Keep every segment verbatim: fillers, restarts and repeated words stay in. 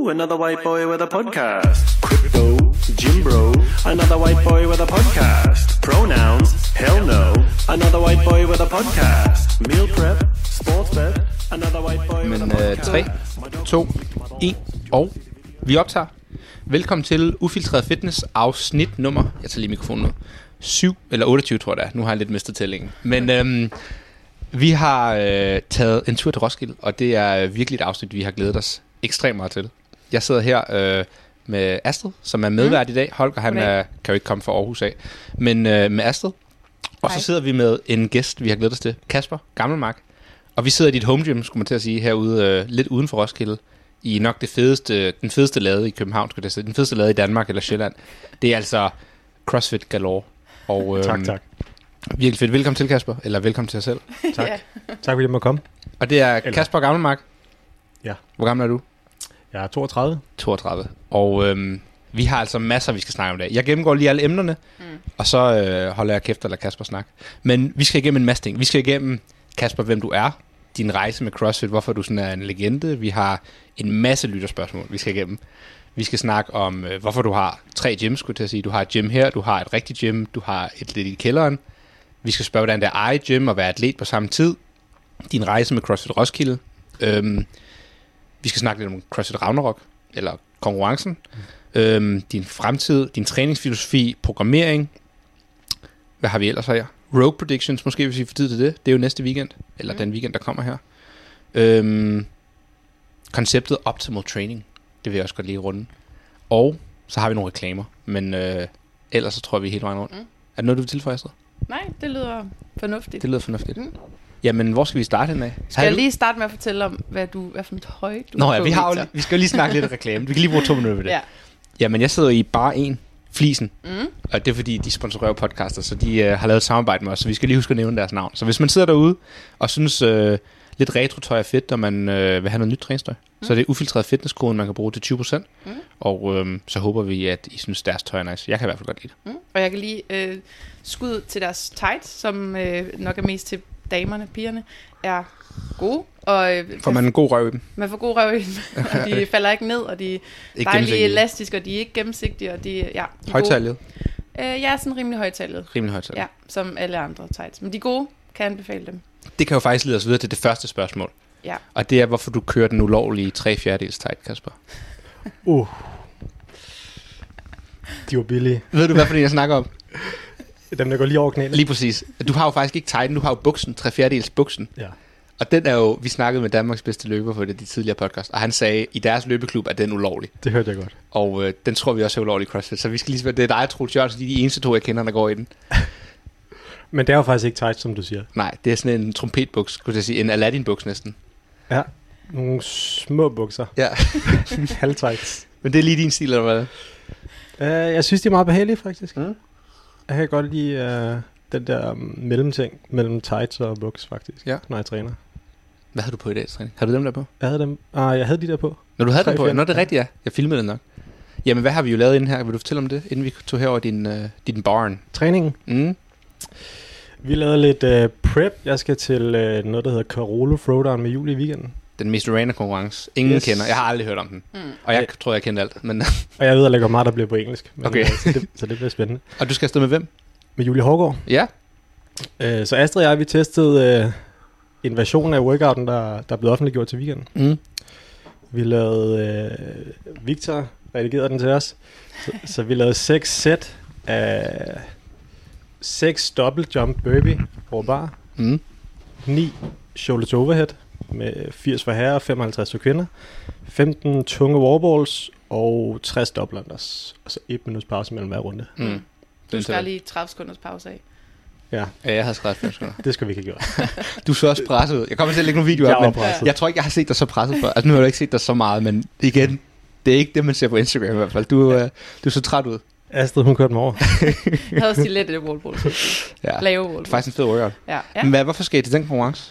Ooh, another white boy with a podcast. Crypto, gym bro, another white boy with a podcast. Pronouns, hell no, another white boy with a podcast. Meal prep, sports bet, another white boy with a podcast. Men tre, to, et, og vi optager. Velkommen til Ufiltreret Fitness afsnit nummer, jeg tager lige mikrofonen ud, syv eller otteogtyve tror jeg det er. Nu har jeg lidt mistet tællingen. Men øhm, vi har øh, taget en tur til Roskilde, og det er virkelig et afsnit, vi har glædet os ekstremt meget til. Jeg sidder her øh, med Astrid, som er medvært mm. i dag. Holger, han er, kan jo ikke komme fra Aarhus af, men øh, med Astrid. Og Hej. Så sidder vi med en gæst, vi har glædet os til, Kasper Gammelmark. Og vi sidder i dit home gym, skulle man til at sige, herude øh, lidt uden for Roskilde, i nok det fedeste, den fedeste lade i København, skulle jeg sige. Den fedeste lade i Danmark eller Sjælland. Det er altså CrossFit galore. Og, øhm, tak, tak. Virkelig fedt. Velkommen til, Kasper. Eller velkommen til dig selv. Tak. Ja. Tak fordi jeg må komme. Og det er eller. Kasper Gammelmark. Ja. Hvor gammel er du? Jeg er toogtredive. toogtredive. Og øhm, vi har altså masser, vi skal snakke om i dag. Jeg gennemgår lige alle emnerne, mm. og så øh, holder jeg kæft og lader Kasper snakke. Men vi skal igennem en masse ting. Vi skal igennem, Kasper, hvem du er, din rejse med CrossFit, hvorfor du sådan er en legende. Vi har en masse lytterspørgsmål, vi skal igennem. Vi skal snakke om, øh, hvorfor du har tre gyms, skulle jeg til at sige. Du har et gym her, du har et rigtigt gym, du har et lidt i kælderen. Vi skal spørge, hvordan det er at eje gym og være atlet på samme tid. Din rejse med CrossFit Roskilde. Øhm, vi skal snakke lidt om CrossFit Ragnarok, eller konkurrencen. Mm. Øhm, din fremtid, din træningsfilosofi, programmering. Hvad har vi ellers her? Rogue Predictions, måske hvis vi får tid til det. Det er jo næste weekend, eller mm. den weekend, der kommer her. Øhm, konceptet Optimal Training, det vil jeg også godt lige runde. Og så har vi nogle reklamer, men øh, ellers så tror jeg, vi er helt vejen rundt. Mm. Er det noget, du vil tilføje, Astrid? Nej, det lyder fornuftigt. Det lyder fornuftigt. Mm. Jamen, hvor skal vi starte hen af? Skal jeg lige starte med at fortælle om, hvad, du, hvad for et høj du Nå ja, vi, har jo, vi skal jo lige snakke lidt reklame. Vi kan lige bruge to minutter ved det. Ja. Jamen, jeg sidder i Bar en, Flisen. Mm. Og det er fordi, de sponsorerer podcaster, så de øh, har lavet et samarbejde med os, så vi skal lige huske at nævne deres navn. Så hvis man sidder derude og synes øh, lidt retro-tøj er fedt, og man øh, vil have noget nyt træningstøj, mm. så er det Ufiltreret Fitness-koden, man kan bruge til tyve procent. Mm. Og øh, så håber vi, at I synes, deres tøj er nice. Jeg kan i hvert fald godt lide det. Mm. Og jeg kan lige øh, skud til deres tights, som øh, nok er mest til damerne, pigerne, er gode. Og, øh, får man en god røv i dem? Man får god røv i dem, og de falder ikke ned, og de er dejlige elastiske, og de er ikke gennemsigtige, og de, ja, de er højtallet? Øh, jeg er sådan rimelig højtallet. Rimelig højtallet? Ja, som alle andre tights. Men de er gode, kan jeg anbefale dem. Det kan jo faktisk lede os videre til det første spørgsmål. Ja. Og det er, hvorfor du kører den ulovlige tre fjerdedels tight, Kasper. Uh. De var billige. Ved du, hvad for det, jeg snakker om? Dem, der går lige over knæene. Lige præcis. Du har jo faktisk ikke tighten, du har jo buksen, tre fjerdedels buksen. Ja. Og den er jo, vi snakkede med Danmarks bedste løber for det, de tidligere podcast, og han sagde, i deres løbeklub er den ulovlig. Det hørte jeg godt. Og øh, den tror vi også er ulovlig i CrossFit, så vi skal lige det er dig og Troels Jørgensen, de er de eneste to, jeg kender, der går i den. Men det er jo faktisk ikke tight, som du siger. Nej, det er sådan en trompetbuks, skulle jeg sige, en Aladdin-buks næsten. Ja, nogle små bukser. Ja. Halvtights. Men det er lige din stil, eller hvad? Uh, jeg synes, de er meget behagelige, faktisk. Mm. Jeg kan godt lide uh, den der um, mellemting mellem tights og buks, faktisk, ja. Når jeg træner. Hvad havde du på i dag, træning? Har du dem der på? Jeg havde dem. Ah, jeg havde de der på. Når du havde dem på? Nå, det er rigtigt, ja. Jeg filmede det nok. Jamen, hvad har vi jo lavet inden her? Vil du fortælle om det, inden vi tog herover din, uh, din barn? Træningen? Mm. Vi lavede lidt uh, prep. Jeg skal til uh, noget, der hedder Carolo Throwdown med Julie i weekenden. Den mest random konkurrence. Ingen yes. kender. Jeg har aldrig hørt om den. Mm. Og jeg tror, jeg kender alt. Men og jeg ved, at der går meget, der bliver på engelsk. Men, okay. uh, så, det, så det bliver spændende. Og du skal afsted med hvem? Med Julie Hårgaard. Ja. Uh, så Astrid og jeg, vi testede uh, en version af workouten, der, der er blevet offentliggjort til weekenden. Mm. Vi lavede... Uh, Victor redigerede den til os. Så, så vi lavede seks sæt af... seks double jump burpee over bar. Mm. ni shoulder to overhead med firs for herrer og femoghalvtreds for kvinder. femten tunge warballs og tres double unders. Og så et minuts pause mellem hver runde. Mm. Du skal lige tredive sekunders pause af. Ja. Ja, jeg havde skrevet fem sekunder. Det skal vi ikke have gjort. Du så også presset ud. Jeg kommer til at lægge nogle videoer op, men presset. Jeg tror ikke, jeg har set dig så presset før. Altså nu har jeg ikke set dig så meget, men igen, det er ikke det, man ser på Instagram i hvert fald. Du, ja. uh, du så træt ud. Astrid, hun kørte mig over. Jeg havde også de lette wallballs. Ja. Lave wallballs. Faktisk en fed workout. Ja. Ja. Men hvad, hvorfor skete det den konkurrence?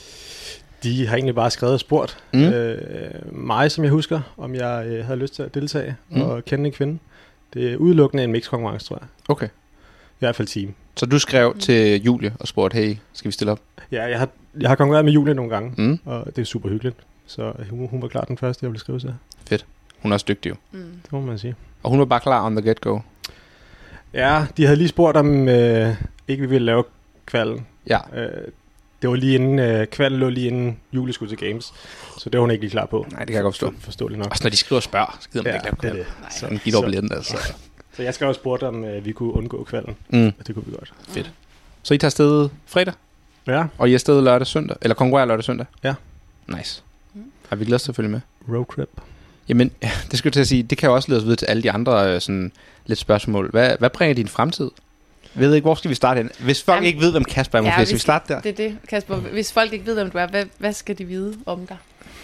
De har egentlig bare skrevet og spurgt mm. øh, mig, som jeg husker, om jeg øh, havde lyst til at deltage mm. og kende en kvinde. Det er udelukkende en mixed konkurrence, tror jeg. Okay. I hvert fald team. Så du skrev mm. til Julie og spurgte, hey, skal vi stille op? Ja, jeg har, jeg har konkurreret med Julie nogle gange, mm. og det er super hyggeligt. Så hun, hun var klart den første, jeg ville skrive til. Fedt. Hun er også dygtig jo. Mm. Det må man sige. Og hun var bare klar on the get-go. Ja, de havde lige spurgt om øh, ikke vi ville lave kvalden. Ja. Øh, det var lige inden, øh, kvalden lå lige inden Julie skulle til games, så det var hun ikke lige klar på. Nej, det kan jeg godt forstå. Forståeligt nok. Også når de skriver og spørger, så gider man Ja, ikke lave det er kvalden. det. Så en givet over billetten, altså. Så, så jeg skal også spurgte om øh, vi kunne undgå kvalden, Mm. og det kunne vi godt. Fedt. Så I tager afsted fredag, Ja, og I er afsted lørdag søndag, eller konkurrerer lørdag søndag? Ja. Nice. Har vi glædet os til at følge med? roadtrip. Jamen, ja, det skulle jeg til at sige, det kan jo også lede os videre til alle de andre øh, sådan, lidt spørgsmål. Hvad, hvad bringer din fremtid? Jeg ved ikke, hvor skal vi starte hen? Hvis folk Jamen, ikke ved, hvem Kasper er, måske ja, skal vi hvis- starte der? Det er det, Kasper. Hvis folk ikke ved, hvem du er, hvad, hvad skal de vide om dig?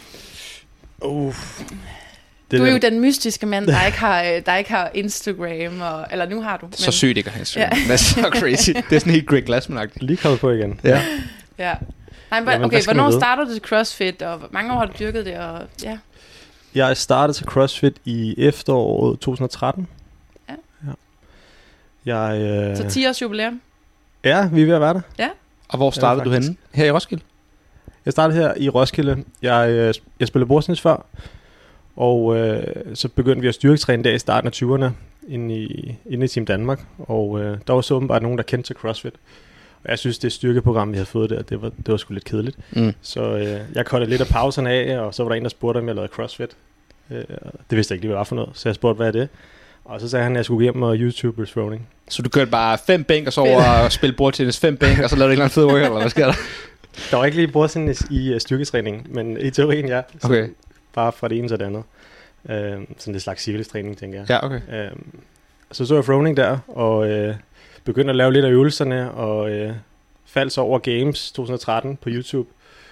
Uh, Du er der- jo den mystiske mand, der ikke har, øh, der ikke har Instagram, og, eller nu har du. Så sygt ikke at have Instagram. Ja. Det er så crazy. Det er sådan helt Greg Glassman-agtigt. lige kommet på igen. Ja. Ja. Nej, men, Jamen, okay, hvad skal man hvornår vide? startede du til CrossFit, og hvor mange år har du dyrket det? Og, ja. Jeg startede til CrossFit i efteråret to tusind og tretten. Ja. ja. Jeg, øh, Så ti års jubilæum. Ja, vi er ved at være der. Og hvor startede Ja, du faktisk. henne? Her i Roskilde? Jeg startede her i Roskilde. Jeg, øh, jeg spillede bordtennis før, og øh, så begyndte vi at styrketræne der i starten af tyverne inde i, inde i Team Danmark. Og øh, der var så åbenbart nogen, der kendte til CrossFit. Og jeg synes, det styrkeprogram, vi havde fået der, det var, det var sgu lidt kedeligt. Mm. Så øh, jeg kottede lidt af pauserne af, og så var der en, der spurgte, om jeg lavede CrossFit. Øh, det vidste jeg ikke lige, hvad det var for noget, så jeg spurgte, hvad er det? Og så sagde han, at jeg skulle hjem og YouTube rowing. Så du kørte bare fem bænk, og så over og spille bordtennis fem bænk, og så lavede du ikke en fed workout, eller hvad sker der? Der var ikke lige bordtennis i uh, styrketræning, men i teorien ja. Så Okay. bare fra det ene til det andet. Øh, sådan en slags cirkelstræning, tænker jeg. Ja, okay. Øh, så så jeg rowing der, og øh, begyndte at lave lidt af øvelserne, og øh, faldt så over Games to tusind og tretten på YouTube.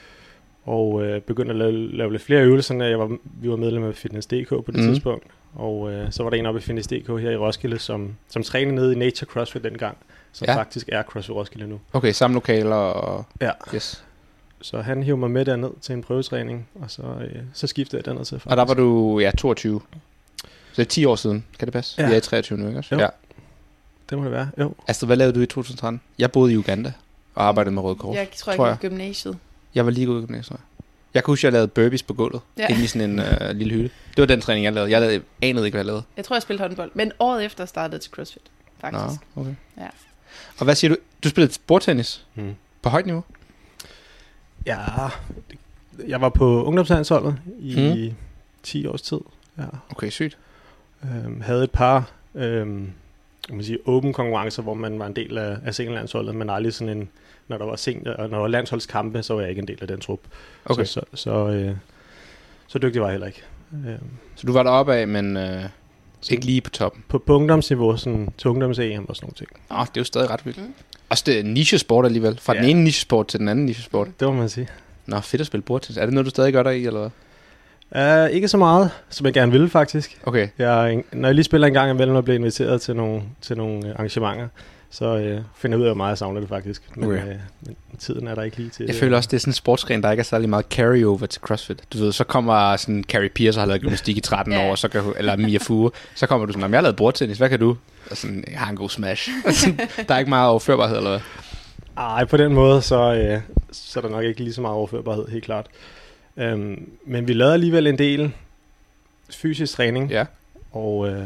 Og øh, begyndte at lave, lave lidt flere af øvelserne. Jeg var, vi var medlem af Fitness punktum d k på det Mhm. mm. tidspunkt. Og øh, så var der en oppe i Fitness punktum d k her i Roskilde, som, som trænede nede i Nature CrossFit dengang. Som Ja. ja. faktisk er CrossFit Roskilde nu. Okay, samme lokaler og... Ja. Yes. Så han hiver mig med derned til en prøvetræning, og så, øh, så skiftede jeg derned til. Faktisk. Og der var du, ja, toogtyve. Så det er ti år siden, kan det passe? Ja. Vi er i treogtyve nu, ikke også? Jo. Ja. Det må det være, jo. Astrid, hvad lavede du i to tusind og tretten? Jeg boede i Uganda og arbejdede med Røde Kors. Jeg tror, jeg tror gik jeg. i gymnasiet. Jeg var lige gået i gymnasiet. Jeg kan huske, at jeg lavede burpees på gulvet. Ja. Ja. Inde i sådan en øh, lille hytte. Det var den træning, jeg lavede. Jeg lavede, anede ikke, hvad jeg lavede. Jeg tror, jeg spillede håndbold. Men året efter startede jeg til CrossFit, faktisk. Nå, okay. Ja. Og hvad siger du? Du spillede bordtennis Hmm. på højt niveau? Ja, jeg var på ungdomslandsholdet i Mm. ti års tid. Ja. Okay, sygt. Øhm, havde et par øhm, kan man sige, åbne konkurrencer, hvor man var en del af, af seniorlandsholdet, men aldrig sådan en, når der var senior, og når der var landsholdskampe, så var jeg ikke en del af den trup. Okay. Så, så, så, øh, så dygtig var jeg heller ikke. Øhm, Så du var deroppe af, men øh, ikke lige på toppen. på, på ungdomsniveau, sådan til ungdoms-E M og sådan nogle ting. Nå, det er jo stadig ret vildt. Mm. Mm. Også det er nichesport alligevel. Fra Ja. den ene nichesport til den anden nichesport. Det må man sige. Nå, fedt at spille bordtennis. Er det noget, du stadig gør der i, eller hvad? Uh, ikke så meget, som jeg gerne ville faktisk. Okay. Jeg, når jeg lige spiller en gang imellem og bliver inviteret til nogle, til nogle øh, arrangementer, så øh, finder jeg ud af, hvor meget jeg savner det faktisk. Men, Okay. øh, men tiden er der ikke lige til. Jeg det. føler også, det er sådan en sportsgren, der ikke er særlig meget carry-over til CrossFit. Du ved, så kommer sådan Carrie Pierce, og har lavet gymnastik i tretten Ja. år, så kan, hun- eller Mia Fure, så kommer du sådan, "Jamen, jeg har lavet bordtennis, hvad kan du? Og sådan, jeg har en god smash. Der er ikke meget overførbarhed, eller hvad? Ej, på den måde, så, øh, så er der nok ikke lige så meget overførbarhed, helt klart. Um, men vi lavede alligevel en del fysisk træning, Ja. og, øh,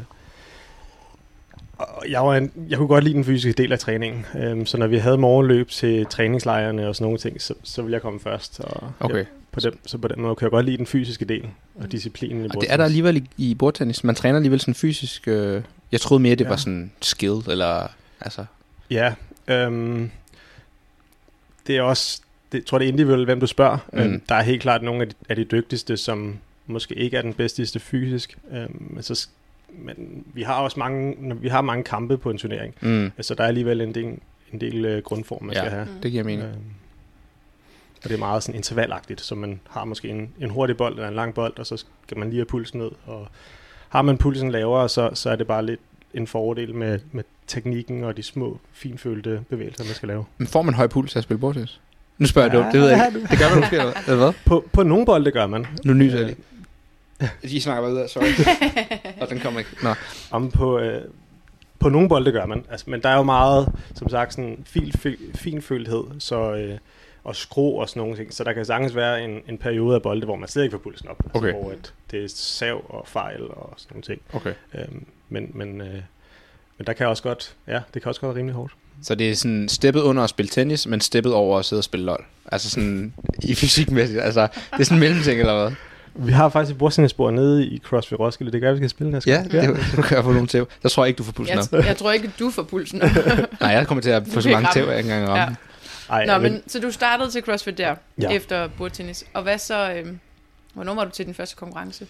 og jeg, var en, jeg kunne godt lide den fysiske del af træningen. Um, så når vi havde morgenløb til træningslejrene og sådan nogle ting, så, så ville jeg komme først. Og Okay. jeg, på den, så på den måde kunne jeg godt lide den fysiske del og disciplinen i Og det er der alligevel i, i bordtennis. Man træner alligevel sådan fysisk. Øh, jeg troede mere, det Ja. var sådan skill, eller altså... Ja, øhm, det er også, det, jeg tror det er individuelt, hvem du spørger. Mm. Mm. Der er helt klart nogle af de, af de dygtigste, som måske ikke er den bedste fysisk. Øhm, men, så, men vi har også mange, vi har mange kampe på en turnering. Mm, Så der er alligevel en del, en del uh, grundform, man Ja. skal have. Mm. det giver mening. Øhm, og det er meget sådan intervallagtigt, så man har måske en, en hurtig bold eller en lang bold, og så skal man lige have pulsen ned. Og har man pulsen lavere, så, så er det bare lidt en fordel med, med teknikken og de små, finfølte bevægelser, man skal lave. Men får man høj puls af at spille bordtennis? Nu spørger jeg dumt, det ved jeg ikke. Det gør man måske, eller hvad? Eller hvad? På, på nogle bolde gør man. Nu nyser jeg lige. I snakker bare videre, sorry. Og den kommer ikke. Nå. Om på, øh, på nogle bolde gør man. Altså, men der er jo meget, som sagt, sådan fin, finfølthed. Så, øh, og skrå og sådan nogle ting. Så der kan sagtens være en, en periode af bolde, hvor man slet ikke får pulsen op. Okay. Altså, hvor at det er sav og fejl og sådan nogle ting. Okay. Øhm, men, men, øh, men der kan også godt, ja, det kan også godt være rimelig hårdt. Så det er sådan steppet under at spille tennis, men steppet over at sidde og spille LOL. Altså sådan i fysikmæssigt. Altså, det er sådan en mellemting, eller hvad? Vi har faktisk et bordtennisbord nede i CrossFit Roskilde. Det gør, vi skal spille næste Ja, gang. det, det kan jeg få nogle tæv. Der tror jeg ikke, du får pulsen op. Jeg, jeg tror ikke, du får pulsen op. Nej, jeg kommer til at få så mange tæv, jeg ikke engang ramme. Ja. Ej, Nå, men, men så du startede til CrossFit der, Ja. efter bordtennis. Og hvad så, øhm, hvornår var du til den første konkurrence?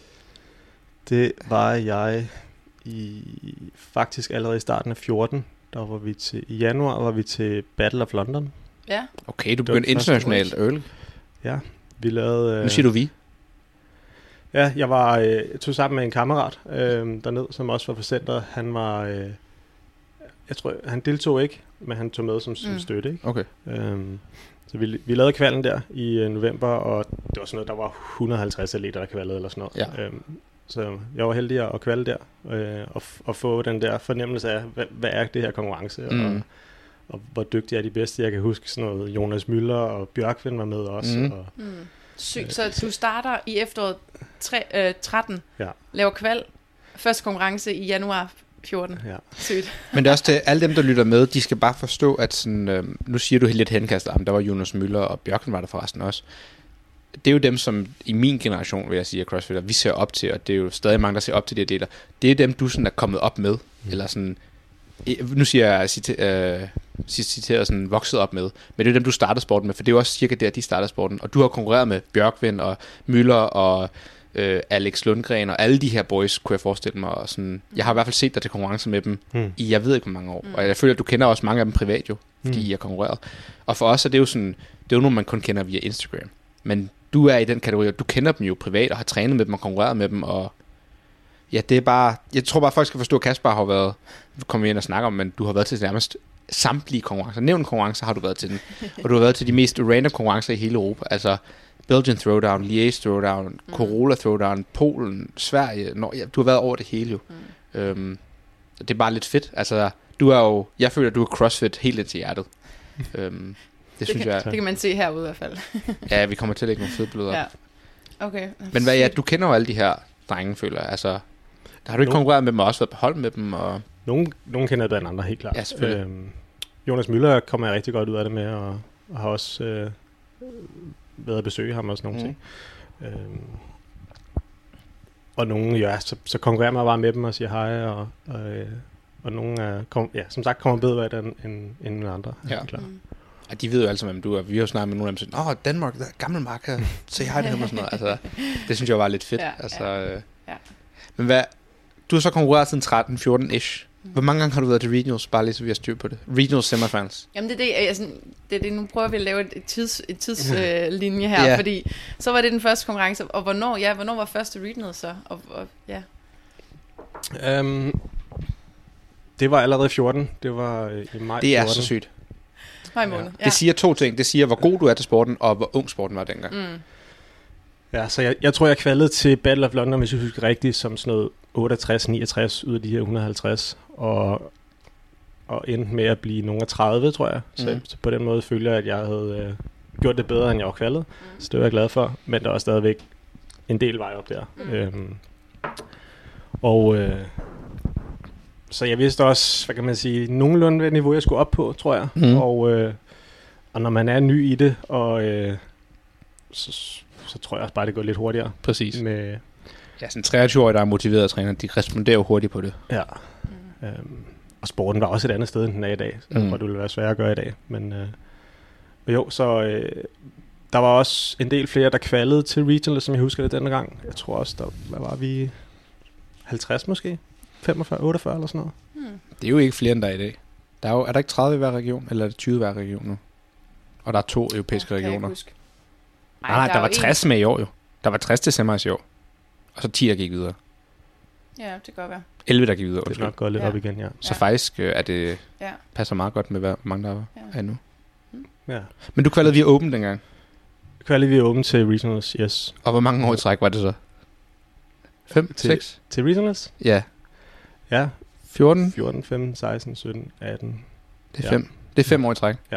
det var jeg i faktisk allerede i starten af fjorten. Der var vi til, i januar var vi til Battle of London. Ja, Okay, du Det var begyndte den første internationalt early. Ja, vi lavede... Nu siger du vi. Ja, jeg var øh, jeg tog sammen med en kammerat øh, derned, som også var på centret. Han var... Øh, jeg tror, han deltog ikke, men han tog med som, som Mm. støtte, ikke? Okay. Øhm, så vi, vi lavede kvalden der i øh, november, og det var sådan noget, der var et hundrede og halvtreds atleter, der kvalede eller sådan noget. Ja. Øhm, så jeg var heldig at kvalde der, øh, og, f- og få den der fornemmelse af, hvad, hvad er det her konkurrence, Mm. og, og hvor dygtige er de bedste. Jeg kan huske sådan noget, Jonas Müller og Bjørkvind var med også. Mm. Og, mm. Sygt. Så du starter i efteråret tre, øh, tretten, Ja. laver kval, første konkurrence i januar fjorten. ja. Sygt. Men det er også til alle dem, der lytter med, de skal bare forstå, at sådan, øh, nu siger du helt lidt henkastet, der var Jonas Müller og Bjørken var der forresten også. Det er jo dem, som i min generation, vil jeg sige, af CrossFitter, vi ser op til, og det er jo stadig mange, der ser op til de her deler. Det er dem, du sådan er kommet op med, mm. eller sådan, nu siger jeg cite, øh, citeret sådan, vokset op med, men det er dem, du startede sporten med, for det er jo også cirka der, de startede sporten, og du har konkurreret med Bjørkvind og Müller og øh, Alex Lundgren og alle de her boys, kunne jeg forestille mig. Og sådan, jeg har i hvert fald set dig til konkurrencer med dem Mm. i, jeg ved ikke, hvor mange år. Mm. Og jeg føler, at du kender også mange af dem privat jo, fordi Mm. I har konkurreret. Og for os er det jo sådan, det er jo nogen, man kun kender via Instagram. Men du er i den kategori, og du kender dem jo privat, og har trænet med dem og konkurreret med dem, og ja, det er bare, jeg tror bare, folk skal forstå, at Kasper har været, nu kommer vi ind og snakker om, men du har været til nærmest samtlige konkurrencer. Nævnt konkurrencer har du været til den, og du har været til de mest random konkurrencer i hele Europa, altså Belgian Throwdown, Liège Throwdown, mm. Corolla Throwdown, Polen, Sverige, Nå, ja, du har været over det hele jo. Mm. Øhm, det er bare lidt fedt, altså, du er jo, jeg føler, at du er CrossFit helt ind til hjertet. øhm, det, det synes kan, jeg, det kan man se herude i hvert fald. ja, vi kommer til at lægge nogle fede billeder op. Ja. Okay. Men hvad, ja, du kender jo alle de her drenge, føler jeg. Altså, der har du ikke Nogle- konkurreret med dem, og også været på hold med dem. Og Nogen, nogen kender bedre end andre, helt klart. Ja, selvfølgelig. Øhm, Jonas Müller kommer jeg rigtig godt ud af det med, og, og har også øh, været at besøge ham og sådan nogle Mm. ting. Øhm, og nogen, ja, så, så konkurrerer man bare med dem og siger hej, og, og, øh, og nogen er, kom, ja, som sagt kommer bedre ud af det end, end, end andre. Ja. helt klart. Mm. og de ved jo alle sammen, hvem du er. Vi har jo snakket med nogle af dem, åh, oh, Danmark, der er gammel mark her. Se hej til ham og sådan noget. Altså, det synes jeg var lidt fedt. Ja, altså, ja. øh. Ja. Men hvad, du har så konkurreret siden tretten fjorten-ish. Hvor mange gange har du været til regionals, bare lige så vi har styr på det? Regionals semifinals. Jamen det er det, altså, det er det, nu prøver vi at lave et, et tids, et tidslinje øh, linje her, Ja. fordi så var det den første konkurrence, og hvornår, ja, hvornår var første regional så? Og, og, ja. Øhm, det var allerede fjorten. Det var øh, i maj Det er fjorten. så sygt. Maj måned. Ja. Det siger to ting. Det siger, hvor god du er til sporten, og hvor ung sporten var dengang. Mm. Ja, så jeg, jeg tror, jeg kvalede til Battle of London, hvis jeg husker rigtigt, som sådan noget otteogtres niogtres ud af de her et hundrede og halvtreds, og, og endte med at blive nogen af tredive, tror jeg. Så, Mhm. så på den måde føler jeg, at jeg havde øh, gjort det bedre, end jeg var kvalet. Mm. Så det var jeg glad for, men der var stadigvæk en del vej op der. Mm. Øhm, og øh, så jeg vidste også, hvad kan man sige, nogenlunde hvad niveau jeg skulle op på, tror jeg. Mhm. Og, øh, og når man er ny i det, og øh, så, så tror jeg også bare, det går lidt hurtigere. Præcis. Med, Ja, sådan treogtyve-årige, der er motiveret at træne, de responderer jo hurtigt på det. ja. Mm. Øhm, og sporten var også et andet sted, end den er i dag. Jeg Mm. tror, det ville være svært at gøre i dag. Men øh, men jo, så øh, der var også en del flere, der kvalede til regional, som jeg husker det denne gang. Jeg tror også, der hvad var vi halvtreds måske? femogfyrre, otteogfyrre eller sådan noget. Mm. Det er jo ikke flere, end der er i dag. Der er, jo, er der ikke tredive i hver region, eller er det tyve i hver region nu? Og der er to europæiske Ja, kan jeg ikke regioner. huske. Nej, nej, er der var jo en- tres med i år jo. Der var tres til semis i år. Og så ti, der gik videre. Ja, det kan godt være. elleve, der gik videre. Det er undskyld. nok gået lidt Ja. op igen, ja. Så Ja. faktisk øh, er det Ja. passer meget godt med, hvor mange der er, Ja. er nu. ja. Men du kvalede via Open dengang. Kvalede vi åben til regionals, yes. Og hvor mange år i træk var det så? fem, Til- seks? Til regionals? Ja. Ja, fjorten? fjorten, femten, seksten, sytten, atten. Det er Ja. fem. Det er fem år i træk. Ja.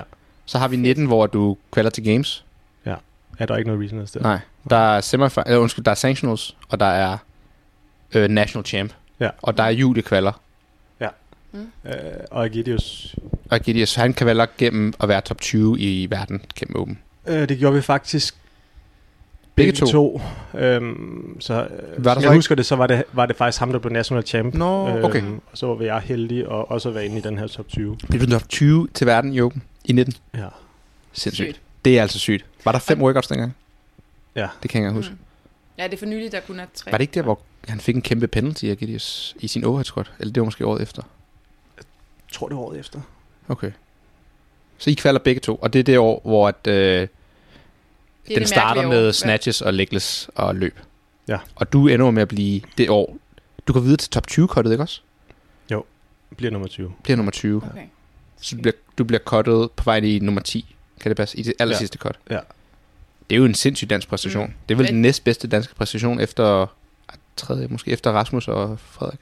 Så har vi nitten, hvor du kvalder til games. Ja, er der ikke noget regionals der? Nej, der er semifinals, eller undskyld, der er sanctionals, og der er øh, national champ. Ja. Og der er juli-kvalder. Mm. Øh, og Agidius, Og Gideus, han kvalder gennem at være top tyve i verden gennem Open. øh, det gjorde vi faktisk Begge begge to. to. Øhm, så øh, Var der som så jeg ikke- husker det, så var det, var det faktisk ham, der blev national champ. Nå, okay. Øhm, og så var jeg heldig og også være inde i den her top tyve. Blev du top tyve til verden i Open i nitten? Ja. Sindssygt. Sygt. Det er altså sygt. Var der fem workouts dengang? Ja. Det kan jeg ikke engang huske. Mm. Ja, det er for nyligt, der kun er tre. Var det ikke der, hvor han fik en kæmpe penalty af Gideus i sin overhead squat? Eller det var måske året efter? Jeg tror, det var året efter. Okay. Så I kvalder begge to, og det er det år, hvor at, øh, Det er den det starter mærkelige år. med snatches og legless og løb. Ja. Og du ender med at blive det år. Du går videre til top tyve-kottet, ikke også? Bliver nummer tyve. Bliver nummer tyve. Okay. Så du bliver, du bliver kottet på vej i nummer ti. Kan det passe? I det aller Ja. sidste cut. Ja. Det er jo en sindssyg dansk præstation. Mm. Det er vel Fedt. den næstbedste danske præstation efter tredje, måske efter Rasmus og Frederik.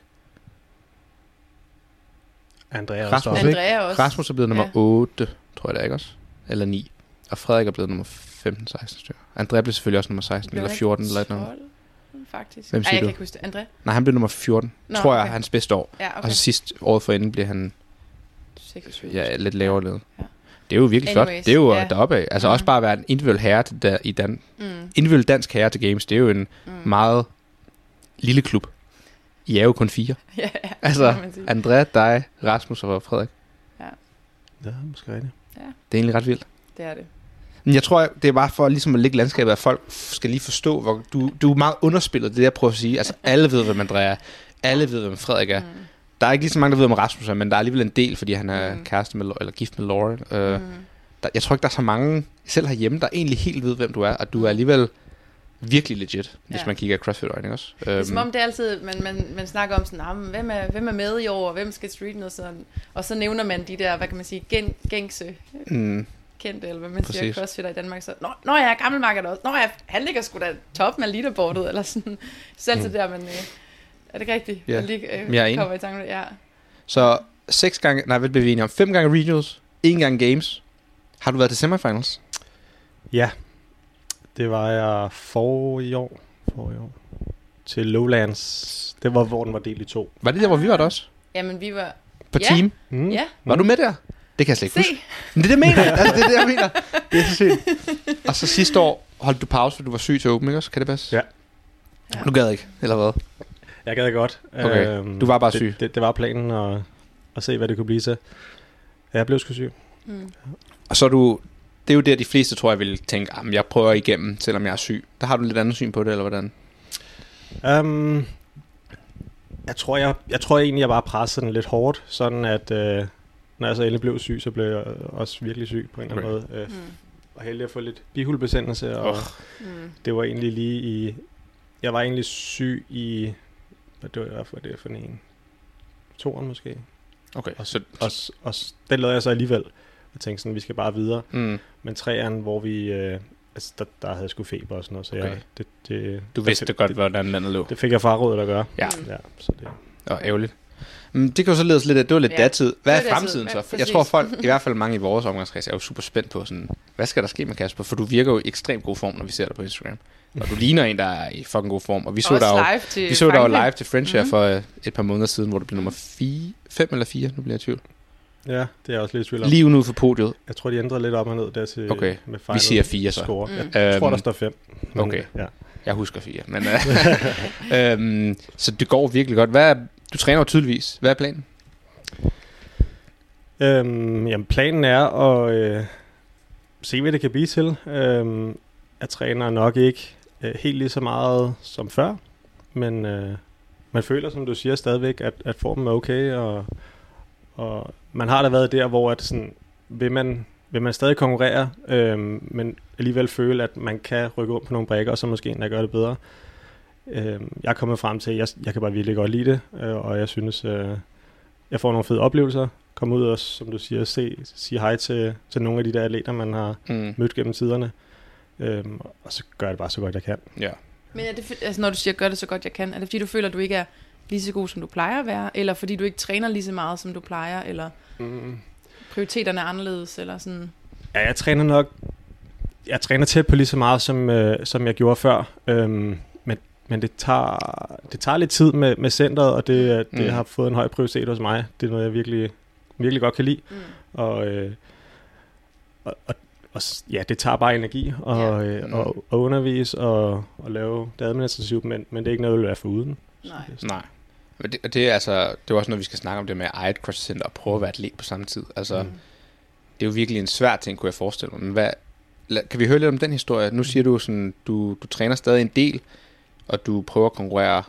Andrea Rasmus, også. ikke? Andrea også. Rasmus er blevet nummer Ja. otte, tror jeg det er, ikke også? Eller ni. Og Frederik er blevet nummer femten seksten stykker. Andrea blev selvfølgelig også nummer seksten Blev eller han ikke fjorten eller noget. tolv, faktisk. Hvem Ej, siger jeg du? kan ikke huske det. André? Nej, han blev nummer fjorten. Nå, tror jeg, okay. hans bedste år. Ja, Okay. okay. Og så sidst året forinden blev han seksogtyve. ja, lidt lavere ledet. Ja. Det er jo virkelig flot. Anyways, Det er jo ja. ja. deroppe af. Altså Mhm. også bare at være en individuel herre til der, i Dan. Mm. Individuel dansk herre til games, det er jo en Mm. meget lille klub. I er jo kun fire. ja, ja, Altså, må man sige. Andrea, dig, Rasmus og Frederik. Ja, måske rigtigt. Det er egentlig ret vildt. Det er det. Men jeg tror, det er bare for ligesom at lægge landskabet, at folk skal lige forstå, hvor du, du er meget underspillet, det er det, jeg prøver at sige. Altså, alle ved, hvem Andrea er. Alle ved, hvem Frederik er. Mm. Der er ikke lige så mange, der ved, om Rasmus er, men der er alligevel en del, fordi han er Mm. kæreste med, eller gift med Lauren. Uh, Mm. der, jeg tror ikke, der er så mange, selv herhjemme, der egentlig helt ved, hvem du er, og du er alligevel virkelig legit, hvis Ja. man kigger CrossFit-øjne, også? Det er Øhm, som om det er altid, man, man, man snakker om sådan, ah, men hvem, er, hvem er med i år, og hvem skal streeten og sådan. Og så nævner man de der, hvad kan man sige, gen, gængse mm, kendte, eller hvad man siger, Præcis. crossfitter i Danmark. Så, nå, nå jeg er gammelmarked også. Nå, jeg, han ligger sgu da top med leaderboardet, eller sådan. Så altid Mm. der, men øh, er det ikke rigtigt? Ja. Man lige, øh, Jeg er enig. kommer i tanke, ja. så seks gange, nej, hvad blev vi enige om? Fem gange regionals, en gang games. Har du været til semifinals? Ja, det var jeg for i år. For i år. Til Lowlands. Det var, hvor den var delt i to. Var det der, hvor vi var der også? Jamen, vi var... På Ja. team? Mm. Ja, Var du med der? Det kan jeg slet ikke se. huske. Men det er det, jeg mener. Altså, det er det, jeg mener. Det er så sygt. Og så sidste år holdt du pause, fordi du var syg til Open, ikke også? Kan det passe? Ja. Ja. Du gad ikke, eller hvad? Jeg gad godt. Okay. Øhm, Du var bare det, syg. Det, det var planen at, at se, hvad det kunne blive til. Ja, jeg blev sgu syg. Mm. Og så er du... Det er jo der, de fleste, tror jeg, vil tænke, at jeg prøver igennem, selvom jeg er syg. Der har du lidt andet syn på det, eller hvordan? Um, jeg, tror, jeg, jeg tror egentlig, jeg bare pressede den lidt hårdt, sådan at øh, når jeg så endelig blev syg, så blev jeg også virkelig syg på en eller anden måde. Øh, Mm. og heldig at få lidt bihulebesættelse, og Oh. Mm. det var egentlig lige i... Jeg var egentlig syg i... Hvad det var, hvad var det for en? Toren måske. Okay, Og, så... og, og den lavede jeg så alligevel. Jeg tænkte sådan, vi skal bare videre. Mm, Men træerne, hvor vi... Øh, altså, der, der havde jeg sgu feber og sådan noget, så Okay. jeg, det, det, du der vidste fik- godt, det, hvordan landet lå. det fik jeg frarådet at gøre. Ja, Mm. Ja, så det... og ærgerligt. Mm, det kan jo så lede os lidt af, det var lidt Ja, datid. Hvad det er var datid. fremtiden så? Ja, Jeg præcis. tror folk, i hvert fald mange i vores omgangskreds, er jo super spændt på sådan, hvad skal der ske med Kasper? For du virker jo i ekstremt god form, når vi ser dig på Instagram. Og du ligner en, der er i fucking god form. Og vi så Også dig jo, live til vi så dig jo Frankrig. live til French her Mhm. for øh, et par måneder siden, hvor du blev nummer fire, fem eller fire, nu bliver jeg i tvivl. Ja, det er jeg også lidt i tvivl om. Lige ude for podiet. Jeg tror, de ændrede lidt op og ned der til... Okay, med vi final siger fire så. Score. Mm. Jeg tror, Øhm, der står fem. Men, okay. Ja. Jeg husker fire, men øh, øhm, så det går virkelig godt. Hvad er, du træner jo tydeligvis. Hvad er planen? Øhm, jamen, planen er at øh, se, hvad det kan blive til. Øhm, jeg træner nok ikke øh, helt lige så meget som før, men øh, man føler, som du siger, stadigvæk, at, at formen er okay, og, og man har da været der, hvor at sådan, vil, man, vil man stadig konkurrere, øhm, men alligevel føle, at man kan rykke ud på nogle brækker, og så måske endda gøre det bedre. Øhm, jeg er kommet frem til, at jeg, jeg kan bare virkelig godt lide det, øh, og jeg synes, øh, jeg får nogle fede oplevelser. Komme ud og, som du siger, se, sige hej til, til nogle af de der atleter, man har Mm. mødt gennem tiderne. Øhm, og så gør jeg det bare så godt, jeg kan. Ja. Men er det, for- altså, når du siger, gør det så godt jeg kan, er det fordi, du føler, at du ikke er lige så god, som du plejer at være? Eller fordi du ikke træner lige så meget, som du plejer? Eller Mm. prioriteterne er anderledes? Eller sådan? Ja, jeg træner nok... Jeg træner tæt på lige så meget, som, øh, som jeg gjorde før. Øhm, men men det, tager, det tager lidt tid med, med centret, og det, det mm. har fået en høj prioritet hos mig. Det er noget, jeg virkelig, virkelig godt kan lide. Mm. Og, øh, og, og, og ja, det tager bare energi og, ja. øh, og, og undervise og, og lave det administrativt, men, men det er ikke noget, jeg vil være foruden. Nej. Nej. Men det, det, er altså, det er også noget, vi skal snakke om det med at eje et CrossFit-center og prøve at være atlet på samme tid. Altså, mm. det er jo virkelig en svær ting, kunne jeg forestille mig. Men hvad, kan vi høre lidt om den historie? Nu siger du sådan, du, du træner stadig en del, og du prøver at konkurrere,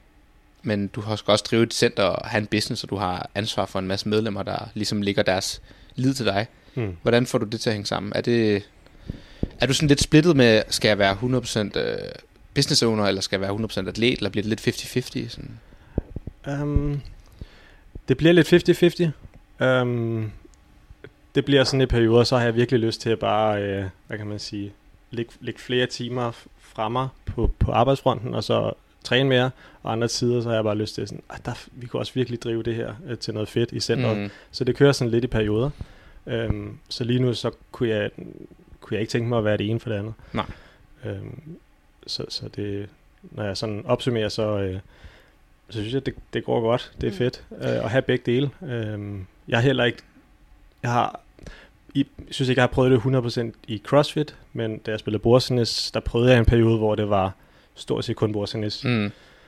men du har også drive et center og have en business, og du har ansvar for en masse medlemmer, der ligesom ligger deres lid til dig. Mm. Hvordan får du det til at hænge sammen? Er det er du sådan lidt splittet med, skal jeg være hundrede procent øh, business owner, eller skal jeg være hundrede procent atlet, eller bliver det lidt halvtreds halvtreds? Sådan? Um, det bliver lidt halvtreds halvtreds. Um, det bliver sådan i perioder, så har jeg virkelig lyst til at bare, øh, hvad kan man sige, lægge, lægge flere timer fra mig på, på arbejdsfronten, og så træne mere, og andre tider, så har jeg bare lyst til sådan, der, vi kunne også virkelig drive det her øh, til noget fedt i centret. Mm. Så det kører sådan lidt i perioder. Um, så lige nu, så kunne jeg, kunne jeg ikke tænke mig at være det ene for det andet. Nej. Um, så, så det, når jeg sådan opsummerer, så, øh, så synes jeg, at det, det går godt. Det er mm. fedt øh, at have begge dele. Um, jeg har heller ikke, jeg har, jeg synes ikke, jeg har prøvet det hundrede procent i CrossFit, men da jeg spillede bordtennis, der prøvede jeg en periode, hvor det var stort set kun bordtennis. Mm.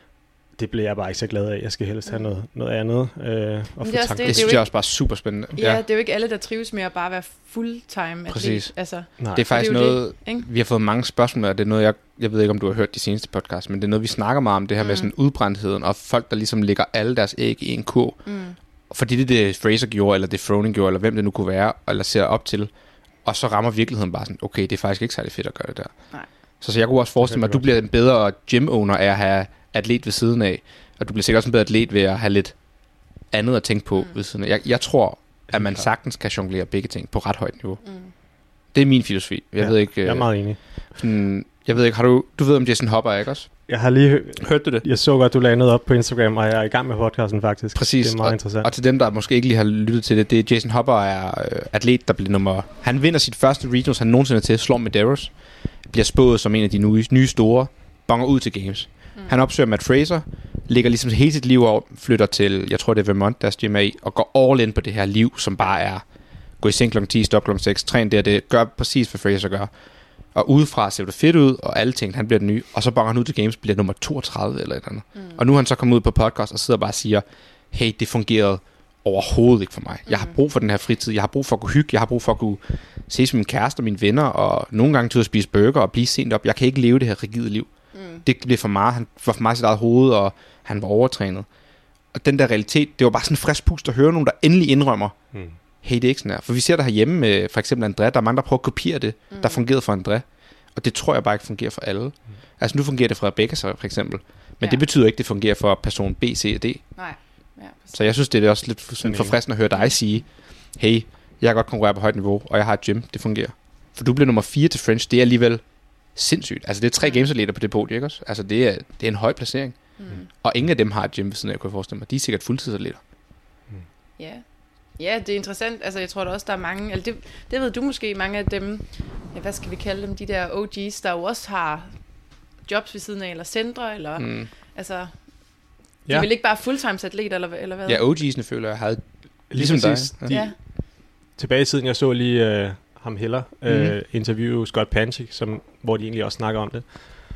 Det blev jeg bare ikke så glad af. Jeg skal helst have noget, noget andet. Øh, og det, det, det synes jeg også bare super spændende. Ja, ja, det er jo ikke alle, der trives med at bare være fulltime. Præcis. Altså, det er faktisk det er noget, det, vi har fået mange spørgsmål, og det er noget, jeg, jeg ved ikke, om du har hørt de seneste podcast, men det er noget, vi snakker meget om, det her mm. med sådan udbrændtheden, og folk, der ligesom lægger alle deres æg i en kurv. Mm. Fordi det er det, Fraser gjorde, eller det Froning gjorde, eller hvem det nu kunne være, eller ser op til, og så rammer virkeligheden bare sådan, okay, det er faktisk ikke særlig fedt at gøre det der. Nej. Så, så jeg kunne også forestille mig, at du bliver en bedre gym-owner af at have atlet ved siden af, og du bliver sikkert også en bedre atlet ved at have lidt andet at tænke på mm. ved siden af. Jeg, jeg tror, at man sagtens kan jonglere begge ting på ret højt niveau. Mm. Det er min filosofi. Jeg ja, ved ikke. Jeg er meget enig. Sådan, jeg ved ikke, har du du ved om Jason Hopper, ikke også? Jeg har lige hø- hørt du det. Jeg så godt, du lagde noget op på Instagram, og jeg er i gang med podcasten faktisk. Præcis. Det er meget og, interessant. Og til dem, der måske ikke lige har lyttet til det, det er Jason Hopper er øh, atlet, der bliver nummer. Han vinder sit første regionals, han nogensinde til, slår Medeiros, bliver spået som en af de nye, nye store, bonger ud til games. Mm. Han opsøger Matt Fraser, ligger ligesom hele sit liv over, flytter til, jeg tror det er Vermont, deres gym er i, og går all in på det her liv, som bare er gå i seng klokken ti, stop klokken seks, træn der, det gør præcis, hvad Fraser gør. Og udefra ser det fedt ud, og alle ting, han bliver den nye, og så bonger han ud til games, bliver nummer toogtredive eller et eller andet. Mm. Og nu er han så kommet ud på podcast og sidder bare og siger, hey, det fungerede overhovedet ikke for mig. Jeg har brug for den her fritid, jeg har brug for at kunne hygge, jeg har brug for at kunne ses med min kæreste og mine venner, og nogle gange til at spise burger og blive sent op. Jeg kan ikke leve det her rigide liv. Mm. Det blev for meget, han var for meget sit eget hoved, og han var overtrænet. Og den der realitet, det var bare sådan en frisk pust at høre nogen, der endelig indrømmer, mm. hey, det er ikke sådan her. For vi ser der herhjemme med for eksempel André, der er mange, der prøver at kopiere det, mm. der fungerede for André. Og det tror jeg bare ikke fungerer for alle. Mm. Altså nu fungerer det for Rebecca så for eksempel. Men ja. Det betyder ikke, det fungerer for person B, C og D. Nej. Ja, så jeg synes, det er også lidt sådan forfriskende at høre dig sige, hey, jeg kan godt konkurrere på højt niveau, og jeg har et gym, det fungerer. For du bliver nummer fire til French, det er alligevel sindssygt. Altså det er tre mm. gamesatleter på det podium, ikke også? Altså det er, det er en høj placering. Mm. Og ingen af dem har et gym ved siden af, jeg kunne forestille mig. De er sikkert fuldtidsatleter. Mm. Ja. Ja, det er interessant. Altså jeg tror da også, der er mange, eller det, det ved du måske, mange af dem, ja, hvad skal vi kalde dem, de der O G's, der jo også har jobs ved siden af, eller centre, eller mm. altså, de ja. vil ikke bare fulltimes-atleter, eller, eller hvad? Ja, O G'sene føler jeg havde, ligesom præcis, dig. De, ja. Tilbage i tiden, jeg så lige uh, ham heller uh, mm. interviewe Scott Panchik, som, hvor de egentlig også snakker om det.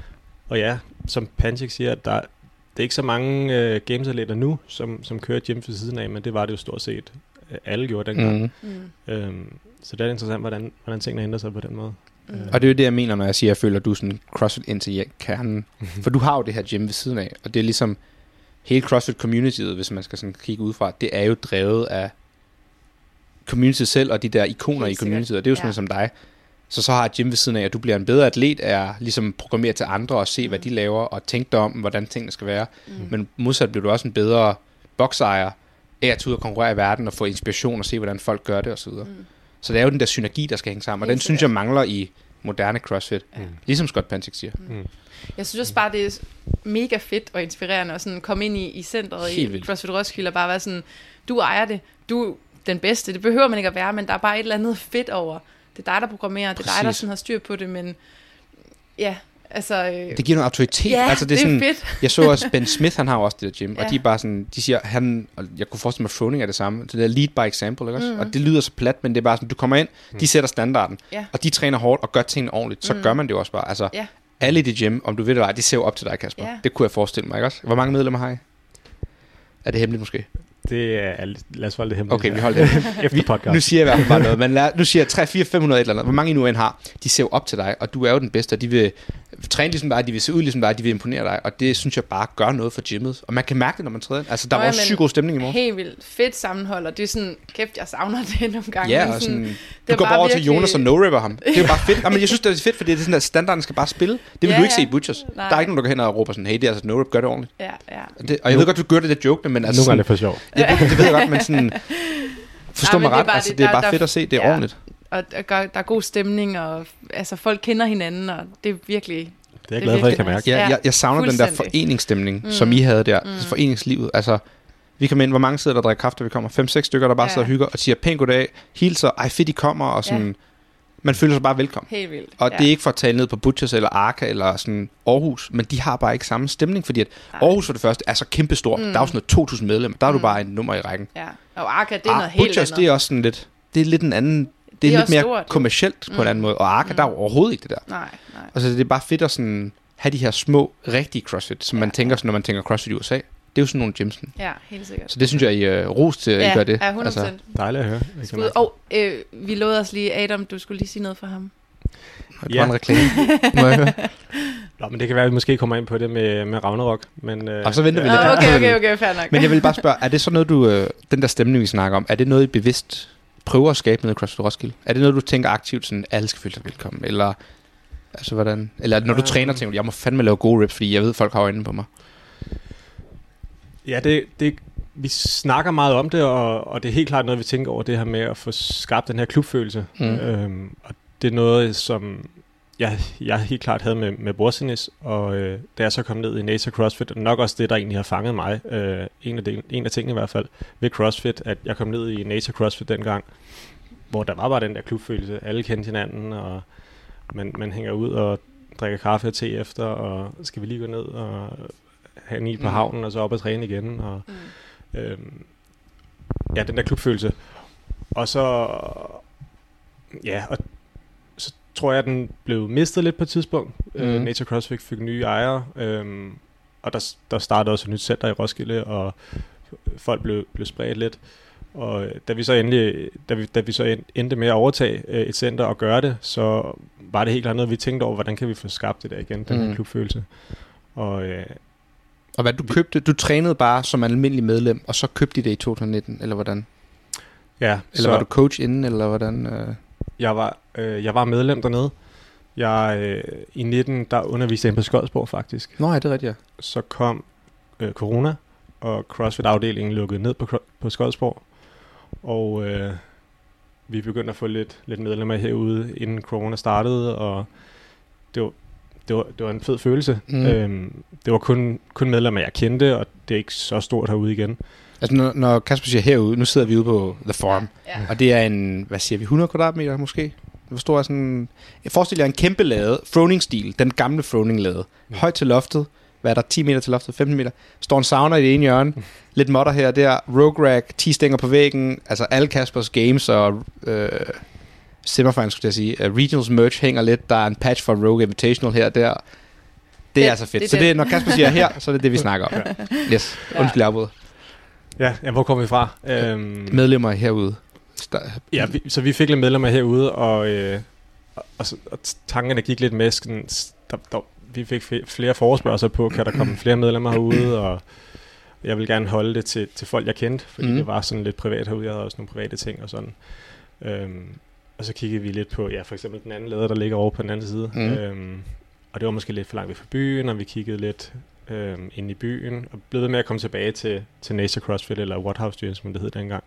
Og ja, som Panchik siger, at der, det er ikke så mange uh, gamesatleter nu, som, som kører gym ved siden af, men det var det jo stort set alle gjorde dengang. Mm. Øhm, så det er interessant, hvordan, hvordan tingene ændrer sig på den måde. Mm. Øh. Og det er jo det, jeg mener, når jeg siger, at jeg føler, at du er sådan CrossFit ind til kernen. For du har jo det her gym ved siden af, og det er ligesom hele CrossFit-communityet, hvis man skal sådan kigge udefra, det er jo drevet af communityet selv, og de der ikoner helt i communityet, og det er jo sådan ja. som dig. Så så har et gym ved siden af, at du bliver en bedre atlet, er ligesom programmeret til andre, og se, mm. hvad de laver, og tænke dig om, hvordan tingene skal være. Mm. Men modsat bliver du også en bedre boksejer, af at tage ud og konkurrere i verden og få inspiration og se, hvordan folk gør det osv. Mm. Så det er jo den der synergi, der skal hænge sammen, og helt den synes jeg mangler i moderne CrossFit. Mm. Ligesom Scott Panchik siger. Mm. Jeg synes også bare, det er mega fedt og inspirerende at sådan komme ind i, i centret helt i vildt. CrossFit Roskilde og bare være sådan, du ejer det, du er den bedste, det behøver man ikke at være, men der er bare et eller andet fedt over det er dig, der programmerer, det er dig, der sådan har styr på det, men ja, altså... Øh, det giver noget autoritet. Ja, altså, det er, det er sådan, fedt. Jeg så også, Ben Smith, han har jo også det der gym, Ja. og de er bare sådan, de siger, han, og jeg kunne forestille mig, Froning er det samme, det der lead by example, ikke også? Mm. Og det lyder så plat, men det er bare sådan, du kommer ind, de sætter standarden, Ja. og de træner hårdt og gør tingene ordentligt, så Mm. gør man det jo også bare. Altså, Ja. alle i det gym, om du ved det eller ej, de ser jo op til dig, Kasper. Ja. Det kunne jeg forestille mig, ikke også? Hvor mange medlemmer har I? Er det hemmeligt måske? Det er, lad os holde det hemmeligt. Okay, vi holder det. Efter podcast. Nu siger jeg i hvert fald bare noget, men lad, nu siger jeg tre, fire, fem hundrede et eller andet. Hvor mange I nu end har, de ser jo op til dig, og du er jo den bedste, og de vil træne ligesom dig, de vil se ud ligesom dig, de vil imponere dig, og det synes jeg bare gør noget for gymmet. Og man kan mærke det, når man træder ind. Altså, der Nå, var ja, også men sygt god stemning i morgen. Helt vildt fedt sammenhold, og det er sådan, kæft, jeg savner det nogle gange. Ja, men og sådan, sådan, det du går var bare over til virkelig- Jonas og no-ripper ham. Det er jo bare fedt. Jamen, jeg synes, det er fedt, fordi det er sådan, at standarden skal bare spille. Det vil Ja, du ikke se ja. i Butchers. Nej. Der er ikke nogen, der går hen og råber sådan, hey, det er altså no-rip, gør det ordentligt. Ja, ja. Og, det, og jeg ved godt, du gør det der joke, men altså Nogle gange er sådan, det for sjov. ja, det, det ved jeg godt, men sådan, forstå Nej, men mig det er ret, bare altså det, det er der- bare der- fedt at se, det er ja. ordentligt. Og der, gør- der er god stemning, og altså, folk kender hinanden, og det er virkelig... Det er jeg Det er glad for, at I kan virkelig mærke. Ja, Ja, jeg, jeg savner den der fuldstændig. foreningsstemning, Mm. som I havde der. Mm. Mm. Foreningslivet. Altså, vi kommer ind, hvor mange sidder der og drikker kaffe, da vi kommer? Fem, seks stykker, der bare Ja. sidder og hygger og siger pænt goddag, hilser, ej fedt I kommer, og sådan, Ja. man føler sig bare velkommen. Helt vildt. Og ja. det er ikke for at tale ned på Butchers eller Arca eller sådan Aarhus, men de har bare ikke samme stemning, fordi at Nej. Aarhus for det første er så kæmpestort. Mm. Der er jo sådan noget to tusind medlemmer, der er du Mm. bare en nummer i rækken. Ja, og Arca, det er Ah, noget helt Butchers, andet. det er også sådan lidt, det er lidt en anden, det er, Det er lidt også mere stort, jo. kommercielt på Mm. en anden måde, og Arca, Mm. der er jo overhovedet ikke det der. Nej, nej. Altså det er bare fedt at sådan have de her små, rigtige CrossFit, som Ja. man tænker, sådan, når man tænker CrossFit i U S A. Det er jo sådan nogle gyms. Ja, helt sikkert. Så det synes jeg, I uh, ros til, at ja, I gør det. Ja, hundrede procent. Dejligt at høre. Jeg kan Skud. mærke. Og øh, vi lovede os lige, Adam, du skulle lige sige noget for ham. Det Ja. var en reklame. Må jeg høre? Nå, men det kan være, at vi måske kommer ind på det med, med Ragnarok. Men, øh, Og så venter vi lidt. Oh, okay, okay, okay, fair nok. Men jeg vil bare spørge, er det så noget, du, øh, den der stemning, vi snakker om, er det noget, I bevidst prøver at skabe nede i CrossFit Roskilde? Er det noget, du tænker aktivt, sådan, alle skal føle sig velkommen? Eller, altså, hvordan? Eller når du Øh. træner, tænker du, jeg må fandme lave gode reps, fordi jeg ved, folk har øjnene på mig. Ja, det, det, vi snakker meget om det, og, og det er helt klart noget, vi tænker over, det her med at få skabt den her klubfølelse. Mm. Øhm, og det er noget, som jeg, jeg helt klart havde med, med bordtennis, og øh, da jeg så kom ned i Nature CrossFit, og nok også det, der egentlig har fanget mig, øh, en, af de, en af tingene i hvert fald, ved CrossFit, at jeg kom ned i Nature CrossFit dengang, hvor der var bare den der klubfølelse, alle kendte hinanden, og man, man hænger ud og drikker kaffe og te efter, og skal vi lige gå ned og have en i på Mm. havnen, og så op og træne igen, og Mm. øhm, ja, den der klubfølelse. Og så, ja, og så tror jeg, at den blev mistet lidt på et tidspunkt. Mm. Øh, Mhm. Nature CrossFit fik nye ejere, øhm, og der, der startede også et nyt center i Roskilde, og folk blev, blev spredt lidt. Og øh, da vi så endelig, da vi, da vi så end- endte med at overtage øh, et center og gøre det, så var det helt klart noget, vi tænkte over, hvordan kan vi få skabt det der igen, den Mm. her klubfølelse. Og øh, Og hvad du købte, du trænede bare som almindelig medlem, og så købte I det i to tusind nitten, eller hvordan? ja, Eller så, var du coach inden, eller hvordan? Øh? Jeg var, øh, jeg var medlem dernede. Jeg, øh, I nitten, der underviste jeg på Skodsborg faktisk. Nå, ja, det er rigtigt, ja. Så kom øh, corona, og CrossFit-afdelingen lukkede ned på, Cro- på Skodsborg. Og øh, vi begyndte at få lidt, lidt medlemmer herude, inden corona startede, og det var, det var, det var en fed følelse. Mm. Øhm, det var kun, kun medlemmer, jeg kendte, og det er ikke så stort herude igen. Altså, når, når Kasper siger herude, nu sidder vi ude på The Forum, Ja. og det er en, hvad siger vi, hundrede kvadratmeter måske? Hvor stor er sådan... Jeg forestiller jer en kæmpe lade, Froning-stil, den gamle Froning-lade. Mm. Højt til loftet, hvad er der, ti meter til loftet, femten meter. Står en sauna i det ene hjørne, lidt modder her og der, Rogue Rack, ti stænger på væggen, altså alle Kaspers games og øh, semifinals, skulle jeg sige. Uh, Regionals merch hænger lidt, der er en patch for Rogue Invitational her og der. Det er Det- altså fedt. det er så det, den. når Kasper siger her, så er det det, vi snakker om. Yes, Ja. undskyld afbud. Ja, ja hvor kom vi fra? Øhm, Medlemmer herude. Sta- Ja, vi, så vi fik lidt medlemmer herude, og, øh, og, og, så- og tankerne gik lidt med, sådan, s- der, der, vi fik f- flere forespørgsler på, kan der komme flere medlemmer herude, og jeg vil gerne holde det til, til folk, jeg kendte, fordi Mhm. mm. det var sådan lidt privat herude, jeg havde også nogle private ting og sådan. Øhm, og så kiggede vi lidt på, ja, for eksempel den anden leder, der ligger over på den anden side, Mhm. øhm, og det var måske lidt for langt væk fra byen, og vi kiggede lidt øhm, ind i byen, og blev ved med at komme tilbage til, til Nature CrossFit, eller Waterhouse Gym, som det hed dengang.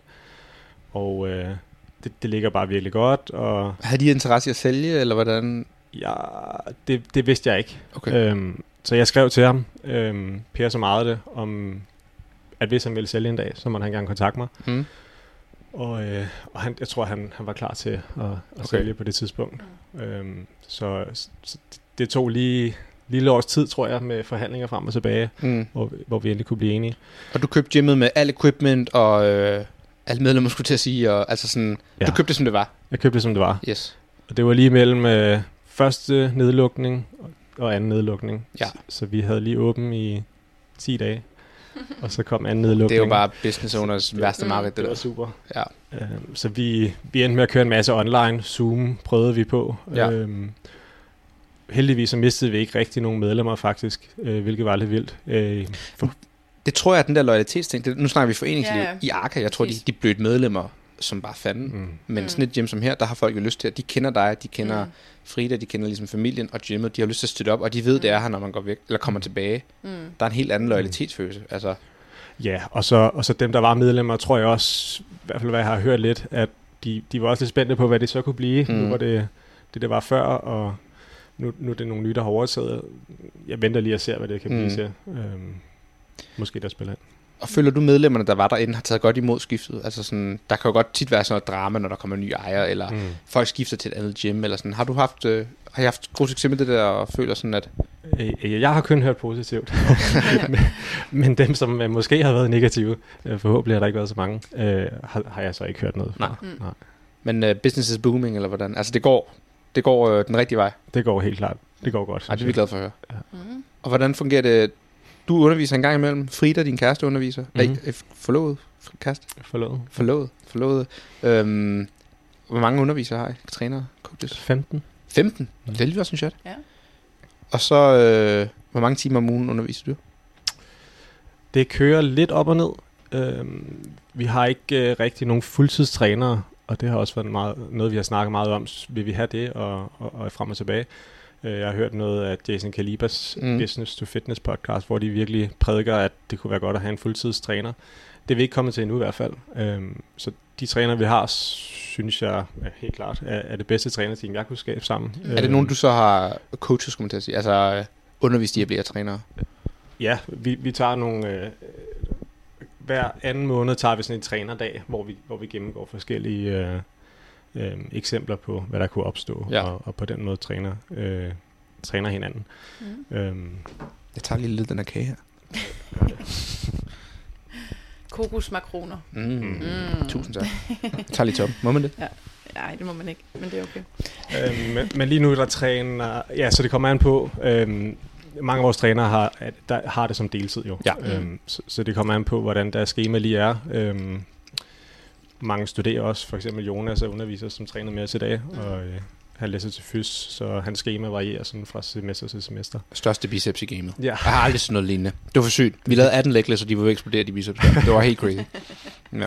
Og øh, det, det ligger bare virkelig godt, og Havde de interesse i at sælge, eller hvordan? ja, det, det vidste jeg ikke. Okay. Øhm, så jeg skrev til ham, øhm, Per så meget det, om at hvis han ville sælge en dag, så måtte han gerne kontakte mig. Mm. Og, øh, og han, jeg tror, han, han var klar til at, at Okay. sælge på det tidspunkt. Øhm, så, så det tog lige lille års tid, tror jeg, med forhandlinger frem og tilbage, Mm. hvor, hvor vi endelig kunne blive enige. Og du købte gymmet med al equipment og øh, alle medlemmer, skulle til at sige, og altså sådan, Ja. du købte det, som det var. Jeg købte det, som det var. Yes. Og det var lige mellem øh, første nedlukning og anden nedlukning. Ja. Så, så vi havde lige åben i ti dage, og så kom anden nedlukning. Det er jo bare business owners værste Mm. mareridt, det Det var der. super. Ja. Øhm, så vi, vi endte med at køre en masse online. Zoom prøvede vi på. Ja. Øhm, heldigvis så mistede vi ikke rigtig nogen medlemmer faktisk, øh, hvilket var lidt vildt. Øh, for, Det tror jeg, at den der loyalitetsting, det, nu snakker vi foreningsliv Ja, ja. i Arca, jeg tror, de, Præcis. de blev et medlemmer, som bare fanden. Mm. mm, Men Mm. sådan et gym som her, der har folk jo lyst til, at de kender dig, de kender Mm. Frida, de kender ligesom familien og gymmet, de har lyst til at støtte op, og de ved, det er her, når man går væk, eller kommer tilbage. Mm. Der er en helt anden loyalitetsfølelse. Altså, ja, og så, og så dem, der var medlemmer, tror jeg også, i hvert fald hvad jeg har hørt lidt, at de, de var også lidt spændte på, hvad det så kunne blive. Mm. Nu var det det, der var før, og nu, nu er det nogle nye, der har overtaget. Jeg venter lige og ser, hvad det kan blive Mm. til. Øhm, måske der spiller ind. og føler du medlemmerne, der var derinde, har taget godt imod skiftet? Altså sådan, der kan jo godt tit være sådan noget drama, når der kommer nye ejere, eller mm. Mm. folk skifter til et andet gym, eller sådan. Har du haft, øh, har I haft god succes med det der, og føler sådan, at... Øh, Jeg har kun hørt positivt, men, men dem, som øh, måske har været negative, øh, forhåbentlig har der ikke været så mange, øh, har, har jeg så ikke hørt noget fra. Nej. Mm. Nej. Men uh, business is booming, eller hvordan? Altså, det går, det går øh, den rigtige vej. Det går helt klart. Det går godt. Ej, det er vi glade for at høre. Mm. Og hvordan fungerer det? Du underviser en gang imellem. Frida, din kæreste, underviser. Mm-hmm. Mhm. Er, I- er forlovet? Kæreste? Forlået. Forlovet. Forlovet. Øhm, hvor mange undervisere har I? Trænere? Coaches? femten. femten? Mhm. Det er lige også en chat. Ja. Og så, øh, hvor mange timer om ugen underviser du? Det kører lidt op og ned. Øhm, vi har ikke øh, rigtig nogen fuldtidstrænere, og det har også været meget, noget, vi har snakket meget om. Vil vi have det, og, og, og frem og tilbage? Øh, jeg har hørt noget af Jason Kalibas Mm. mm. Business to Fitness podcast, hvor de virkelig prædiker, at det kunne være godt at have en fuldtidstræner. Det er vi ikke kommet til endnu i hvert fald. Øhm, så de træner, vi har, synes jeg er helt klart er, er det bedste trænerteam, jeg kunne skabe sammen. Er det nogen, du så har coaches, skulle man til at sige? Altså øh, undervist i at blive trænere? Ja, vi, vi tager nogle... Øh, hver anden måned tager vi sådan en trænerdag, hvor vi, hvor vi gennemgår forskellige øh, øh, eksempler på, hvad der kunne opstå, Ja. og, og på den måde træner, øh, træner hinanden. Mm. Øhm, Jeg tager lige lidt den her kage her. Kokosmakroner. Mm. Mm. Mm. Tusind tak. Jeg tager lige top. Må man det? Nej, det må man ikke, men det er okay. øhm, men, men lige nu er der træner... Ja, så det kommer an på... Øhm, mange af vores trænere har, at der, har det som deltid jo. Ja. Øhm, så, så det kommer an på, hvordan deres schema lige er. Øhm, mange studerer også. For eksempel Jonas er underviser, som træner med os i dag, Mm. og øh, han læser til fys, så hans schema varierer sådan fra semester til semester. Største biceps i gamet. Ja. Jeg har aldrig sådan noget lignende. Det var for sygt. Vi lavede atten legless, og de var ved at eksplodere, de biceps. Det var helt crazy. Ja.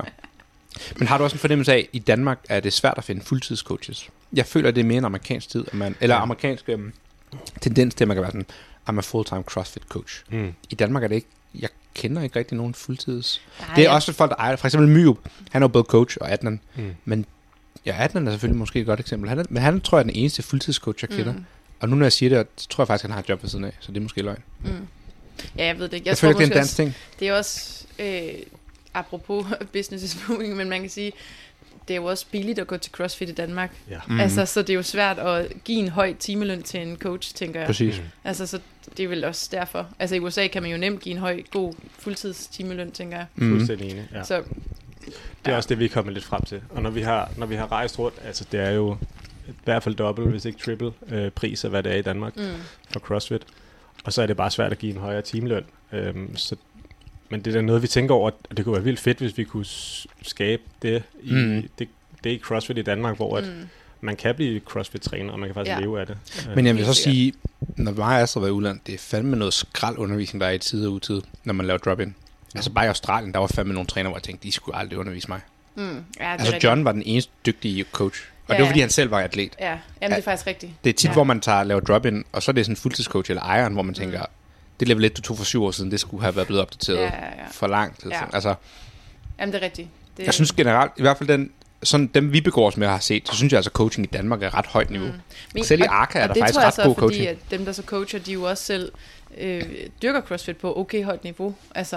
Men har du også en fornemmelse af, at i Danmark er det svært at finde fuldtidscoaches? Jeg føler, at det er mere en amerikansk tid, at man, eller Ja. amerikansk øhm, tendens til, at man kan være sådan, I'm a full-time CrossFit coach. Mm. I Danmark er det ikke, jeg kender ikke rigtig nogen fuldtids. Nej, Det er jeg- også folk, der ejer det. For eksempel Myup, han er jo både coach og Adnan. Mm. Men ja, Adnan er selvfølgelig måske et godt eksempel. Han er, men han tror jeg er den eneste fuldtidscoach, jeg kender. Mm. Og nu når jeg siger det, så tror jeg faktisk, at han har et job ved siden af. Så det er måske løgn. Mm. Ja, jeg ved det ikke. Jeg, Jeg, tror føler ikke, det er en måske dansk også, ting. det er også, øh, apropos business is booming, men man kan sige, det er jo også billigt at gå til CrossFit i Danmark. Ja. Mm. Altså, så det er jo svært at give en høj timeløn til en coach, tænker jeg. Præcis. Mm. Altså, så det er vel også derfor. Altså, i U S A kan man jo nemt give en høj, god fuldtidstimeløn, tænker jeg. Mm. Fuldstændig enig, ja. Så, Det er også det, vi er kommet lidt frem til. Og når vi har, når vi har rejst rundt, altså det er jo i hvert fald dobbelt, hvis ikke triple øh, pris af, hvad det er i Danmark mm. for CrossFit. Og så er det bare svært at give en højere timeløn. Øhm, så, men det er da noget, vi tænker over, og det kunne være vildt fedt, hvis vi kunne s- skabe det i, Mm. det, det i CrossFit i Danmark, hvor at Mm. man kan blive CrossFit-træner, og man kan faktisk Ja. leve af det. Men jeg vil så Helt sikkert. sige, når mig og Astrid var i udlandet, det er fandme noget skrald undervisning, der er i tid og utid, når man laver drop-in. Altså bare i Australien, der var fandme nogle trænere, hvor jeg tænkte, de skulle aldrig undervise mig. Mm. Ja, det er Altså rigtigt. John var den eneste dygtige coach. Og Ja, det var ja. fordi, han selv var atlet. Ja, jamen, det er faktisk rigtigt. Det er tit, Ja. hvor man tager laver drop-in, og så er det sådan en fuldtidscoach eller ejeren, hvor man tænker, Mm. det level et, du tog for syv år siden, det skulle have været blevet opdateret Ja, ja, ja. for lang tid. Ja. Ja. Altså, Jamen, det er rigtigt. Det, jeg synes generelt, i hvert fald den, sådan dem vi begår os med har set, så synes jeg altså, at coaching i Danmark er ret højt niveau. Men- Selv i og- Arca er og der det faktisk tror jeg ret så, god fordi coaching. at dem, der så coacher, de jo også selv øh, dyrker CrossFit på okay højt niveau. Altså,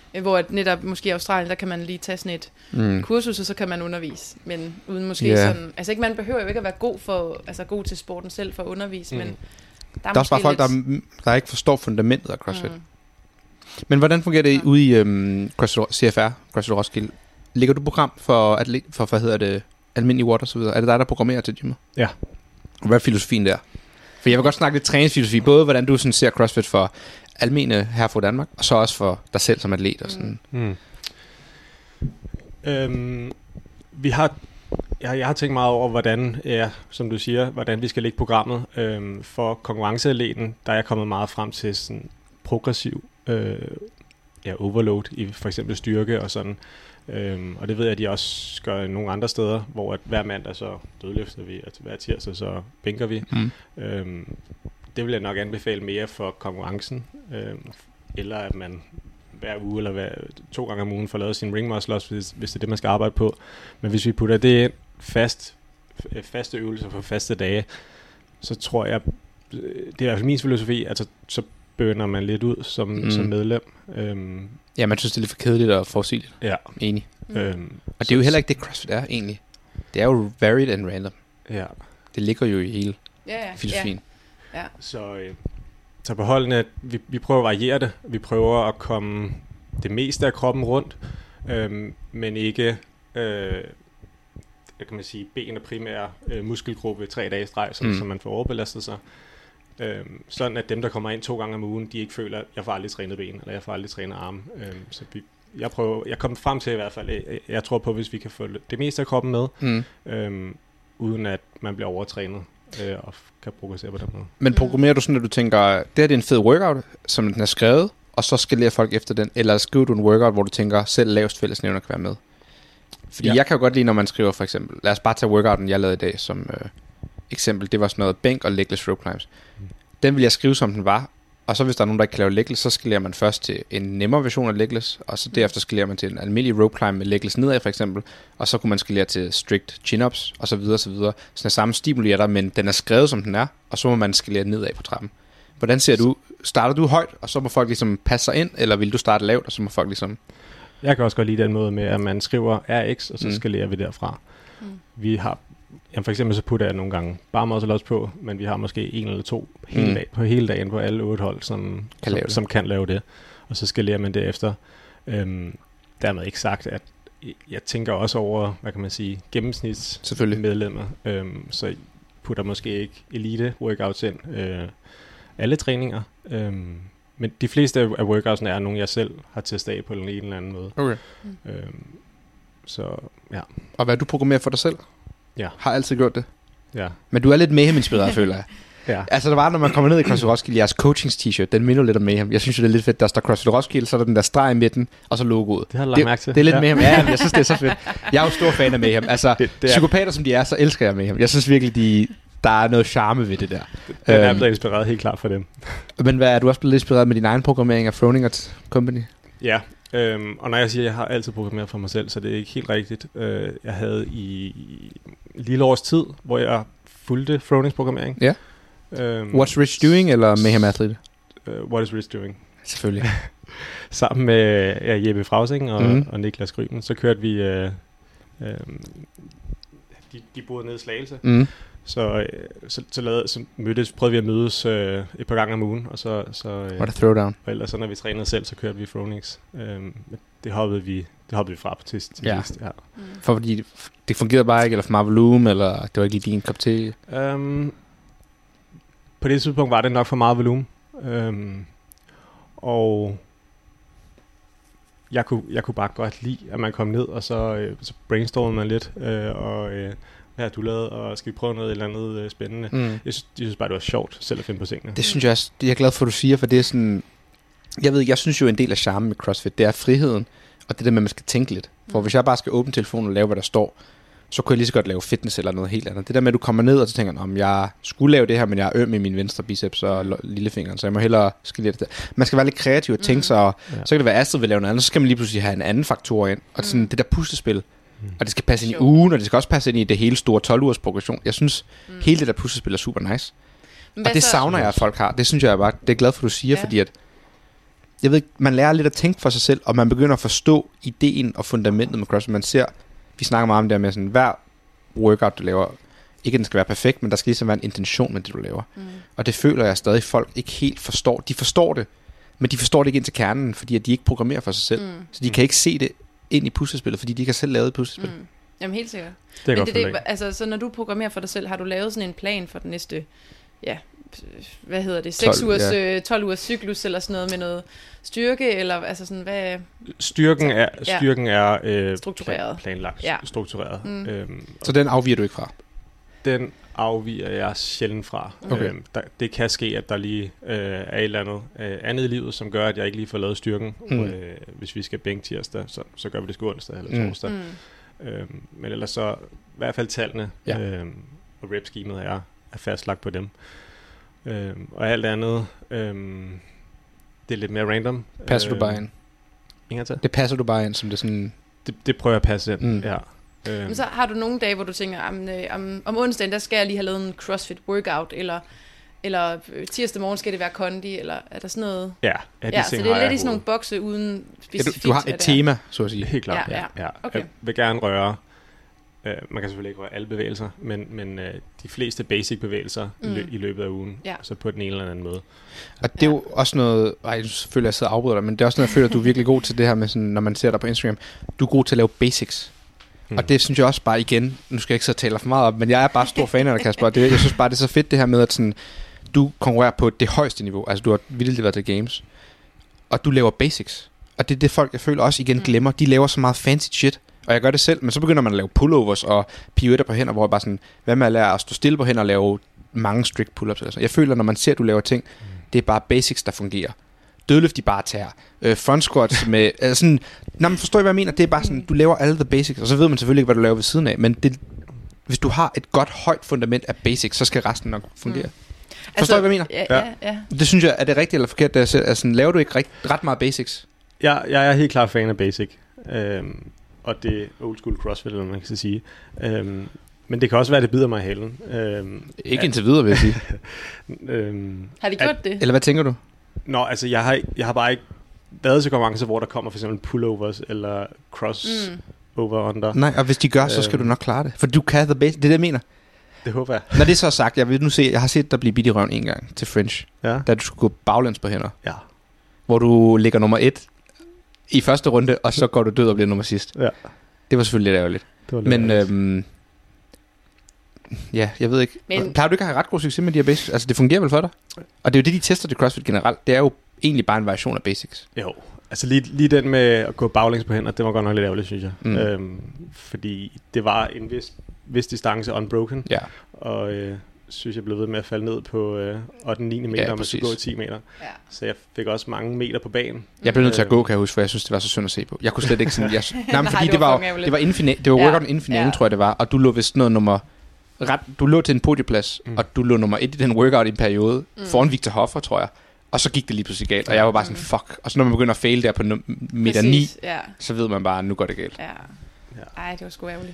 Øh, hvor at netop måske i Australien, der kan man lige tage sådan et mm. kursus, og så kan man undervise. Men uden måske yeah. sådan... Altså ikke, man behøver jo ikke at være god, for, altså god til sporten selv for at undervise, mm. men... Der er, der er også bare folk, lidt... der, der ikke forstår fundamentet af CrossFit. Mm. Men hvordan fungerer det ja. ude i um, CrossFit, C F R, CrossFit Roskilde? Lægger du program for, atlet, for hvad hedder det, almindelig watt og så videre? Er det dig, der programmerer til gymmet? Ja. Hvad er filosofien der? For jeg vil godt snakke lidt træningsfilosofi, både hvordan du sådan ser CrossFit for almene her fra Danmark, og så også for dig selv som atlet og sådan. Mm. Øhm, vi har, jeg, jeg har tænkt meget over, hvordan, ja, som du siger, hvordan vi skal lægge programmet. Øhm, for konkurrenceatleten, der er jeg kommet meget frem til sådan progressiv øh, ja, overload i for eksempel styrke og sådan. Øhm, og det ved jeg, at de også gør nogle andre steder, hvor at hver mandag så dødløfter vi, og hver tirsdag så bænker vi. Mm. Øhm, det vil jeg nok anbefale mere for konkurrencen, øhm, eller at man hver uge eller hver, to gange om ugen får lavet sin ring muscle også, hvis, hvis det er det, man skal arbejde på. Men hvis vi putter det ind fast, faste øvelser på faste dage, så tror jeg, det er i hvert fald min filosofi, altså så bønder man lidt ud som, mm. som medlem. Øhm, ja, man synes, det er lidt for kedeligt og forudsigeligt. Ja. Enig. Mm. Øhm, og det er jo heller ikke det, CrossFit er, egentlig. Det er jo varied and random. Ja. Det ligger jo i hele yeah, filosofien. Yeah. Yeah. Så, øh, så på holdene, at vi, vi prøver at variere det. Vi prøver at komme det meste af kroppen rundt, øhm, men ikke, øh, kan man sige, ben og primære øh, muskelgruppe tre dage i streg, så, mm. så man får overbelastet sig. Øhm, sådan at dem, der kommer ind to gange om ugen, de ikke føler, at jeg får aldrig trænet ben, eller jeg får aldrig trænet arme. Øhm, så vi, jeg prøver, jeg kommer frem til i hvert fald, jeg, jeg tror på, hvis vi kan få det meste af kroppen med, mm. øhm, uden at man bliver overtrænet øh, og kan progressere på den måde. Men programmerer du sådan, at du tænker, det her det er en fed workout, som den er skrevet, og så skalerer folk efter den, eller skriver du en workout, hvor du tænker, selv lavest fællesnævner kan være med? Fordi ja. jeg kan jo godt lide, når man skriver for eksempel, lad os bare tage workouten, jeg lavede i dag som øh, eksempel, det var sådan noget bænk og legless rope climbs. Mm. Den vil jeg skrive, som den var, og så hvis der er nogen, der ikke kan lave legless, så skalerer man først til en nemmere version af legless, og så derefter skalerer man til en almindelig rope climb med legless nedad for eksempel, og så kunne man skalere til strict chin-ups, og så videre, så videre. Sådan er samme stimuli er der, men den er skrevet, som den er, og så må man skalere nedad på trappen. Hvordan ser du, starter du højt, og så må folk ligesom passe sig ind, eller vil du starte lavt, og så må folk ligesom... Jeg kan også godt lide den måde med, at man skriver R X, og så mm. skalerer vi derfra. Mm. Vi har, jamen for eksempel så putter jeg nogle gange bare muscle også på, men vi har måske en eller to hele Mm. dag, på hele dagen på alle otte hold, som Kan lave som, det. som kan lave det. Og så skalerer man derefter. Øhm, dermed ikke sagt, at jeg tænker også over, hvad kan man sige, gennemsnits Selvfølgelig. medlemmer. Øhm, så jeg putter måske ikke elite workouts ind. Øh, alle træninger. Øhm, men de fleste af workoutsene er nogle, jeg selv har testet af på en eller anden måde. Okay. Mm. Øhm, så ja. Og hvad du programmerer for dig selv? Ja. Har altid gjort det? Ja. Men du er lidt Mayhem-inspireret, føler jeg. Ja. Altså, der var, når man kommer ned i CrossFit Roskilde, jeres coachings-t-shirt, den minder lidt om Mayhem. Jeg synes jo, det er lidt fedt. Der står CrossFit Roskilde, så er der den der streg i midten, og så logoet. Det har du lagt mærke til. Det er lidt ja. Mayhem. Ja, men jeg synes, det er så fedt. Jeg er jo stor fan af Mayhem. Altså, det, det er... psykopater som de er, så elsker jeg Mayhem. Jeg synes virkelig, de, der er noget charme ved det der. Den er øhm, blevet inspireret helt klart for dem. Men hvad, er du også blevet lidt inspireret med din egen programmering af Froninger Company? Ja, øhm, og når jeg siger, at jeg har altid programmeret for mig selv, så det er ikke helt rigtigt. Øh, jeg havde i, i lille års tid, hvor jeg fulgte Fronings programmering. Ja. Øhm, What's Rich Doing, eller Mayhem Athlete? Uh, what is Rich Doing? Selvfølgelig. Sammen med ja, Jeppe Frausing og, Mhm. og Niklas Gryben, så kørte vi... Øh, øh, de, de boede nede i Slagelse. Mm. Så, øh, så, så, lavede, så mødtes, prøvede vi at mødes øh, et par gange om ugen, og så, så øh, What a throwdown. og ellers så når vi trænede selv, så kørte vi Fronings. Øh, det hoppede vi, det hoppede vi fra på til, til Ja. sidst. Ja. Mm. For fordi det fungerede bare ikke, eller for meget volumen, eller det var ikke lige din kop te. Um, på det tidspunkt var det nok for meget volumen. Um, og jeg kunne, jeg kunne bare godt lide, at man kom ned, og så, øh, så brainstormede man lidt, øh, og øh, hvad har du lavet, og skal vi prøve noget eller andet øh, spændende. Mm. Jeg, synes, jeg synes bare, det var sjovt selv at finde på tingene. Det synes jeg også, det er jeg glad for, at du siger, for det er sådan, jeg ved, jeg synes jo en del af charmen med CrossFit, det er friheden, og det der med, at man skal tænke lidt. For hvis jeg bare skal åbne telefonen og lave, hvad der står, så kunne jeg lige så godt lave fitness eller noget helt andet. Det der med, at du kommer ned, og så tænker, om jeg skulle lave det her, men jeg er øm i min venstre biceps og lo- lillefingeren, så jeg må hellere skalere det der. Man skal være lidt kreativ og tænke mm. sig, og Ja. så kan det være, at Astrid vil lave noget andet, så skal man lige pludselig have en anden faktor ind, og sådan Mm. det der puslespil, Mm. og det skal passe ind i Sjovt. ugen, og det skal også passe ind i det hele store tolv-ugers progression. Jeg synes, Mm. hele det der puslespil er super nice. Men Og hvad det så- savner jeg, at folk har. Det synes jeg bare, det er glad for, du siger, Ja. fordi at jeg ved ikke, man lærer lidt at tænke for sig selv, og man begynder at forstå ideen og fundamentet med CrossFit. Man ser, vi snakker meget om det med sådan, hver workout, du laver, ikke at den skal være perfekt, men der skal ligesom være en intention med det, du laver. Mm. Og det føler jeg stadig, folk ikke helt forstår. De forstår det, men de forstår det ikke ind til kernen, fordi at de ikke programmerer for sig selv. Mm. Så de kan ikke se det ind i puslespillet, fordi de ikke har selv lavet et puslespil. Mm. Jamen helt sikkert. Det er men godt det, det, altså, så når du programmerer for dig selv, har du lavet sådan en plan for den næste, ja, hvad hedder det, seks ugers, ja. tolv ugers cyklus eller sådan noget med noget styrke, eller altså sådan, hvad... Styrken er, styrken ja. er øh, struktureret. Plan, planlagt, ja. struktureret. Mm. Øhm, så den afviger du ikke fra? Den afviger jeg sjældent fra. Okay. Øhm, der, det kan ske, at der lige øh, er et eller andet øh, andet i livet, som gør, at jeg ikke lige får lavet styrken. Mm. Øh, hvis vi skal bænke tirsdag, så, så gør vi det sgu onsdag eller torsdag. Mm. Øhm, men ellers så, i hvert fald tallene ja. øhm, og rep-schemet er, er fastlagt på dem. Øhm, og alt andet, øhm, det er lidt mere random. Passer øhm, du bare ind? Ingen til? Det passer du bare ind, som det sådan... Det, det prøver jeg at passe ind, mm. ja. Øhm. Men så har du nogle dage, hvor du tænker, om, om, om onsdagen, der skal jeg lige have lavet en CrossFit workout, eller, eller tirsdag morgen skal det være kondi, eller er der sådan noget? Ja, ja, ja så det er lidt i sådan nogle bokse uden specifikt. Ja, du, du har et tema, så at sige. Helt klart, ja. ja. ja. Okay. Jeg vil gerne røre, øh, man kan selvfølgelig ikke røre alle bevægelser, men, men øh, de fleste basic bevægelser mm. lø- i løbet af ugen, ja. Så på den ene eller anden måde. Og det er jo også noget, ej, selvfølgelig jeg sidder og afbryder dig, men det er også noget, jeg føler, at du er virkelig god til det her med sådan, når man ser dig på Instagram, du er god til at lave basics. Mm. Og det synes jeg også bare igen, nu skal jeg ikke så tale for meget op, men jeg er bare stor fan af dig, Kasper. Det, jeg synes bare, det er så fedt det her med, at sådan, du konkurrerer på det højeste niveau. Altså du har vildt været til games. Og du laver basics. Og det er det folk, jeg føler også igen mm. glemmer. De laver så meget fancy shit. Og jeg gør det selv, men så begynder man at lave pullovers og pirouetter på hænder, hvor jeg bare sådan, hvad med at lære at stå stille på hænder og lave mange strict pull-ups. Altså. Jeg føler, når man ser, at du laver ting, mm. det er bare basics, der fungerer. Dødløft, de bare tager. Øh, front squats med... Altså sådan, når man forstår, hvad jeg mener, det er bare sådan, du laver alle the basics, og så ved man selvfølgelig ikke, hvad du laver ved siden af, men det, hvis du har et godt, højt fundament af basics, så skal resten nok fungere. Mm. Forstår altså, du, hvad jeg mener? Ja, ja, ja. Det synes jeg, er det rigtigt eller forkert, det jeg siger? Altså, laver du ikke ret, ret meget basics? Jeg, jeg er helt klart fan af basic, øhm, og det er old school CrossFit, eller man kan sige. Øhm, men det kan også være, at det bider mig i halen. Øhm, ikke indtil videre, vil jeg sige. øhm, har de gjort at, det? Eller hvad tænker du? Nå, altså jeg har, jeg har bare ikke været til konkurrencer, hvor der kommer for eksempel pullovers eller cross mm. over under. Nej, og hvis de gør, så skal øhm, du nok klare det. For du kan the basic, det er det, jeg mener. Det håber jeg. Når det så er sagt, jeg vil nu se, jeg har set dig blive bidt i røven en gang til French, ja. Da du skulle gå baglæns på hænder. Ja. Hvor du ligger nummer et i første runde, og så går du død og bliver nummer sidst. Ja. Det var selvfølgelig lidt ærgerligt. Det var lidt Men øhm, ja, jeg ved ikke. Men plejer du ikke at have ret god succes med de her basics? Altså, det fungerer vel for dig? Og det er jo det, de tester til CrossFit generelt. Det er jo egentlig bare en variation af basics. Jo. Altså lige, lige den med at gå baglæns på hænder, det var godt nok lidt ærgerligt, synes jeg. Mm. Øhm, fordi det var en vis, vis distance unbroken. Ja. Og øh, synes jeg blev ved med at falde ned på øh, otte niende meter, ja, og man skulle gå ti meter. Ja. Så jeg fik også mange meter på banen. Jeg blev nødt til at gå, kan jeg huske, for jeg synes, det var så synd at se på. Jeg kunne slet ikke sådan... Jeg, nej, men fordi det var, det var, det var, infina- det var workouten ja. inden finalen, ja. tror jeg det var. Og du lå vist noget nummer... Ret, du lå til en podieplads, mm. og du lå nummer et i den workout i en periode, mm. foran Victor Hoffer, tror jeg. Og så gik det lige pludselig galt, og jeg var bare sådan, fuck. Og så når man begynder at fail der på meter ni, ja. så ved man bare, at nu går det galt. Ja. Ej, det var sgu ærgerligt.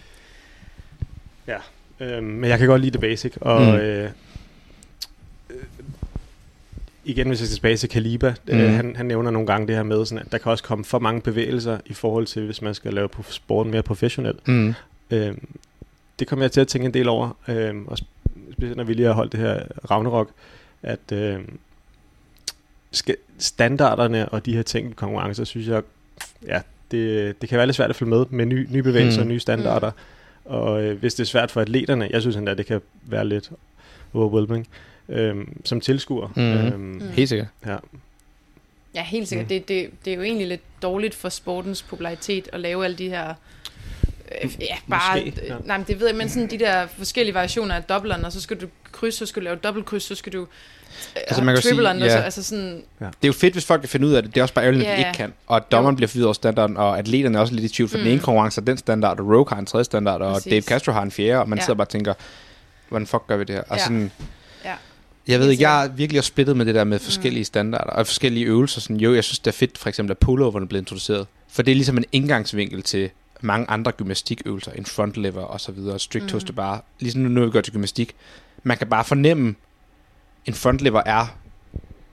Ja, øhm, men jeg kan godt lide det basic, og mm. øh, øh, igen, hvis jeg skal tilbage til Kaliba, mm. øh, han, han nævner nogle gange det her med, sådan, at der kan også komme for mange bevægelser i forhold til, hvis man skal lave sporten mere professionelt. Mm. Øhm, det kommer jeg til at tænke en del over, øhm, og specielt når vi lige har holdt det her Ragnarok, at øhm, skal standarderne og de her ting i konkurrencer, synes jeg, ja, det, det kan være lidt svært at følge med med nye, nye bevægelser og mm. nye standarder. Mm. Og øh, hvis det er svært for atleterne, jeg synes endda, det kan være lidt overwhelming, øhm, som tilskuer. Mm. Øhm, mm. Helt sikkert. Ja. Ja, helt sikkert. Mm. Det, det, det er jo egentlig lidt dårligt for sportens popularitet at lave alle de her... Øh, ja, bare... Måske, ja. Nej, men det ved jeg, men sådan de der forskellige variationer af doublerne, og så skal du krydse, så skal du lave dobbeltkryds, så skal du... Altså man kan sige, ja. så, altså sådan, ja. Det er jo fedt, hvis folk kan finde ud af det. Det er også bare ærgerligt, at de ikke kan. Og dommeren bliver forvirret over standarden, og atleterne er også lidt i tvivl, for mm. den ene konkurrence er den standard, og Rogue har en tredje standard, og Præcis. Dave Castro har en fjerde, og man ja. sidder bare og tænker, hvordan fuck gør vi det her? Og ja. sådan, ja. Jeg ved ikke, jeg er virkelig også splittet med det der med forskellige mm. standarder, og forskellige øvelser. Sådan, jo, jeg synes, det er fedt, for eksempel, at pulloverne er blevet introduceret. For det er ligesom en indgangsvinkel til mange andre gymnastikøvelser, en front lever og så videre, strict toes mm. bare, ligesom nu, når vi går til gymnastik. Man kan bare fornemme, en front lever er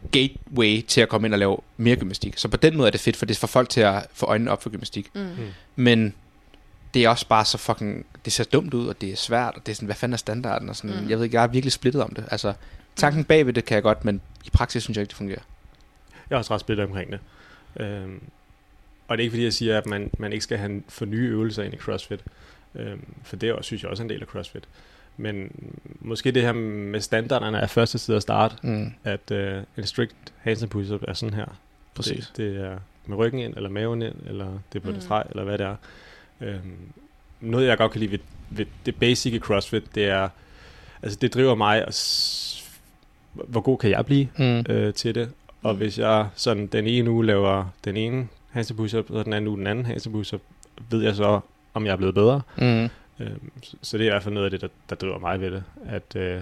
gateway til at komme ind og lave mere gymnastik. Så på den måde er det fedt, for det får folk til at få øjnene op for gymnastik. Mm. Men det er også bare så fucking, det ser dumt ud, og det er svært, og det er sådan, hvad fanden er standarden, og sådan, mm. jeg ved ikke, jeg er virkelig splittet om det. Altså, tanken bagved det kan jeg godt, men i praksis synes jeg ikke, det fungerer. Jeg er også ret splittet omkring det. Øhm, og det er ikke fordi, jeg siger, at man, man ikke skal have for nye øvelser ind i CrossFit. Øhm, for det er også, synes jeg også er en del af CrossFit. Men måske det her med standarderne er første side at starte, mm. at øh, en strict handstand push-up er sådan her. Præcis. Det, det er med ryggen ind, eller maven ind, eller det er på mm. det streg, eller hvad det er. Øhm, noget jeg godt kan lide ved, ved det basic i CrossFit, det er, altså det driver mig, og s- hvor god kan jeg blive mm. øh, til det. Og mm. hvis jeg sådan den ene uge laver den ene handstand push-up, og den anden uge den anden handstand push-up, ved jeg så, om jeg er blevet bedre. Mm. Øhm, så, så det er i hvert fald noget af det, der, der driver mig ved det. At øh,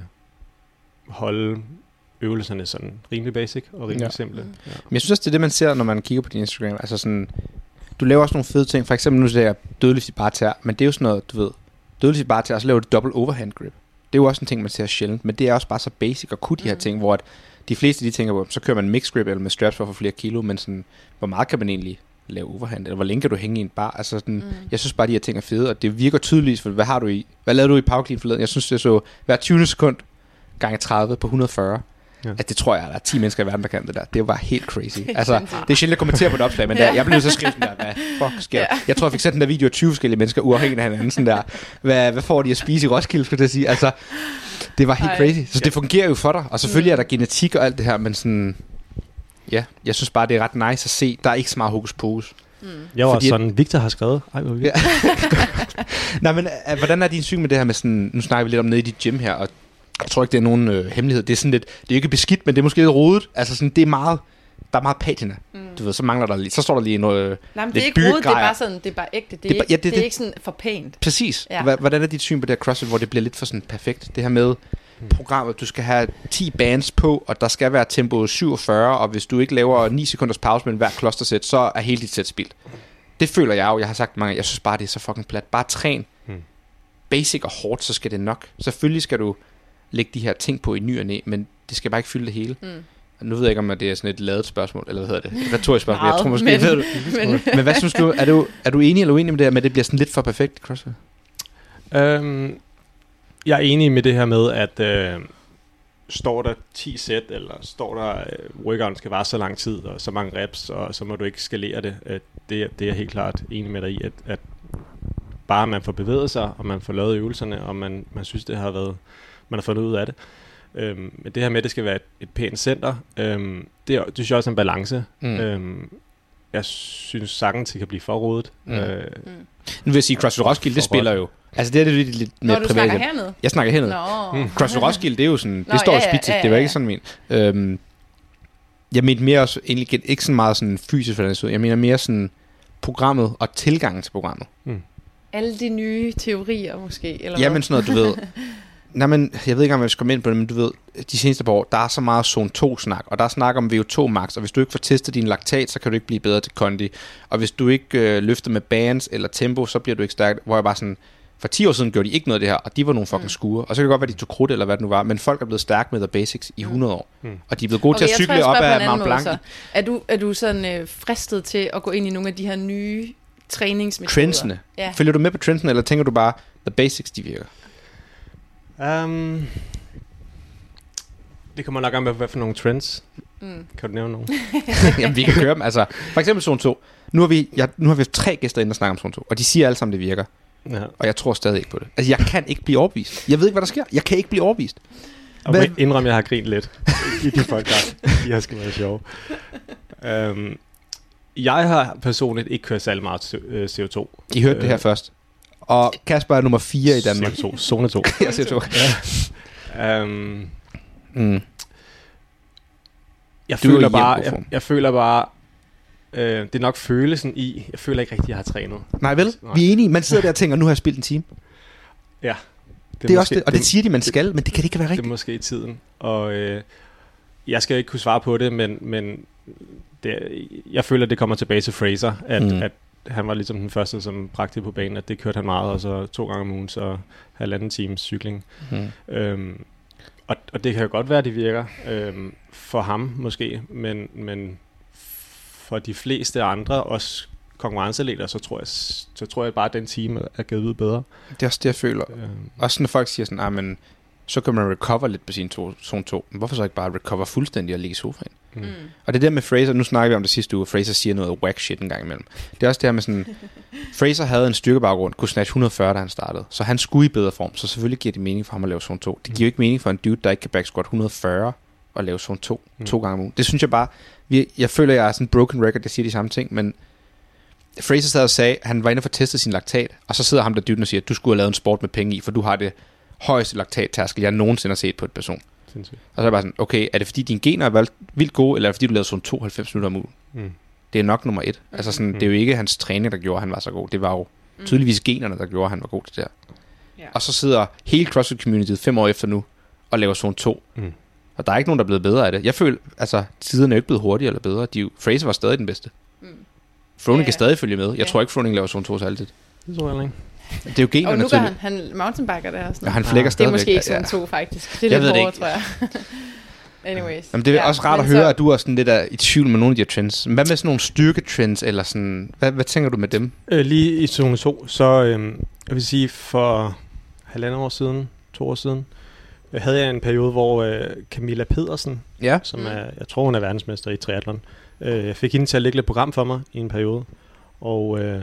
holde øvelserne sådan rimelig basic og rimelig ja. simple. Mm. Ja. Men jeg synes også, det er det, man ser, når man kigger på din Instagram. Altså sådan, du laver også nogle fede ting. For eksempel nu ser jeg dødelift i bartær, men det er jo sådan noget, du ved, dødelift i bartær, og så laver du double overhand grip. Det er jo også en ting, man ser sjældent, men det er også bare så basic at kunne de her mm. ting, hvor at de fleste de tænker på, så kører man mixed grip eller med straps for at få flere kilo, men sådan, hvor meget kan man egentlig lave overhand, eller hvor længe kan du hænge i en bar? Altså sådan, mm. jeg synes bare, de her ting er fede, og det virker tydeligt, for hvad har du i, hvad lavede du i power clean forleden? Jeg synes, det så hver tyvende sekund gange tredive på et hundrede og fyrre. Ja. At det tror jeg, der er ti mennesker i verden, der kan det der. Det var helt crazy. Altså, det er sjældent, jeg kommenterer på et opslag, men der, jeg blev nødt til at skrive sådan der, hvad fuck sker der? Jeg tror, jeg fik sat den der video af tyve forskellige mennesker uafhængigt af hinanden, sådan der, hvad, hvad får de at spise i Roskilde, skulle jeg sige? Altså, det var helt crazy. Så det fungerer jo for dig, og selvfølgelig er der genetik og alt det her, men sådan, ja, jeg synes bare, det er ret nice at se. Der er ikke så meget hokus pokus. Mm. Jeg var sådan, Victor har skrevet. Ej, hvor vildt. Nej, men uh, hvordan er din syn med det her med sådan, nu snakker vi lidt om nede i dit gym her, og jeg tror ikke, det er nogen øh, hemmelighed. Det er sådan lidt, det er ikke beskidt, men det er måske lidt rodet. Altså sådan, det er meget, der er meget patina. Mm. Du ved, så mangler der lige, så står der lige noget. Nej, men det er ikke rodet, det er bare sådan, det er bare ægte. Det er, det er, ikke, ja, det, det, det er ikke sådan for pænt. Præcis. Ja. Hvordan er dit syn på det her CrossFit, hvor det bliver lidt for sådan perfekt? Det her med mm. programmet, du skal have ti bands på, og der skal være tempo syvogfyrre, og hvis du ikke laver ni sekunders pause med hver klostersæt, så er hele dit sæt spildt. Det føler jeg jo, jeg har sagt mange, jeg synes bare, det er så fucking plat. Bare træn mm. basic og hårdt, så skal det nok. Selvfølgelig skal du lægge de her ting på i ny og næ, men det skal bare ikke fylde det hele. Mm. Nu ved jeg ikke, om det er sådan et ladet spørgsmål, eller hvad hedder det? Et retorisk spørgsmål. Jeg tror måske, men, ved du. Men, men hvad synes du? Er, du? er du enig eller uenig med det her, med at det bliver sådan lidt for perfekt CrossFit? Um, jeg er enig med det her med, at øh, står der ti sæt, eller står der, øh, workouten skal vare så lang tid, og så mange reps, og så må du ikke skalere det. At det, det er jeg helt klart enig med dig i, at, at bare man får bevæget sig, og man får lavet øvelserne, og man, man synes, det har været, man har fundet ud af det. Øhm, men det her med, at det skal være et, et pænt center, øhm, det, er, det synes jeg også er en balance. Mm. Øhm, jeg synes sagtens, det kan blive for rodet. Mm. Øh, mm. Nu vil jeg sige, CrossFit Roskilde, det spiller jo. Altså det er det lidt, lidt mere privat. Når du privat. snakker hernede? Jeg snakker hernede. Mm. CrossFit Roskilde, det er jo sådan, Nå, det står ja, i spidset, ja, ja, ja. Det var ikke sådan min. Øhm, jeg mener mere også, egentlig ikke så meget sådan fysisk, for den jeg mener mere sådan programmet og tilgangen til programmet. Mm. Alle de nye teorier måske, eller Jamen sådan noget, du ved. Nej, men jeg ved ikke, om jeg skal komme ind på det, men du ved, de seneste par år, der er så meget zone to-snak, og der er snak om V O to max, og hvis du ikke får testet din laktat, så kan du ikke blive bedre til kondi, og hvis du ikke øh, løfter med bands eller tempo, så bliver du ikke stærk, hvor jeg bare sådan, for ti år siden gjorde de ikke noget af det her, og de var nogle fucking mm. skure, og så kan det godt være, de tog krudt, eller hvad det nu var, men folk er blevet stærke med the basics i hundrede år, mm. og de er blevet gode okay, til at cykle op af Mount Blanc. Er du, er du sådan øh, fristet til at gå ind i nogle af de her nye træningsmetoder? Trendsene. Ja. Følger du med på trendsene, eller tænker du bare, the basics, de virker? Um, det kommer nok an med, hvad for nogle trends. Mm. Kan du nævne nogle? Jamen, vi kan køre dem. Altså, for eksempel zone to. Nu har vi, jeg, nu har vi tre gæster inde og snakke om zone to, og de siger alle sammen, det virker. Ja. Og jeg tror stadig ikke på det. Altså, jeg kan ikke blive overbevist. Jeg ved ikke, hvad der sker. Jeg kan ikke blive overbevist. Og må ikke indrømme, jeg har grint lidt i de podcast. De har sgu været sjove. Um, jeg har personligt ikke kørt særlig meget C O to. I hørte uh, det her først. Og Kasper er nummer fire i Danmark. C O to. Zone to. Ja, C O to. Ja. Um, mm. Jeg, føler bare, jeg, jeg føler bare, øh, det er nok følelsen i, jeg føler ikke rigtig, jeg har trænet. Nej vel? Nej. Vi er enige. Man sidder der og tænker, nu har jeg spillet en time. Ja. Det er, det er måske, også det, og det, det siger de, man skal, men det kan ikke være rigtigt. Det er måske i tiden. Og øh, jeg skal ikke kunne svare på det, men, men det, jeg føler, det kommer tilbage til Fraser, at, mm. at han var ligesom den første, som bragte på banen, at det kørte han meget, og så to gange om ugen, så halvanden times cykling. Mm. Øhm, og, og det kan jo godt være, at det virker øhm, for ham måske, men, men for de fleste andre, også konkurrenceleder, så tror jeg, så tror jeg bare, at den time er givet ud bedre. Det er også det, jeg føler. Øhm. Også når folk siger sådan, ah, men så kan man recover lidt på sin to, zone to. Men hvorfor så ikke bare recover fuldstændig og ligge i sofaen? Mm. Og det er der med Fraser, nu snakker vi om det sidste uge, Fraser siger noget whack shit en gang imellem. Det er også det her med sådan, Fraser havde en styrkebaggrund, kunne snatche et hundrede og fyrre, da han startede. Så han skulle i bedre form, så selvfølgelig giver det mening for ham at lave zone to. Det giver jo ikke mening for en dude, der ikke kan back squat et hundrede og fyrre og lave zone to mm. to gange om ugen. Det synes jeg bare, vi, jeg føler, jeg er sådan en broken record, jeg siger de samme ting, men Fraser sad og sagde, han var inde for at teste sin laktat, og så sidder ham der duden og siger, du skulle have lavet en sport med penge i, for du har det højeste laktattærskel, jeg nogensinde har set på et person. Sindssygt. Og så er jeg bare sådan, okay, er det fordi dine gener er vildt gode, eller er det fordi du lavede sådan tooghalvfems minutter om ugen? Mm. Det er nok nummer et. Mm. Altså sådan, mm. det er jo ikke hans træning, der gjorde, at han var så god. Det var jo mm. tydeligvis generne, der gjorde, at han var god til det her. Ja. Og så sidder hele CrossFit-communityet fem år efter nu, og laver zone to. Mm. Og der er ikke nogen, der er blevet bedre af det. Jeg føler, altså, tiderne er jo ikke blevet hurtigere eller bedre. De, Fraser var stadig den bedste. Mm. Froning ja, kan stadig følge med. Jeg ja. tror ikke, Froning laver zone to så altid. Det tror jeg ikke. Det er jo generne. Og nu gør han, han mountainbiker der og sådan. Ja, han flækker stadig. Det er måske ikke zone to faktisk. Det er lidt hårdere, tror jeg. Anyways. Jamen, det er ja, også rart at høre, så at du er sådan lidt af, i tvivl med nogle af de her trends. Hvad med sådan nogle styrketrends, eller sådan, hvad, hvad tænker du med dem? Øh, lige i zone to, så øhm, jeg vil sige, for halvandet år siden, to år siden, øh, havde jeg en periode, hvor øh, Camilla Pedersen, ja. som er, jeg tror hun er verdensmester i triathlon, øh, jeg fik hende til at lægge lidt program for mig i en periode, og øh,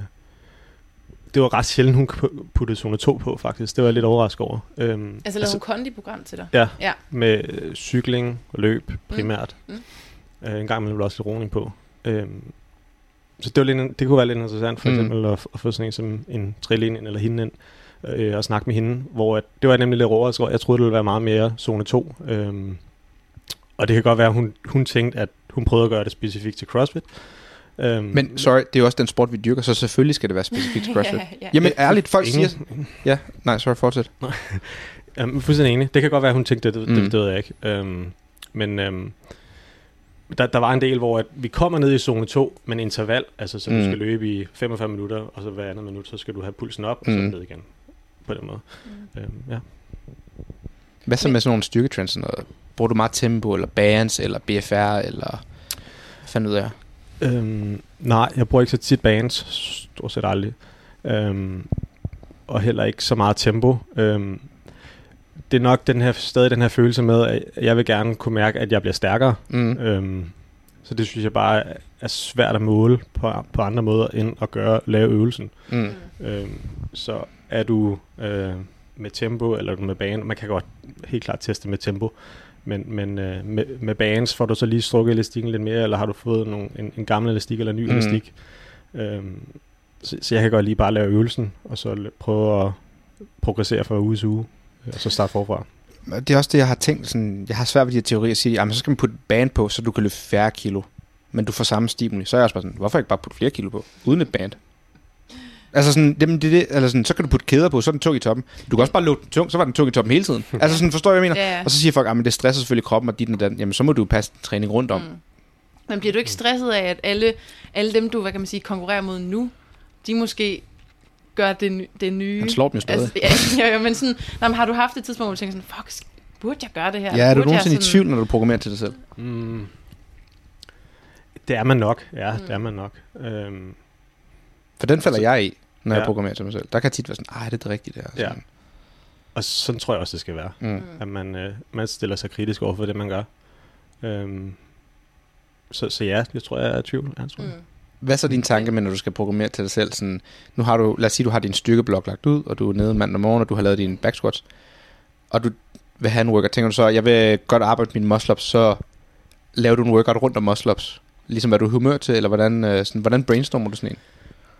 det var ret sjældent, hun puttede zone to på, faktisk. Det var jeg lidt overrasket over. Øhm, altså lavede altså, hun kondiprogram til dig? Ja, ja. Med øh, cykling og løb primært. Mm. Mm. Øh, en gang imellem også lidt roning på. Øhm, så det, var lidt, det kunne være lidt interessant, for mm. eksempel at, at få sådan en som en trille ind, eller hende ind, øh, og snakke med hende, hvor at, det var nemlig lidt overrasket. Jeg troede, det ville være meget mere zone to. Øhm, og det kan godt være, at hun, hun tænkte, at hun prøvede at gøre det specifikt til CrossFit. Um, men sorry, det er jo også den sport vi dyrker, så selvfølgelig skal det være specifikt til CrossFit. ja, ja. Jamen ærligt, folk ingen. siger ja, nej, sorry, fortsæt. um, fuldstændig enig. Det kan godt være, hun tænkte det, det, mm. det, det ved jeg ikke. Um, men um, der, der var en del, hvor at vi kommer ned i zone to, men interval, altså så mm. du skal løbe i femogfyrre minutter, og så hver andet minut, så skal du have pulsen op, og så mm. ned igen. På den måde. Mm. Um, ja. Hvad så med sådan nogle styrketrends? Noget? Bruger du meget tempo, eller bands, eller B F R, eller hvad fanden ud af? Øhm, nej, jeg bruger ikke så tit bands, stort set aldrig. Øhm, og heller ikke så meget tempo. Øhm, det er nok den her, stadig den her følelse med, at jeg vil gerne kunne mærke, at jeg bliver stærkere. Mm. Øhm, så det synes jeg bare er svært at måle på, på andre måder, end at gøre, lave øvelsen. Mm. Øhm, så er du øh, med tempo, eller er du med bane, man kan godt helt klart teste med tempo. Men, men øh, med, med bands får du så lige strukket elastikken lidt mere, eller har du fået nogle, en, en gammel elastik eller en ny mm. elastik. Øhm, så, så jeg kan godt lige bare lave øvelsen, og så prøve at progressere fra uge til uge, og så starte forfra. Det er også det, jeg har tænkt. Sådan, jeg har svært ved de her teorier at sige, jamen så skal man putte band på, så du kan løfte færre kilo, men du får samme stimuli. Så er jeg også bare sådan, hvorfor ikke bare putte flere kilo på, uden et band? Altså sådan, det, det, det, eller sådan, så kan du putte kæder på, så er den tung i toppen. Du kan også bare løbe den tung, så var den tung i toppen hele tiden. Altså sådan, forstår jeg, hvad jeg mener? Ja, ja. Og så siger folk, at det stresser selvfølgelig kroppen og dit og den. Jamen, så må du passe træning rundt om. Mm. Men bliver du ikke stresset af, at alle, alle dem, du hvad kan man sige, konkurrerer mod nu, de måske gør det, det nye? Han slår dem jo stadig. Altså, ja, ja, men sådan, nej, men har du haft et tidspunkt, hvor du tænker sådan, fuck, burde jeg gøre det her? Ja, er du nogensinde sådan i tvivl, når du programmerer til dig selv? Mm. Det er man nok, ja, mm. det er man nok. Øhm. For den falder jeg i, når ja. jeg programmerer til mig selv. Der kan tit være sådan, ej, det er det rigtigt det her. Ja. Og sådan tror jeg også, det skal være. Mm. At man, øh, man stiller sig kritisk over for det, man gør. Øhm. Så, så ja, jeg tror, jeg er i tvivl. Jeg tror. Mm. Hvad er så din tanke med, når du skal programmere til dig selv? Sådan, nu har du, lad os sige, du har din styrkeblok lagt ud, og du er nede mandag morgen, og du har lavet dine back squats, og du vil have en workout. Tænker du så, jeg vil godt arbejde mine muscle-ups, så laver du en workout rundt om muscle-ups? Ligesom hvad du er humør til, eller hvordan, sådan, hvordan brainstormer du sådan en?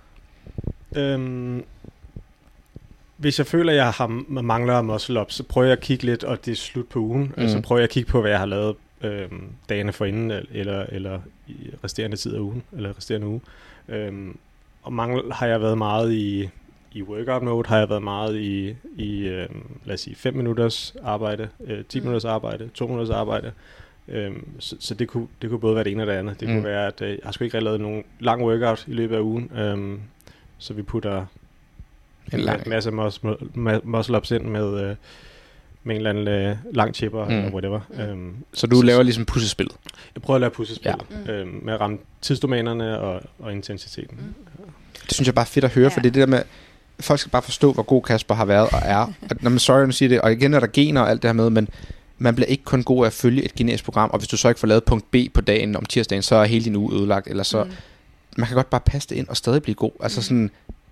Øhm, hvis jeg føler, at jeg har mangler muscle-ups, så prøver jeg at kigge lidt, og det er slut på ugen. Mm. Så prøver jeg at kigge på, hvad jeg har lavet øhm, dagene forinden, eller, eller i resterende tid af ugen, eller resterende uge. Øhm, og mangel har jeg været meget i, i workout mode, har jeg været meget i, i øhm, lad os sige, fem minutters arbejde, øh, ti minutters arbejde, to minutters arbejde. Øhm, så så det, kunne, det kunne både være det ene og det andet. Det mm. kunne være, at øh, jeg har sgu ikke lavet nogen lang workout i løbet af ugen, øhm, så vi putter en, en masse muscle-ups ind med, øh, med en eller anden øh, lang chipper, Mm. eller whatever. Øhm, Så du laver ligesom puslespillet. Jeg prøver at lave puslespil, Ja. ja. øhm, med at ramme tidsdomænerne og, og intensiteten. Mm. Det synes jeg bare er fedt at høre, ja. For det er det der med, folk skal bare forstå, hvor god Kasper har været og er. Og når man sorry, nu siger det, og igen er der gener og alt det her med, men man bliver ikke kun god af at følge et genetisk program, og hvis du så ikke får lavet punkt B på dagen om tirsdagen, så er hele din uge ødelagt, eller så, mm. man kan godt bare passe det ind og stadig blive god. Altså sådan,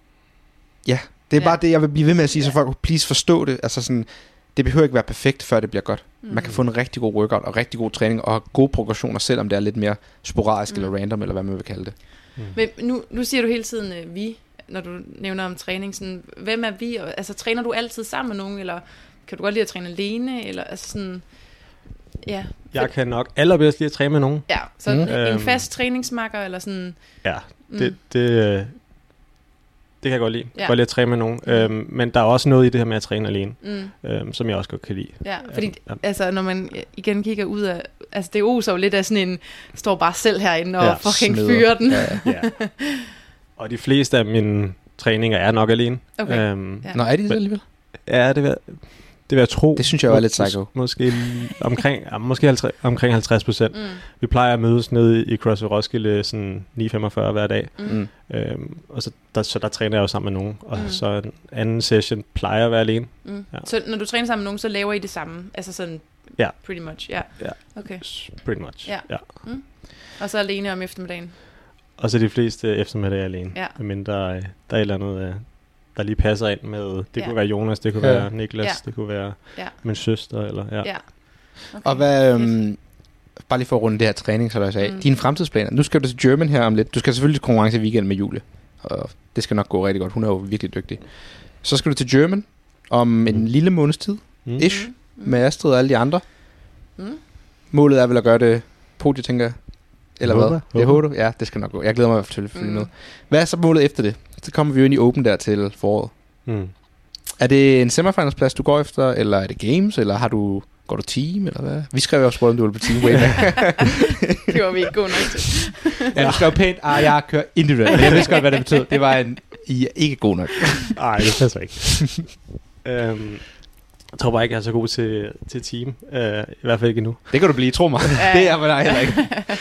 ja, det er ja. bare det, jeg vil blive ved med at sige, ja. Så folk please forstå det. Altså sådan, det behøver ikke være perfekt, før det bliver godt. Mm. Man kan få en rigtig god workout og rigtig god træning og gode progressioner, selvom det er lidt mere sporadisk mm. eller random, eller hvad man vil kalde det. Mm. Men nu, nu siger du hele tiden øh, vi, når du nævner om træning. Sådan, hvem er vi? Altså, træner du altid sammen med nogen, eller kan du godt lide at træne alene? Eller, altså sådan, ja. Jeg kan nok allerbedst lide at træne med nogen. Ja, så Mm. en, en Øhm. fast træningsmakker, eller sådan. Ja, Mm. det, det, øh, det kan jeg godt lide. Ja. Ja. Godt lide at træne med nogen. Øhm, men der er også noget i det her med at træne alene, Mm. øhm, som jeg også godt kan lide. Ja, fordi Ja. altså, når man igen kigger ud af, altså det oser jo lidt af sådan en, står bare selv herinde og Ja, ja, fucking smider. fyrer den. Ja, ja. Ja. Og de fleste af mine træninger er nok alene. Okay. Øhm, Ja. Nå, er de det alligevel? Ja, det vil, det vil jeg tro. Det synes jeg jo er lidt psycho. Mås- måske omkring, ja, måske halvtreds, omkring halvtreds procent. Mm. Vi plejer at mødes nede i CrossFit Roskilde sådan ni femogfyrre hver dag. Mm. Øhm, og så der, så der træner jeg jo sammen med nogen. Og Mm. så en anden session plejer at være alene. Mm. Ja. Så når du træner sammen med nogen, så laver I det samme? Altså sådan, Ja. pretty much, ja. Ja. Okay. Pretty much. Ja. Ja. Og så alene om eftermiddagen? Og så de fleste eftermiddage alene. Ja. Medmindre øh, der er et eller andet, øh, der lige passer ind med. Det Ja. kunne være Jonas, det kunne Ja. være Niklas, Ja. det kunne være Ja. min søster. Eller, ja. Ja. Okay. Og hvad, Fedt. øhm, bare lige for at runde det her træning, så der sagde, Mm. mm. dine fremtidsplaner. Nu skal du til German her om lidt. Du skal selvfølgelig til konkurrence i weekend med Julie. Og det skal nok gå rigtig godt. Hun er jo virkelig dygtig. Så skal du til German om en Mm. lille måneds tid. Mm. Ish. Mm. Med Astrid og alle de andre. Mm. Målet er vel at gøre det podie, tænker jeg. Eller Jeg hvad? håber. Jeg håber du? Ja, det skal nok gå. Jeg glæder mig i hvert fald til at følge Mm. med. Hvad er så målet efter det? Så kommer vi jo ind i Open der til foråret. Mm. Er det en semifinalsplads, du går efter, eller er det games, eller har du, går du team, eller hvad? Vi skrev jo også, om du ville på team way back. Det var vi ikke gode nok til. Ja, du skrev pænt, ah, jeg kører individuelt. Men jeg vidste godt, hvad det betød. Det var en, I er ikke god nok. Nej, det passer ikke. øhm, jeg tror bare ikke, jeg er så god til, til team. Uh, I hvert fald ikke endnu. Det kan du blive, tro mig. Ja. Det er for dig heller ikke.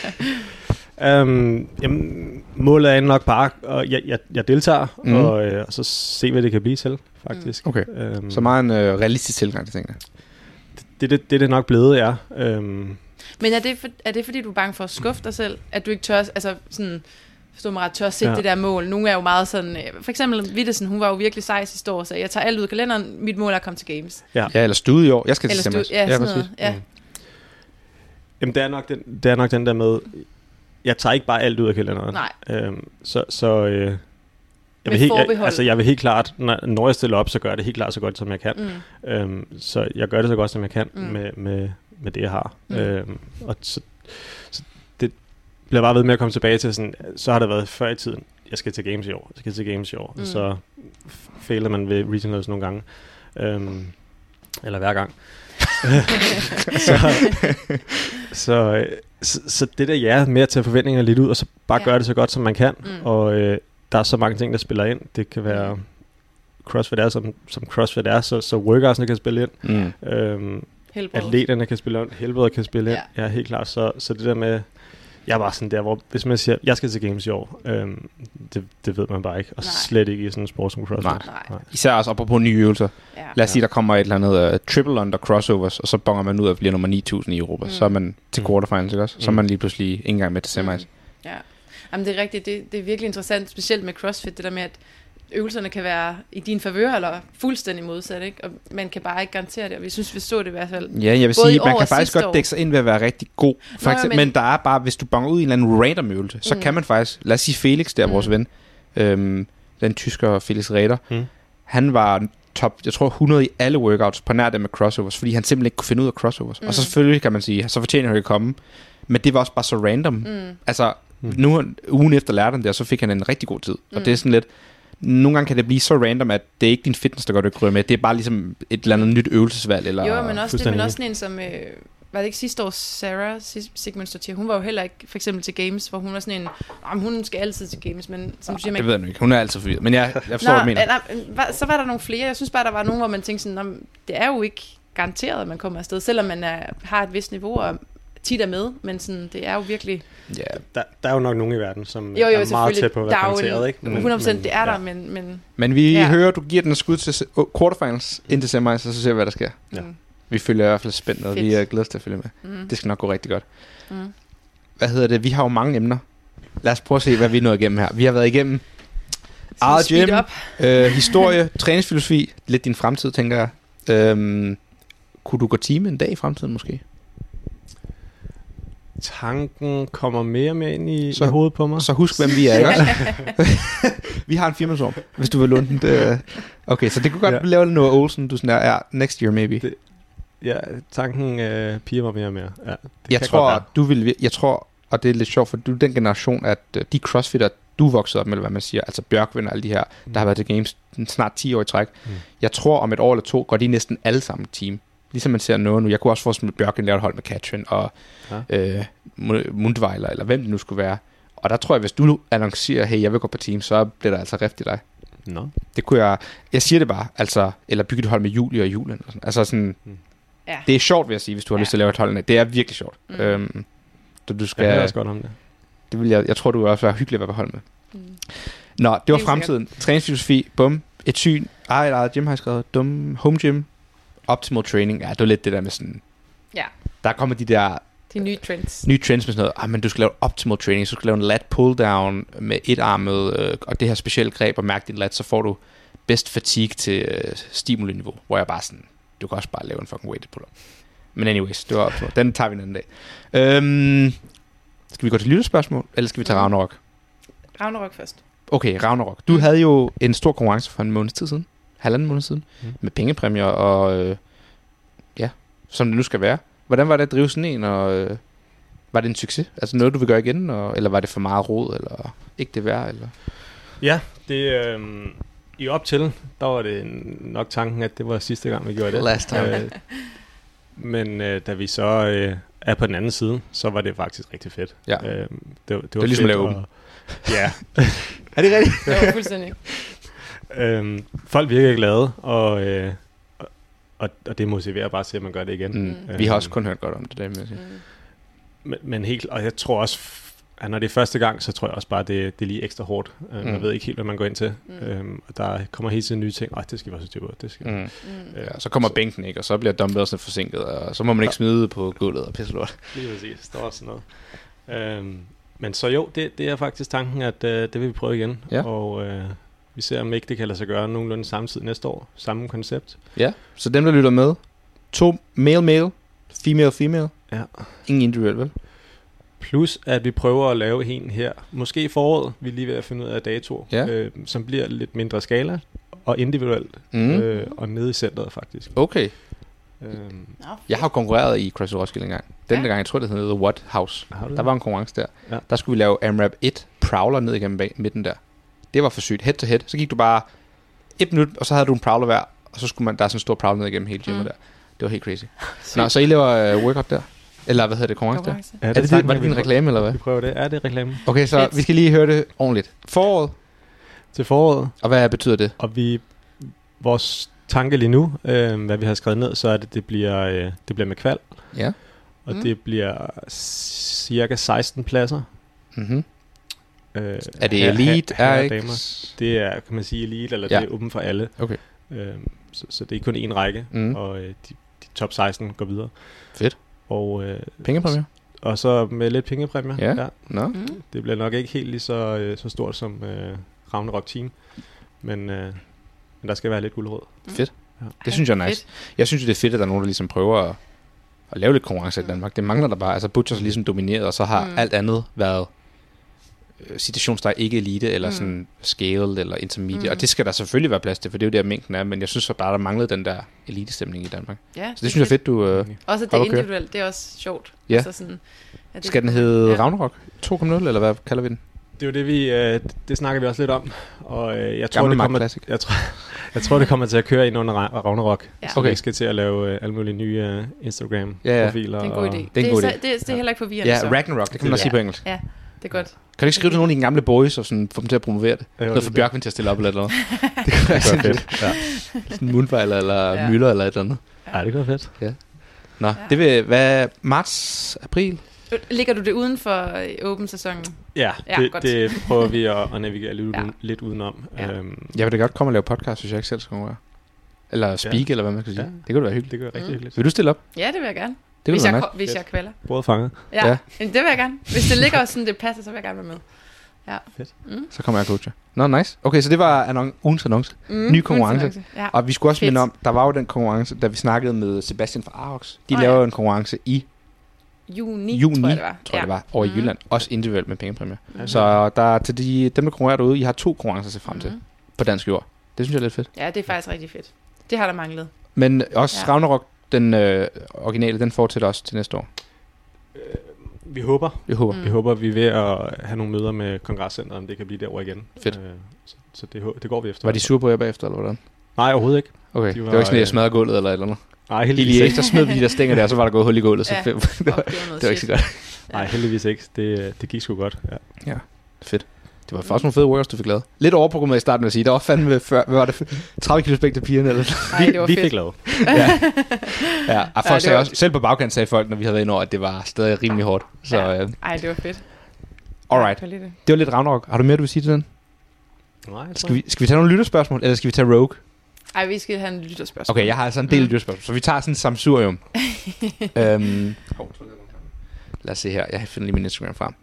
Um, jamen, målet er nok bare, og jeg, jeg, jeg deltager, Mhm. mm. og, øh, og så se, hvad det kan blive til, faktisk. Okay. Um, Så meget en øh, realistisk tilgang til tingene. det, det, det er det nok blevet, ja. Um, Men er det, for, er det fordi, du er bange for at skuffe dig selv? At du ikke tør, altså sådan, forstå mig ret, tør at sætte Ja. det der mål? Nogle er jo meget sådan, øh, for eksempel Wittesen, hun var jo virkelig sej sidste år, så jeg tager alt ud af kalenderen, mit mål er at komme til games. Ja, eller studie i år. Jeg skal Eller til stu- Simmers. ja, sådan noget. præcis. Ja. Mm. Jamen, det er, nok den, det er nok den der med, jeg tager ikke bare alt ud af kalenderen. Nej. Um, så så øh, jeg, Med vil helt, jeg, forbehold. altså, jeg vil helt klart, når, når jeg stiller op, så gør jeg det helt klart så godt, som jeg kan. Mm. Um, så jeg gør det så godt, som jeg kan Mm. mm. med, med, med det, jeg har. Mm. Mm. Um, og så, så det bliver bare ved med at komme tilbage til, sådan, så har det været før i tiden, jeg skal til games i år, jeg skal til games i år. Mm. Mm. Så fejler man ved regionals nogle gange. Um, eller hver gang. så, så, så, så det der, ja, med at tage forventninger lidt ud, og så bare Ja. gøre det så godt, som man kan. Mm. Og øh, der er så mange ting, der spiller ind. Det kan være, CrossFit er, som, som CrossFit er, så, så workoutsene kan spille ind. Mm. Øhm, Helbredet. atleterne kan spille ind, helbredet kan spille ind. Ja. Ja, helt klart. Så, så det der med, jeg er bare sådan der, hvor hvis man siger, jeg skal til games i år, øhm, det, det ved man bare ikke. Og Nej. slet ikke i sådan en sport som CrossFit. Nej. Nej. Især også apropos nye øvelser. Ja. Lad os sige, der kommer et eller andet uh, triple under crossovers, og så bonger man ud og bliver nummer ni tusind i Europa. Mm. Så er man til Mm. quarterfinals, ikke også? Så er Mm. man lige pludselig ikke engang med til semis. Mm. Ja. Jamen, det er rigtigt. Det, det er virkelig interessant, specielt med CrossFit, det der med, at øvelserne kan være i din favør, eller fuldstændig modsat, ikke? Og man kan bare ikke garantere det, og vi synes, vi så det i hvert fald. Ja, jeg vil Både i sige, år man og kan faktisk sidste godt år. dække sig ind ved at være rigtig god. For Nå, eksempel, men- men, men der er bare, hvis du bonger ud i en eller anden random øvelse, så Mm. kan man faktisk, lad os sige Felix der, Mm. vores ven, øhm, den tysker Felix Rader, Mm. han var top, jeg tror hundrede i alle workouts på nær det med crossovers, fordi han simpelthen ikke kunne finde ud af crossovers. Mm. Og så Mm. selvfølgelig kan man sige, så fortjener han ikke at komme. Men det var også bare så random. Mm. Altså, Mm. nu ugen efter lærte han det, og så fik han en rigtig god tid. Mm. Mm. Og det er sådan lidt, nogle gange kan det blive så random, at det er ikke din fitness, der gør det ikke med. Det er bare ligesom et eller andet nyt øvelsesvalg. Eller Jo, men også, det, men fuldstændig. også sådan en som, øh, var det ikke sidste år, Sarah Sig- Sigmund Stortier, hun var jo heller ikke for eksempel til games, hvor hun var sådan en, "Jamen, hun skal altid til games, men som du siger, man Det ved jeg nu ikke. Hun er altid forvirret. Men jeg, jeg forstår, hvad du mener. nej, nej, så var der nogle flere. Jeg synes bare, der var nogen, hvor man tænkte sådan, "Nå, det er jo ikke garanteret, at man kommer afsted, selvom man er, har et vist niveau og tit er med, men sådan, det er jo virkelig... Ja, Der, der er jo nok nogen i verden, som Jo, jo, er meget selvfølgelig. tæt på at Der være er jo garanteret, en- ikke? hundrede procent, det er ja. der, men... men men vi Ja. hører, du giver den skud til se- oh, quarterfinals ind til semis, og så ser vi, hvad der sker. Ja. mm, Vi følger i hvert fald spændt, og Fedt. vi er glæder os til at følge med. mm, Det skal nok gå rigtig godt. mm. Hvad hedder det? Vi har jo mange emner. Lad os prøve at se, hvad vi er nået igennem her. Vi har været igennem eget Speed gym, up. øh, historie, træningsfilosofi, lidt din fremtid, tænker jeg. Øhm, kunne du gå time en dag i fremtiden måske? Tanken kommer mere og mere ind i, Så- i hovedet på mig. Så husk, hvem vi er, ikke også? Vi har en firmasorm, hvis du vil låne den. Det, okay, så det kunne godt Ja. ja. lave noget Olsen, du sådan der, ja, next year maybe. Det- Ja, tanken øh, piger mig mere og mere. Ja, det jeg kan tror, godt være. du vil, jeg tror, og det er lidt sjovt, for du er den generation, at øh, de crossfitter, du voksede op med, eller hvad man siger, altså Bjørkvind og alle de her, Mm. der har været til games snart ti år i træk. Mm. Jeg tror, om et år eller to, går de næsten alle sammen team. Ligesom man ser noget nu. Jeg kunne også forestille mig, at Bjørkvind laver et hold med Katrin og Ja. øh, Mu- Mundweiler, eller hvem det nu skulle være. Og der tror jeg, hvis du annoncerer, hey, jeg vil gå på team, så bliver der altså rift i dig. Nå. Det kunne jeg... Jeg siger det bare, altså... Eller bygge et hold med Julie og Julen. Eller sådan. Altså sådan... Mm. Ja. Det er sjovt, vil jeg sige, hvis du har Ja. lyst til at lave et hold. Det er virkelig sjovt. Mm. Mm. Øhm, så du skal... Jeg hører også godt om det. Det vil jeg, jeg tror, du vil også være hyggelig at være på hold med. Mm. Nå, det var Helt fremtiden. Træningsfilosofi, bum. Et syn. Ej, et eget gym har jeg skrevet. Dum. Home gym. Optimal training. Ja, det var lidt det der med sådan... Ja. Der kommer de der De nye trends. nye trends med sådan noget. Ah, men du skal lave optimal training. Så du skal lave en lat pull down med et armet øh, og det her specielle greb og mærke din lat, så får du best fatigue til øh, stimuli-niveau. Hvor jeg bare sådan... Du kan også bare lave en fucking weighted pull-up. Men anyways, det var optimal. Den tager vi en anden dag. Øhm, skal vi gå til lytterspørgsmål, eller skal vi tage Ragnarok? Ragnarok først. Okay, Ragnarok. Du havde jo en stor konkurrence for en måneds tid siden. Halvanden måned siden. Mm. Med pengepræmier og... Øh, ja, som det nu skal være. Hvordan var det at drive sådan en, og... Øh, var det en succes? Altså noget, du vil gøre igen? Og, eller var det for meget rod, eller ikke det værd? Eller? Ja, det øh, i op til, der var det nok tanken, at det var sidste gang, vi gjorde det. Last time. Øh, men øh, da vi så øh, er på den anden side, så var det faktisk rigtig fedt. Ja. Øh, det, det, var Det var ligesom at fedt, lave åben. og- Ja. Er det rigtigt? Det var fuldstændig. øhm, folk virker glade, og, øh, og, og, og det motiverer bare til, at man gør det igen. Mm. Mm. Vi har også kun hørt godt om det, der, vil jeg sige. Mm. Men, men helt, og jeg tror også, at når det er første gang, så tror jeg også bare, at det, det er lige ekstra hårdt. Uh, Mm. Man ved ikke helt, hvad man går ind til. Mm. Øhm, og der kommer hele tiden nye ting. Ej, det skal vi også styr på. Det skal. Mm. Mm. Ja, så kommer bænken ikke, og så bliver dumbbellsene forsinket, og så må man ikke smide på gulvet og pisselort. Lige præcis. Der er også sådan noget. Øhm, men så jo, det, det er faktisk tanken, at øh, det vil vi prøve igen. Ja. Og øh, vi ser, om ikke det kan lade sig gøre nogenlunde samtidig næste år. Samme koncept. Ja, så dem, der lytter med, to male-male, female-female, Ja. ingen individuel, vel? Plus, at vi prøver at lave en her, måske i foråret, vi er lige ved at finde ud af dato, Ja. øh, som bliver lidt mindre skala og individuelt, Mm. mm. øh, og nede i centret faktisk. Okay. Øhm, Nå, Jeg har konkurreret i CrossFit Roskilde engang. Den Ja. der gang, jeg tror, det hed The What House. har du Der var en konkurrence der. Ja. Der skulle vi lave AMRAP et prowler ned igennem bag, midten der. Det var for sygt. Head to head. Så gik du bare et minut, og så havde du en prowler hver, og så skulle man, der er sådan en stor prowler ned igennem hele gymmet Mm. der. Det var helt crazy. Nå, så I laver uh, workout der? Eller hvad hedder det, konkurrence der? konkurrence. Ja, Er det, det, tanken, var det at vi din prøver- reklame, eller hvad? Vi prøver det. Er det reklame? Okay, så Fedt. vi skal lige høre det ordentligt. Foråret, Til foråret, og hvad betyder det? og vi, vores tanke lige nu, øh, hvad vi har skrevet ned, så er det, det bliver, øh, det bliver med kval, Ja. og Mm. det bliver cirka seksten pladser. Mm-hmm. Øh, Er det her- elite, her- herrer og R damer. X? Det er, kan man sige, elite, eller Ja. det er åben for alle. Okay. Øhm, så, så det er kun én række, Mm. og øh, de, de top seksten går videre. Fedt. Og, øh, Pengepræmier? og så med lidt pengepræmier. Ja. ja. Nå. Mm. Det bliver nok ikke helt lige så, øh, så stort som øh, Ragnarok Team, men, øh, men der skal være lidt gulerod. Fedt. Ja. Det synes jeg er nice. Fedt. Jeg synes jo, det er fedt, at der er nogen, der ligesom prøver at, at lave lidt konkurrence i Danmark. Det mangler der bare. Altså Butchers er ligesom domineret, og så har Mm. mm. alt andet været øh, citationstegn ikke elite, eller Mm. mm. sådan scaled, eller intermediate. Mm. Mm. Og det skal der selvfølgelig være plads til, for det er jo der mængden er. Men jeg synes så bare, der manglede den der elitestemning i Danmark. Ja, Så det synes jeg er fedt, du... Øh, Også at det er Op at køre. individuelt, det er også sjovt. Ja. Altså sådan, at det- skal den hedde Ja. ja. Ragnarok to punkt nul, eller hvad kalder vi den? Det er jo det, vi, øh, det snakker vi også lidt om, og øh, jeg, tror, Gammel det Mark kommer, Classic. jeg, tror, jeg tror, det kommer til at køre ind under Ra- Ragnarok, Ja. så Okay. vi ikke skal til at lave øh, alle mulige nye øh, Instagram-profiler. Ja, ja. Det er en god og- idé. en Det er, god så, idé. det, er, det er heller ikke forvirrende. Ja, så. Ragnarok, det kan man også Ja. sige på engelsk. Ja. det er godt. Kan du ikke skrive til nogle af dine gamle boys og sådan, få dem til at promovere det? Ja, Noget for det- Bjørkvind til at stille op eller noget. Det kunne være Det var sindssygt. fedt. Ja. Sådan en mundfejler eller Ja. mylder eller et eller andet. ja, det kunne være fedt. Nå, Ja. det vil hvad marts, april? Ligger du det uden for øh, åben sæsonen? Ja, Ja, det, godt. det prøver vi at, at navigere lidt, Ja. ja. lidt udenom. Ja. Øhm, Jeg vil da godt komme og lave podcast, hvis jeg ikke selv skal konkurrere. Eller speak, ja. eller hvad man skal sige. Ja. Det kunne da være hyggeligt. det gør rigtig Mm. hyggeligt. Vil du stille op? Ja, det vil jeg gerne. Det Hvis kunne jeg, være ko- hvis Fedt. jeg kvalder. Bordet fanget. Ja, Ja. ja. Det vil jeg gerne. Hvis det ligger sådan, det passer, så vil jeg gerne være med. nice. Så kommer jeg og coacher. Nå, nice. Okay, så det var annon- ugens annonce. Mm, Ny konkurrence. Ja. Og vi skulle også Fedt. minde om, der var jo den konkurrence, da vi snakkede med Sebastian fra Arox. De Åh, laver ja. jo en konkurrence i Juni, juni, tror jeg det var. tror jeg, det var, over i Mhm. Jylland. Også individuelt med pengepræmier. Ja. Så der er til de, dem, der konkurrerer derude, I har to konkurrencer at se frem til Mhm. på dansk jord. Det synes jeg er lidt fedt. Ja, det er faktisk rigtig fedt. Det har der manglet. Men også Ja. Ragnarok, den øh, originale, den fortsætter også til næste år. Vi håber. Jeg håber. Mm. Vi håber, vi er ved at have nogle møder med kongresscenteret, om det kan blive derovre igen. Fedt. Øh, så så det, hå- det går vi efter. Var de sure på jer bagefter, eller hvordan? Nej, overhovedet ikke. Okay, De det var, var ikke sådan, at jeg øh, smadrede gulvet eller et eller andet. Nej, I heldigvis lige ikke. ekstra smed vi de der stænger der, og så var der gået hul i gulvet. Så Ja. fedt. det, var, Og det var noget det var ikke så shit. godt. Nej, heldigvis ikke. Det, det gik sgu godt. Ja. Fedt. Det var faktisk nogle fede workouts, du fik lavet. Lidt overprogrammeret i starten, vil jeg sige. Der var fandme før, hvad var det? tredive kilo spæk til pigerne, eller Nej, det var vi fedt. fik lavet. ja. ja, og folk det sagde var- også, selv på bagkant sagde folk, når vi havde været inde over, at det var stadig rimelig hårdt. Så Ja. øh, Ej, det var fedt. alright. Jeg kan lide det. Det var lidt Ragnarok. Har du mere, du vil sige til den? Nej, jeg tror Skal vi, skal vi tage nogle lytterspørgsmål, eller skal vi tage Rogue? Ej, vi skal have en lytterspørgsmål. Okay, jeg har altså en del Mm. lytterspørgsmål, så vi tager sådan en samsurium. øhm, lad os se her. Jeg finder lige min Instagram frem.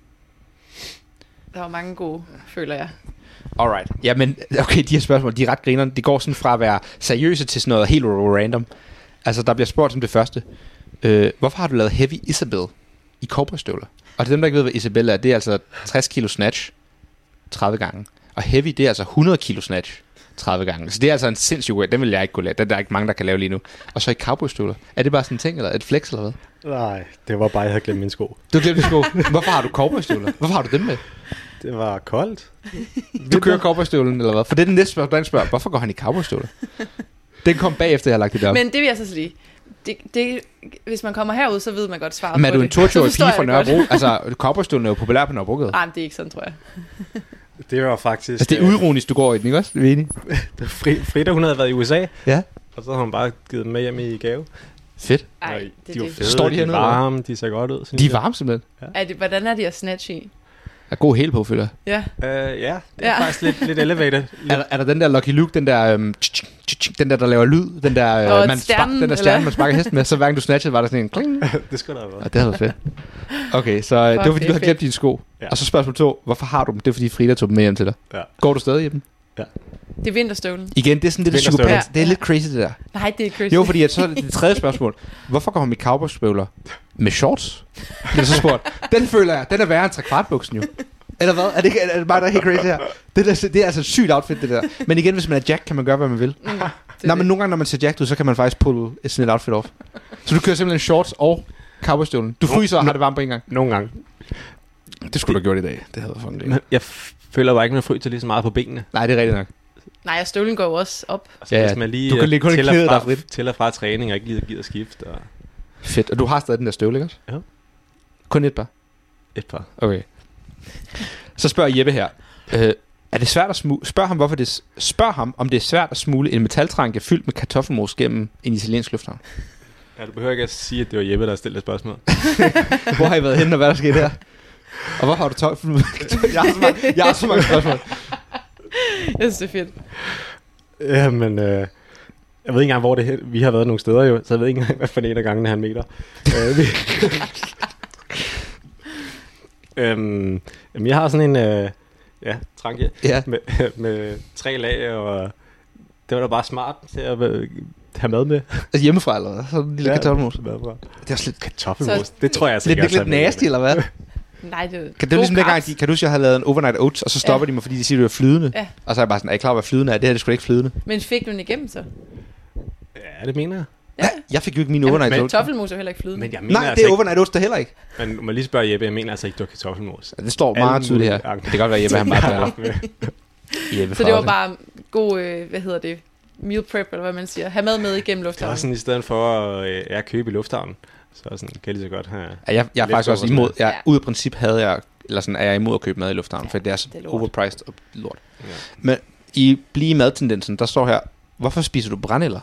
Der var mange gode, føler jeg. Alright. Jamen, okay, de her spørgsmål, de er ret grinerne. De går sådan fra at være seriøse til sådan noget helt random. Altså, der bliver spurgt som det første. Øh, hvorfor har du lavet Heavy Isabel i cowboystøvler? Og til dem, der ikke ved, hvad Isabel er, det er altså tres kilo snatch tredive gange. Og Heavy, det er altså hundrede kilo snatch tredive gange. Så det er altså en sindssyg weight. Den vil jeg ikke kunne lave. Den der er ikke mange, der kan lave lige nu. Og så i cowboystøvler. Er det bare sådan en ting, eller et flex, eller hvad? Nej, det var bare, jeg havde glemt mine sko. Du glemte sko. Hvorfor har du cowboystøvler? Hvorfor har du dem med? Det var koldt. Du kører cowboystøvlen, eller hvad? For det er den næste spørgsmål, den spørger, hvorfor går han i cowboystøvler? Den kom bagefter, jeg har lagt det op. Men det vil jeg så sige. Det, det, hvis man kommer herud, så ved man godt svaret Men er på du det. en toogtyve-årig Så forstår pige fra jeg det godt. Nørrebro? Altså, cowboystøvlen er jo populær på Nørrebrogade. Nej, men det er ikke sådan, tror jeg. Det var faktisk... Altså, det er uironisk, du går i den, ikke også? Er vi enige? øh, Fri, Frida, hun havde været i U S A, Ja. og så har hun bare givet dem med hjem i gave. Fedt. Ej, Og det, de var det. fede, Står de de, hernede, er varme, de ser godt ud. synes De er jeg. varme simpelthen. Er det, hvordan er de at snatch i? Er god hæl på, føler jeg. Ja. Øh, ja, det er Ja. faktisk lidt, lidt elevated. Er der, er der den der Lucky Luke, den der, øhm, tsk, tsk, tsk, tsk, den der, der laver lyd, den der, øh, Nå, man stjernen, den der stjerne, eller? man sparker hesten med, så hver gang du snatchede, var der sådan en kling. Det skulle der have Og været. det havde været fedt. Okay, så øh, det var fordi, det du er har glemt dine sko. Ja. Og så spørgsmål to, hvorfor har du dem? Det er fordi Frida tog dem med hjem til dig. Ja. Går du stadig i dem? Det er vinterstøvlen. Igen, det er sådan lidt Vinterstøvler. psykopat. Det er Ja. lidt crazy, det der. Nej, det er crazy. Jo, fordi at så er det det tredje spørgsmål. Hvorfor går hun med cowboystøvler med shorts? Det er så spurgt. Den føler jeg, den er værre end trekvartbuksen jo. Eller hvad? Er det, ikke, er det bare der er helt crazy her? Det, der, det er altså et sygt outfit, det der. Men igen, hvis man er Jack, kan man gøre, hvad man vil. Mm, det Nej, er men det. nogle gange, når man ser Jack ud, så kan man faktisk pulle et sådan et outfit off. Så du kører simpelthen shorts og cowboystøvlen. Du fryser og har det varmt på en gang. Nogle gange. Det skulle du have gjort i dag. Det havde været fucking Men jeg f- føler bare ikke, at man fryser lige så meget på benene. Nej, det er rigtigt nok. Nej, og støvlen går jo også op. Altså, Ja, hvis man lige du kan øh, lige kun til og klæde dig fra- frit. til og fra træning og ikke lige gider skifte. Og Fedt. Og du har stadig den der støvle, ikke også? Ja. Kun et par? et par. Okay. Så spørger Jeppe her. Øh, er det svært at smule... Spørg ham, hvorfor det... s- Spørg ham, om det er svært at smule en metaltranke fyldt med kartoffelmos gennem en italiensk lufthavn. Ja, du behøver ikke at sige, at det var Jeppe, der stillede spørgsmål. Hvor har I været henne, og hvad der skete her? Og hvor har du tolv... jeg, har så mange, jeg har så mange spørgsmål. Jeg synes, det er fedt. Ja, men øh, jeg ved ikke engang, hvor det er. Vi har været nogle steder jo, så jeg ved ikke engang, hvad for en af gangene han meter. øh, vi... øhm, jamen, jeg har sådan en... Øh, ja, tranke Ja. med, med tre lag, og det var da bare smart til at øh, have mad med. Altså hjemmefra, eller hvad? Sådan en lille ja, kartoffelmos. Mad fra. Det er også lidt... Kartoffelmos, Så- det tror jeg altså Lidt, ikke. lidt, lidt nasty, eller hvad? Nej, det er Kan du gode ligesom dengang, carbs. de, kan du huske, jeg havde lavet en overnight oats, og så stopper ja. de mig, fordi de siger, at det er flydende. Ja. Og så er jeg bare sådan, er I klar, hvad flydende er? Det her det er sgu da ikke flydende. Men fik du den igennem så? Ja, det mener jeg. Ja. Jeg fik jo ikke min overnight men- oats. Kartoffelmos er heller ikke flydende. Men jeg mener Nej, altså det er ikke, overnight oats der heller ikke. men du må lige spørge Jeppe, jeg mener altså ikke, du har kartoffelmos. Ja, det står Alle meget tydeligt her. mulige anker. Det kan godt være, Jeppe han bare taler. Jeppe Så det var Frederiksen. bare god, øh, hvad hedder det, meal prep, eller hvad man siger. Ha' mad med igennem Det var lufthavnen. sådan, i stedet for at øh, ja, købe i lufthavnen, så sådan, kan jeg lige så godt have... Ja, jeg, jeg er faktisk også Leftovers imod. Jeg, Ja. ud af princip havde jeg eller sådan, er jeg imod at købe mad i lufthavnen, Ja, for det er så det er lort. overpriced og lort. Ja. Men i blive madtendensen, der står her, hvorfor spiser du brændenælder?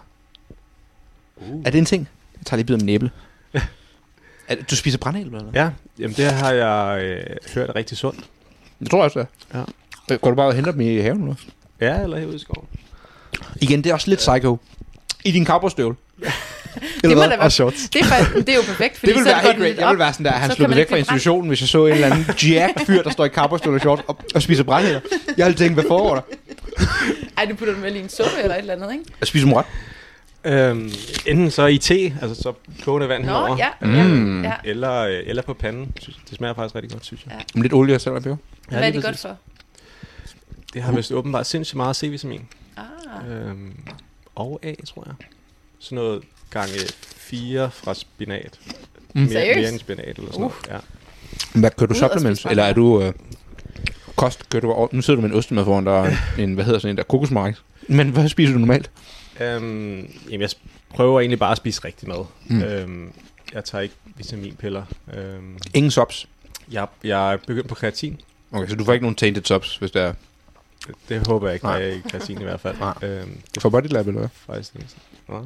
Uh. Er det en ting? Jeg tager lige bid om en æble. Er, du spiser brændenælder, eller? Ja, jamen det har jeg øh, hørt er rigtig sundt. Jeg tror også, det er. Ja. Går du bare og henter dem i haven, eller? Ja, eller herude i skoven. Igen, det er også lidt psycho. I din cowboystøvle. Det må da være, Og shorts. det, er, faktisk- det er jo perfekt, fordi Det ville så være går helt den great. lidt Jeg op. ville være sådan der, han Så kan sluppet man væk ikke fra blive brændt. institutionen, hvis jeg så en eller anden jack-fyr, der står i cowboystøvle og short og, og spiser brændenælder. Jeg havde tænkt, hvad foregår der? Ej, du putter dem vel i en suppe eller et eller andet, ikke? Jeg spiser dem ret. Øhm, enten så i te, altså så kogende vand Nå, henover, ja. Mm. ja. eller, øh, eller på panden. Synes- Det smager faktisk rigtig godt, synes jeg. Ja. Med lidt olie og salt og peber. Hvad er lige det godt præcis. for? Det har vist åbenbart sindssygt meget C-vitamin. Ah. Øhm, og A, tror jeg. Sådan noget gange fire fra spinat. Mm. Mere, Seriøst? mere end spinat eller sådan Uh. noget. Hvad Ja. kører du Ud og supplements? spise Eller er du øh, kost? Kører du, nu sidder du med en ostemad foran dig, og en, hvad hedder sådan en der, kokosmark. Men hvad spiser du normalt? Øhm, jamen, jeg sp- prøver egentlig bare at spise rigtig mad. Mm. Mm. Øhm, jeg tager ikke vitaminpiller. Øhm, Ingen subs. jeg, jeg er begyndt på kreatin. Okay, så du får ikke nogen tainted subs, hvis det er Det, det håber jeg ikke, Nej. når jeg er i kreatin i hvert fald. Nej. Øhm, det for body lab, eller hvad? er faktisk længe siden. Nå,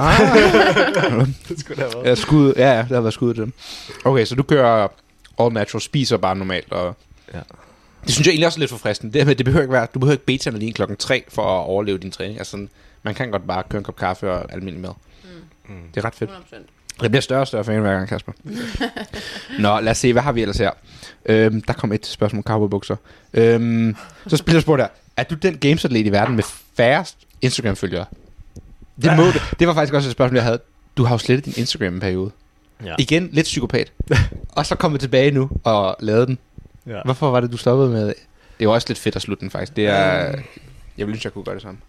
Ah. det skulle da have været. Ja, skud, ja, ja, det har været skud til dem. Okay, så du kører all natural, spiser bare normalt, og Ja. det synes jeg egentlig også er lidt forfriskende. Det, her med, det behøver ikke være, du behøver ikke beta-analin klokken tre for at overleve din træning. Altså sådan, man kan godt bare køre en kop kaffe og almindelig mad. Mm. Det er ret fedt. hundrede procent. Det bliver større og større fan hver gang, Kasper. Nå, lad os se, hvad har vi ellers her? Øhm, der kom et spørgsmål om cowboybukser. Øhm, så spiller jeg spørgsmål der. Er du den gamesatlet i verden med færrest Instagram-følgere? Det, må, du. Det var faktisk også et spørgsmål, jeg havde. Du har jo slettet din Instagram en periode. Ja. Igen, lidt psykopat. Og så kommet tilbage nu og lavet den. Ja. Det Hvorfor var det, du stoppede med? Det var også lidt fedt at slutte den, faktisk. Det er... Jeg ville ønske, jeg kunne gøre det samme.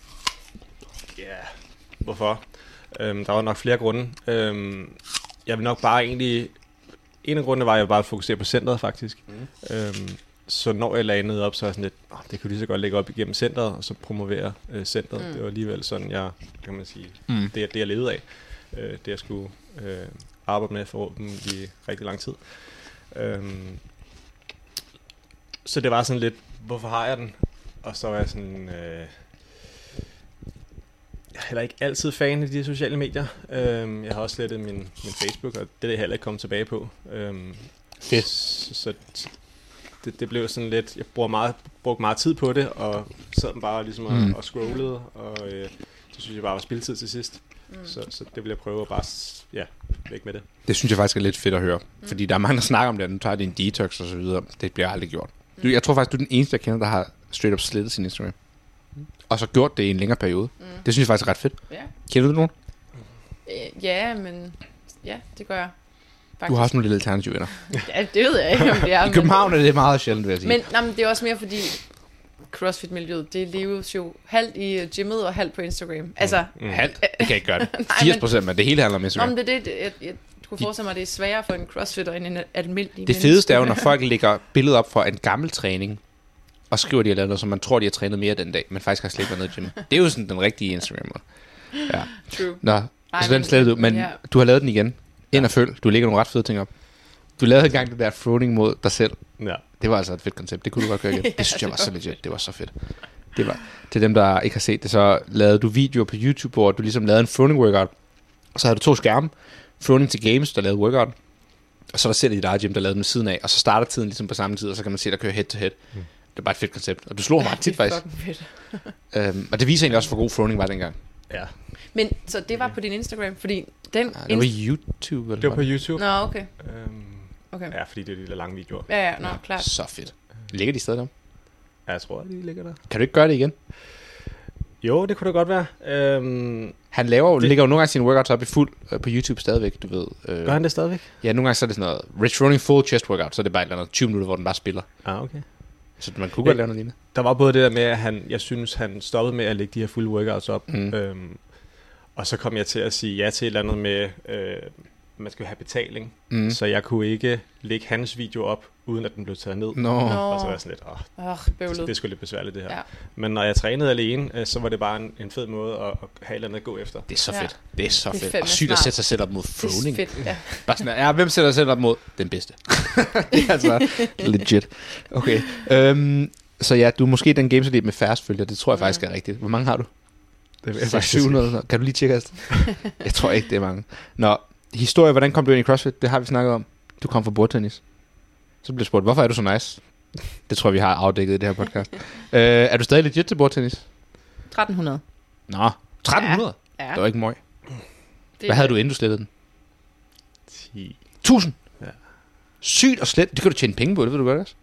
Ja, hvorfor? Øhm, der var nok flere grunde. Øhm, jeg vil nok bare egentlig... En af grundene var, at jeg bare fokusere på centret, faktisk. Mm. Øhm, så når jeg lagde noget op, så var jeg sådan lidt, oh, det kunne lige så godt lægge op igennem centret, og så promovere øh, centret. Mm. Det var alligevel sådan, jeg, kan man sige, Mm. det, det jeg levede af. Øh, det jeg skulle øh, arbejde med for dem i rigtig lang tid. Øhm, så det var sådan lidt, hvorfor har jeg den? Og så var jeg sådan... Øh, jeg er heller ikke altid fan af de sociale medier. Øhm, jeg har også slettet min, min Facebook, og det er jeg heller ikke kommet tilbage på. Øhm, Fedt. Så, så det, det blev sådan lidt... Jeg bruger meget, brugte meget tid på det, og sad bare ligesom og, Mm. og scrollede, og øh, det synes jeg bare var spildtid til sidst. Mm. Så, så det vil jeg prøve at bare s- ja, væk med det. Det synes jeg faktisk er lidt fedt at høre. Mm. Fordi der er mange, der snakker om det, at nu tager din detox og så videre. Det bliver aldrig gjort. Du, jeg tror faktisk, du er den eneste, jeg kender, der har straight up slettet sin Instagram. Og så gjort det i en længere periode. Mm. Det synes jeg faktisk er ret fedt. Ja. Kender du nogen? Øh, ja, men... Ja, det gør jeg. Faktisk. Du har også nogle lille alternative venner. Ja, det ved jeg ikke, om det er. I København er det meget sjældent, vil jeg sige. Men, nej, men det er også mere fordi CrossFit-miljøet, det leves jo halvt i øh, gymmet og halvt på Instagram. Altså, Mm. Halvt? Det kan ikke gøre det. Nej, firs procent, men det hele handler om nå, Instagram. men det er det, jeg, jeg, du kunne forestille mig, at det er sværere for en crossfitter end en almindelig Det fedeste er jo, når folk lægger billeder op for en gammel træning, og skriver, de har lavet noget, som man tror, de har trænet mere den dag, men faktisk har slet ikke været nede i gym. Det er jo sådan den rigtige Instagram-måde. Ja. True. Nå, Ej, så den men- slettede du, men ja. du har lavet den igen. Ind og følg. Du lægger nogle ret fede ting op. Du lavede engang det der throwing mod dig selv. Ja. Det var altså et fedt koncept. Det kunne du godt gøre igen. Ja, Det synes jeg det var så var legit. Det var så fedt. Det var til dem, der ikke har set det, så lavede du videoer på YouTube, hvor du ligesom lavede en throwing workout. Og så havde du to skærme. Throwing til games, der lavede workout. Og så er der selv i dit eget gym, der lavede dem ved siden af. Og så starter tiden ligesom på samme tid, og så kan man se, der kører head to head. Mm. Det er bare et fedt koncept. Og du slog mig ret tit, Det er faktisk. fucking fedt. Øhm, og det viser egentlig også, hvor god throwing var dengang. Ja. Men, så det var på din Instagram, fordi den... Ja, det var YouTube, eller Det var på hvad? YouTube. Nå, okay. Øhm, okay. ja, fordi det er de der lange videoer. Ja, ja, nå, klart. Så fedt. Ligger de stadig der? Ja, jeg tror, de ligger der. Kan du ikke gøre det igen? Jo, det kunne da godt være. Øhm, Han laver jo, Det- lægger jo nogle gange sine workouts op i fuld øh, på YouTube stadigvæk, du ved. Øh, gør han det stadigvæk? Ja, nogle gange så er det sådan noget Rich Running Full Chest Workout, så er det bare et eller andet tyve minutter, hvor den bare spiller. Ah, okay. Så man kunne godt lave noget lignende. Der var både det der med, at han, jeg synes, han stoppede med at lægge de her fulde workouts op. Mm. Øhm, og så kom jeg til at sige ja til et eller andet med, øh, man skal jo have betaling. Mm. Mm. Så jeg kunne ikke lægge hans video op uden at den blev taget ned. Nå. Og så var jeg sådan lidt, åh, Åh, bøvlet. det er sgu lidt besværligt det her. Ja. Men når jeg trænede alene, øh, så var det bare en, en fed måde at, at have et eller andet at gå efter. Det er så Ja. fedt. Det er så Det er fedt. fandme Og sygt at smart. sætte sig selv op mod Det er throwing. fedt, ja. Bare sådan, ja, hvem sætter sig selv op mod den bedste? Det er altså legit. Okay. Øhm, så ja, du er måske den games med færrest følger. Det tror jeg faktisk er rigtigt. Hvor mange har du? Det Det er syv hundrede. Kan du lige tjekke os? Jeg tror ikke, det er mange. Nå, historie, hvordan kom du ind i CrossFit? Det har vi snakket om. Du kom fra bordtennis. Så blev jeg spurgt, hvorfor er du så nice? Det tror jeg, vi har afdækket i det her podcast. øh, er du stadig legit til bordtennis? tretten hundrede. Nå, tretten hundrede? Ja. Det var ikke møg. Det Hvad havde du, inden du slettede den? ti. tusind? Ja. Sygt og slet. Det kan du tjene penge på, det ved du godt også.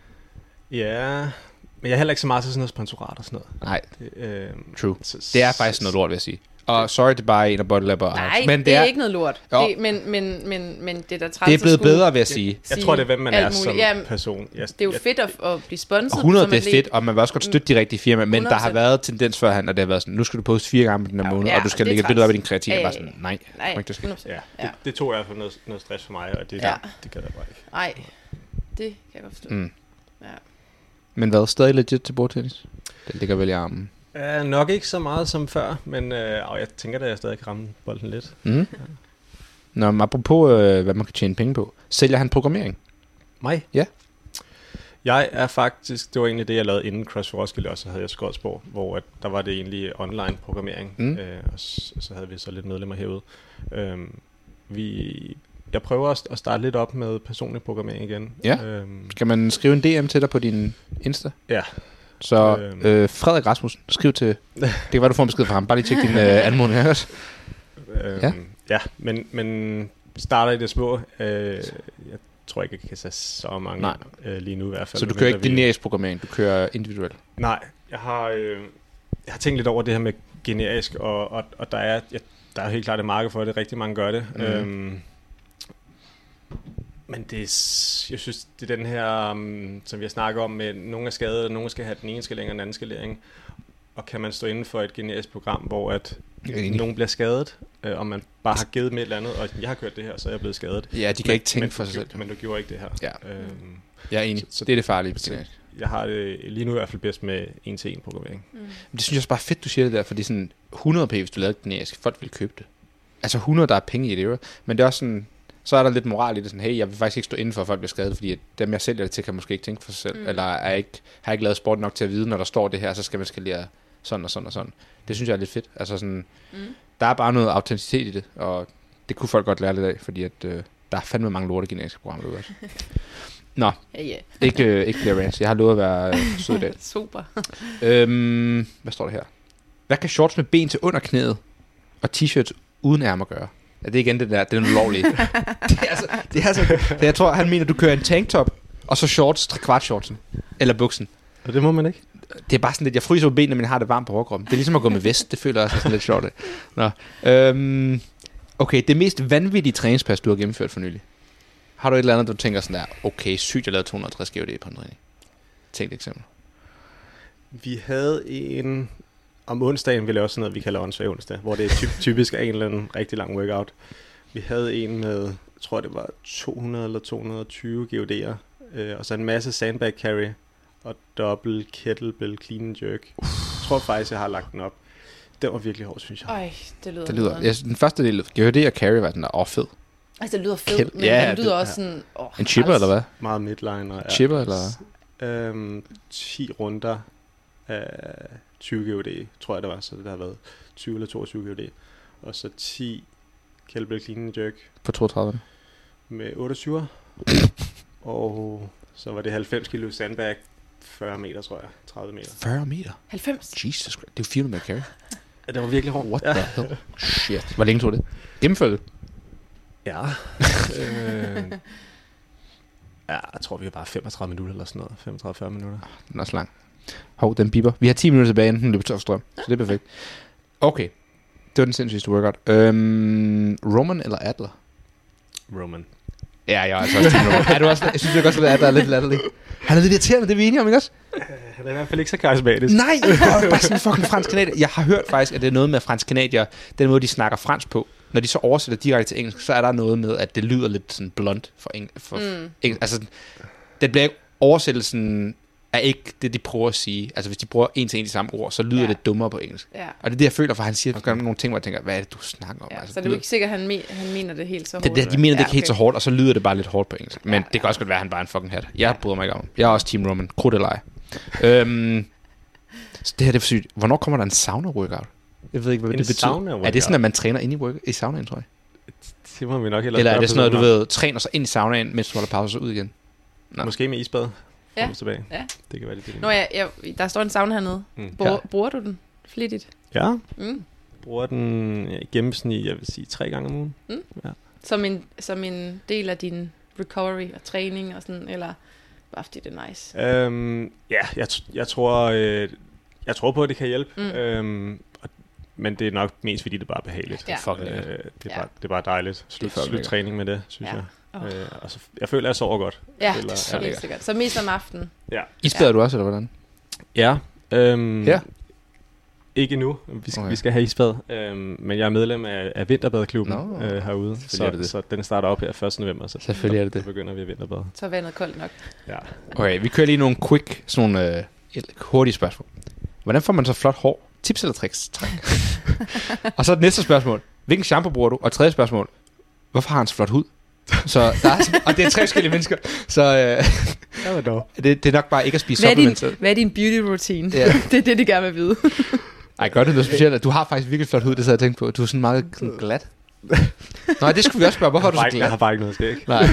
Ja, men jeg er heller ikke så meget til sådan noget sponsorat og sådan noget. Nej, Det, øh, true. så, Det er faktisk noget lort, vil jeg sige. Og sorry, det er bare en af bodylabber. Nej, men det, det er, er ikke noget lort. Jo. Det, men, men, men, men det er da træls Det er at blevet skulle bedre, vil jeg sige. Jeg tror, det er, hvem man alt er muligt. som Ja, person. Jeg, Det er jo jeg, fedt at, at blive sponset. hundrede, som det er atlet. fedt, og man vil også godt støtte de rigtige firmaer, men hundrede der har procent. været tendens førhen, og det har været sådan, nu skal du poste fire gange på den her Ja, måned, ja, og du skal det er lægge et billede op i træls. din kreativ. Ja, Jeg ja, var sådan, nej, Nej, nej, det skal. hundrede procent. ja, Ja. det, det tog jeg for noget, noget stress for mig, og det, Ja. det kan jeg bare ikke. Nej, det kan jeg godt forstå. Mm. Ja. Men hvad, stadig legit til bordtennis? Det ligger vel i armen. Uh, nok ikke så meget som før, men uh, jeg tænker, at jeg stadig kan ramme bolden lidt. Mm. Nå, men apropos, øh, hvad man kan tjene penge på. Sælger han programmering? Mig? Ja. Jeg er faktisk, det var egentlig det, jeg lavede inden CrossFit Roskilde, og så havde jeg Skodsborg, hvor at der var det egentlig online programmering, Mm. øh, og så, så havde vi så lidt medlemmer herude. Øhm, vi, jeg prøver at at starte lidt op med personlig programmering igen. Ja. Øhm, Kan man skrive en D M til dig på din Insta? ja. Så Øhm. øh, Frederik Rasmussen, skriv til... Det kan være, du får en besked fra ham. Bare lige tjek din øh, anmodning også. Øhm, Ja. ja, ja men, men starter i det små. Øh, jeg tror ikke, jeg kan sætte så mange Nej. øh, lige nu i hvert fald. Så du kører ikke medmindre vi- generisk programmering, du kører individuelt. Nej, jeg har, øh, jeg har tænkt lidt over det her med generisk, og, og, og der, er, ja, der er helt klart et marked for det. Rigtig mange gør det. Mhm. Øhm, men det er, s- jeg synes, det er den her, um, som vi har snakket om, med nogle er skadet, og nogle skal have den ene skalering og den anden skalering. Og kan man stå inden for et generisk program, hvor at Jeg er enig. nogen bliver skadet, øh, og man bare har givet med et eller andet, og jeg har kørt det her, så er jeg blevet skadet. Ja, de kan Men- ikke tænke men, for du sig selv. gjorde- Men du gjorde ikke det her. Ja. Øhm, Jeg er enig. Så- så- Det er det farlige. så- generisk. jeg har det lige nu i hvert fald bedst med en-til-en programmering. Mm. Men det synes jeg også bare er fedt, du siger det der, fordi sådan hundrede p, hvis du lavede generisk, folk vil købe det. Altså hundrede, der er penge i det, jo. Men det er også sådan, så er der lidt moral i det, sådan, hey, jeg vil faktisk ikke stå inden for, at folk bliver skadet, fordi at dem, jeg sælger det til, kan måske ikke tænke for sig selv, Mm. mm. eller er ikke, har ikke lavet sport nok til at vide, når der står det her, så skal man skalere sådan og sådan og sådan. Det synes jeg er lidt fedt. Altså sådan, Mm. der er bare noget autenticitet i det, og det kunne folk godt lære lidt af, fordi at, øh, der er fandme mange lorte generiske programmer derude også. Nå, Ja, ja. ikke, øh, ikke flere rants. Jeg har lovet at være øh, sød i dag. Super. Øhm, hvad står der her? Hvad kan shorts med ben til under knæet og t-shirts uden ærmer gøre? Ja, det er igen det der, det er ulovlige. det er altså, det er altså, det jeg tror, han mener, du kører en tanktop, og så shorts, kvart shortsen, eller buksen. Og det må man ikke. Det er bare sådan lidt, jeg fryser på benene, men jeg har det varmt på overkroppen. Det er ligesom at gå med vest, det føler jeg også er sådan lidt sjovt. Nå. Øhm, okay, det mest vanvittige træningspas, du har gennemført for nylig. Har du et eller andet, du tænker sådan der, okay, sygt, jeg lavede to hundrede og halvtreds G V D på en træning? Tænk et eksempel. Vi havde en om onsdagen, vi lavede sådan noget, vi kalder åndssvag onsdag, hvor det er typ, typisk er en eller anden rigtig lang workout. Vi havde en med, jeg tror det var to hundrede eller to hundrede og tyve G V D'er, øh, og så en masse sandbag carry og dobbelt kettlebell clean and jerk. Jeg tror faktisk, jeg har lagt den op. Den var virkelig hård, synes jeg. Øj, det lyder Det lyder, noget. jeg, den første del, G V D og carry var den der, åh fed. Altså, det lyder fedt, Kæld- men Ja, det lyder det- også sådan... Åh, En chipper, træls. eller hvad? Meget midliner. Ja. Chipper, eller? Øhm, ti runder af tyve G V D, tror jeg det var, så det har været tyve eller toogtyve G V D. Og så ti kettlebell clean and jerk På toogtredive. med otteogtyve. Og så var det halvfems kilo sandbag, fyrre meter, tror jeg. tredive meter. fyrre meter? halvfems. Jesus Christ. Det er jo fire hundrede meter carry. Ja, det var virkelig hårdt. What the hell? Shit. Hvor længe tog det? Gennemførte det? Ja. øh, ja, jeg tror, vi var bare femogtredive minutter eller sådan noget. femogtredive til fyrre minutter. Den er også lang. Hov, den biber. Vi har ti minutter tilbage, inden den løber tør for strøm. Så det er perfekt. Okay. Det var den sindssygste workout. Øhm, Roman eller Adler? Roman. Ja, jeg er altså også team Roman. Er du også, jeg synes jeg også, at Adler er lidt latterlig. Han er lidt irriterende, det er vi enige om, ikke også? Han er i hvert fald ikke så karismatisk. Nej, bare, bare sådan fucking fransk kanadier. Jeg har hørt faktisk, at det er noget med fransk kanadier, den måde, de snakker fransk på. Når de så oversætter direkte til engelsk, så er der noget med, at det lyder lidt sådan blunt for, eng- for Mm. engelsk. Altså, det bliver ikke, oversættelsen er ikke det, de prøver at sige. Altså, hvis de bruger en til en de samme ord, så lyder Ja. det dummere på engelsk. Ja. Og det er det, jeg føler, for han siger okay. nogle ting, hvor jeg tænker, hvad er det, du snakker om? Ja, altså, så det er jo ikke sikkert, at han, me- han mener det helt så hårdt. det, det, de mener det ja, ikke helt så hårdt, og så lyder det bare lidt hårdt på engelsk. Men Ja, det kan ja. også godt være, at han bare er en fucking hat. Jeg bryder mig ikke om. Jeg er også Team Roman. Krudt eller ej. øhm, så det her det er for sygt. Hvornår kommer der en sauna-workout? Jeg ved ikke, hvad En det betyder. sauna-workout? Er det sådan, at man træner ind i, work- i saunaen, tror jeg? Det må vi nok hellere Eller er spørge det sådan noget, du personen ved, træner sig ind i saunaen, mens du holder pause og så ud igen? om. Nå. Måske med isbad. Ja. Ja. Tilbage. Ja. Det kan være det. Nå, jeg, jeg, der står en sauna hernede. Mm. Bruger, Ja. bruger du den flittigt? Ja, Mm. bruger den ja, i gennemsnit, jeg vil sige, tre gange om ugen. Som, en, som en del af din recovery og træning og sådan, eller bare fordi det er nice? Øhm, ja, jeg, t- jeg tror, øh, jeg tror på, at det kan hjælpe. Mm. Øhm, og, men det er nok mest, fordi det bare er behageligt. Ja. Fuck Øh, det. det, er Ja. bare, det er bare dejligt. Slut, fucking slut lækkert. træning med det, synes Ja. jeg. Åh. Øh, og så, jeg føler, at jeg sover godt. Ja, Eller- så helt lækkert. sikkert. Så mest om aftenen. Ja. Isbader du også, eller hvordan? Ja. Øhm, Ja. Ikke endnu. Vi skal, Okay. vi skal have isbad. Øhm, men jeg er medlem af, af Vinterbadeklubben Nå, øh, herude. så er det det. Så den starter op her første november. Så Selvfølgelig er det så det. begynder vi at vinterbade. Så er vandet koldt nok. Ja. Okay, vi kører lige nogle quick, sådan nogle øh, et hurtige spørgsmål. Hvordan får man så flot hår? Tips eller tricks? Træk. Og så det næste spørgsmål. Hvilken shampoo bruger du? Og tredje spørgsmål. Hvorfor har han så flot hud? Så der er, og det er tre forskellige mennesker. Så øh, Ja, dog. det, det er nok bare ikke at spise Hvad er, din, supplements. hvad er din beauty routine? Ja. Det er det, de gerne vil vide. Ej, gør det noget specielt? Du har faktisk virkelig flot hud, det så jeg tænkt på. Du er sådan meget sådan glat. Nej, det skulle vi også spørge. Hvorfor er du Jeg har så bare ikke- Jeg har glat? bare ikke noget skæg. Nej.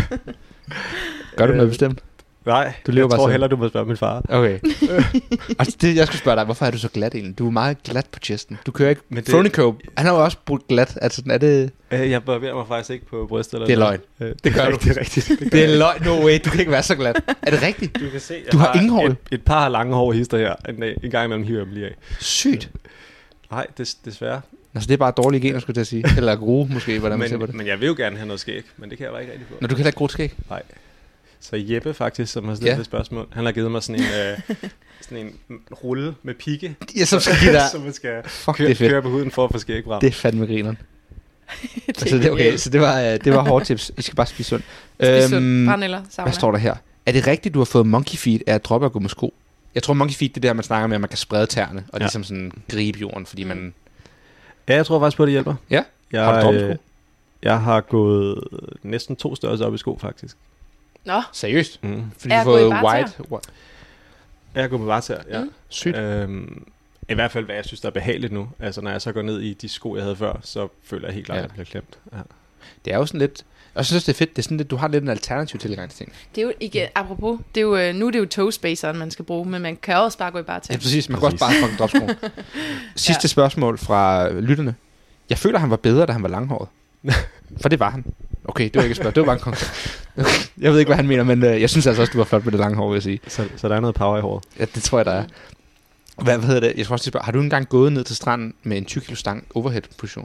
Gør du noget Øh, bestemt? Nej, Du lever jeg bare tror sådan. hellere, du må spørge min far. Okay. Og det, jeg skulle spørge dig, hvorfor er du så glat egentlig? Du er meget glat på chesten. Du kører ikke... Men det- Fronico, han har jo også brugt glat. Altså, sådan er det... Øh, Jeg barberer mig faktisk ikke på brystet. Eller Det er noget. løgn. Øh, Det gør du. Det er rigtigt. Det, gør Det er jeg. løgn. No way, du kan ikke være så glat. Er det rigtigt? Du kan se, jeg Du har ingen hår. Et, et par lange hår hister her. En, dag, en gang imellem hiver jeg dem lige af. Sygt. Nej, des, desværre. Altså, det er bare dårlige gener, skulle jeg til at sige. Eller gode, måske, hvordan man ser på Men, det. men jeg vil jo gerne have noget skæg, men det kan jeg bare ikke rigtig få. Når du kan heller ikke gode skæg. Nej. Så Jeppe faktisk, som har stillet Ja. ja. det spørgsmål, han har givet mig sådan en, øh, sådan en rulle med pigge, Ja, som skal give dig... som man skal Fuck, køre, det er fedt. køre på huden for at få skæg frem. Det er fandme grineren. det Altså, det, okay, så det var, øh, det var hårde tips. I skal bare spise sundt. Spis sund. Øhm, Brænd eller sauna. Hvad står der her? Er det rigtigt, du har fået monkey feet af at droppe at gå med sko? Jeg tror, monkey feet, det er der, man snakker med, at man kan sprede tæerne, og Ja. ligesom sådan gribe jorden, fordi man... Ja, jeg tror faktisk på, at det hjælper. Ja? Jeg, Har du droppet sko? øh, Jeg har gået næsten to størrelser op i sko, faktisk. Nå, Seriøst? Mm. Fordi Er du har at gå i fået bartæer? white... white. Jeg har gået med vartær, ja. Mm. Mm. Sygt. Øhm, I hvert fald, hvad jeg synes, der er behageligt nu. Altså, når jeg så går ned i de sko, jeg havde før, så føler jeg helt klart, Ja. at jeg bliver klemt. Ja. Det er jo sådan lidt... Og jeg synes, det er fedt. Det er sådan lidt, du har lidt en alternativ tilgang til ting. det er jo ikke... Apropos, det er jo, øh, nu er det jo toespaceren, man skal bruge, men man kan også bare gå i bartæer. Ja, præcis. Man kan også bare fucking droppe skoen. Sidste Ja. spørgsmål fra lytterne. Jeg føler, han var bedre, da han var langhåret. For det var han. Okay, det var ikke et spørgsmål. Det var bare en konkret. Jeg ved ikke, hvad han mener, men øh, jeg synes altså også, du var flot med det lange hår, vil jeg sige. Så, så der er noget power i håret. Ja, det tror jeg, der er. Hvad, hvad hedder det? Jeg tror også, spørge, har du engang gået ned til stranden med en tyve kilo stang overhead-position?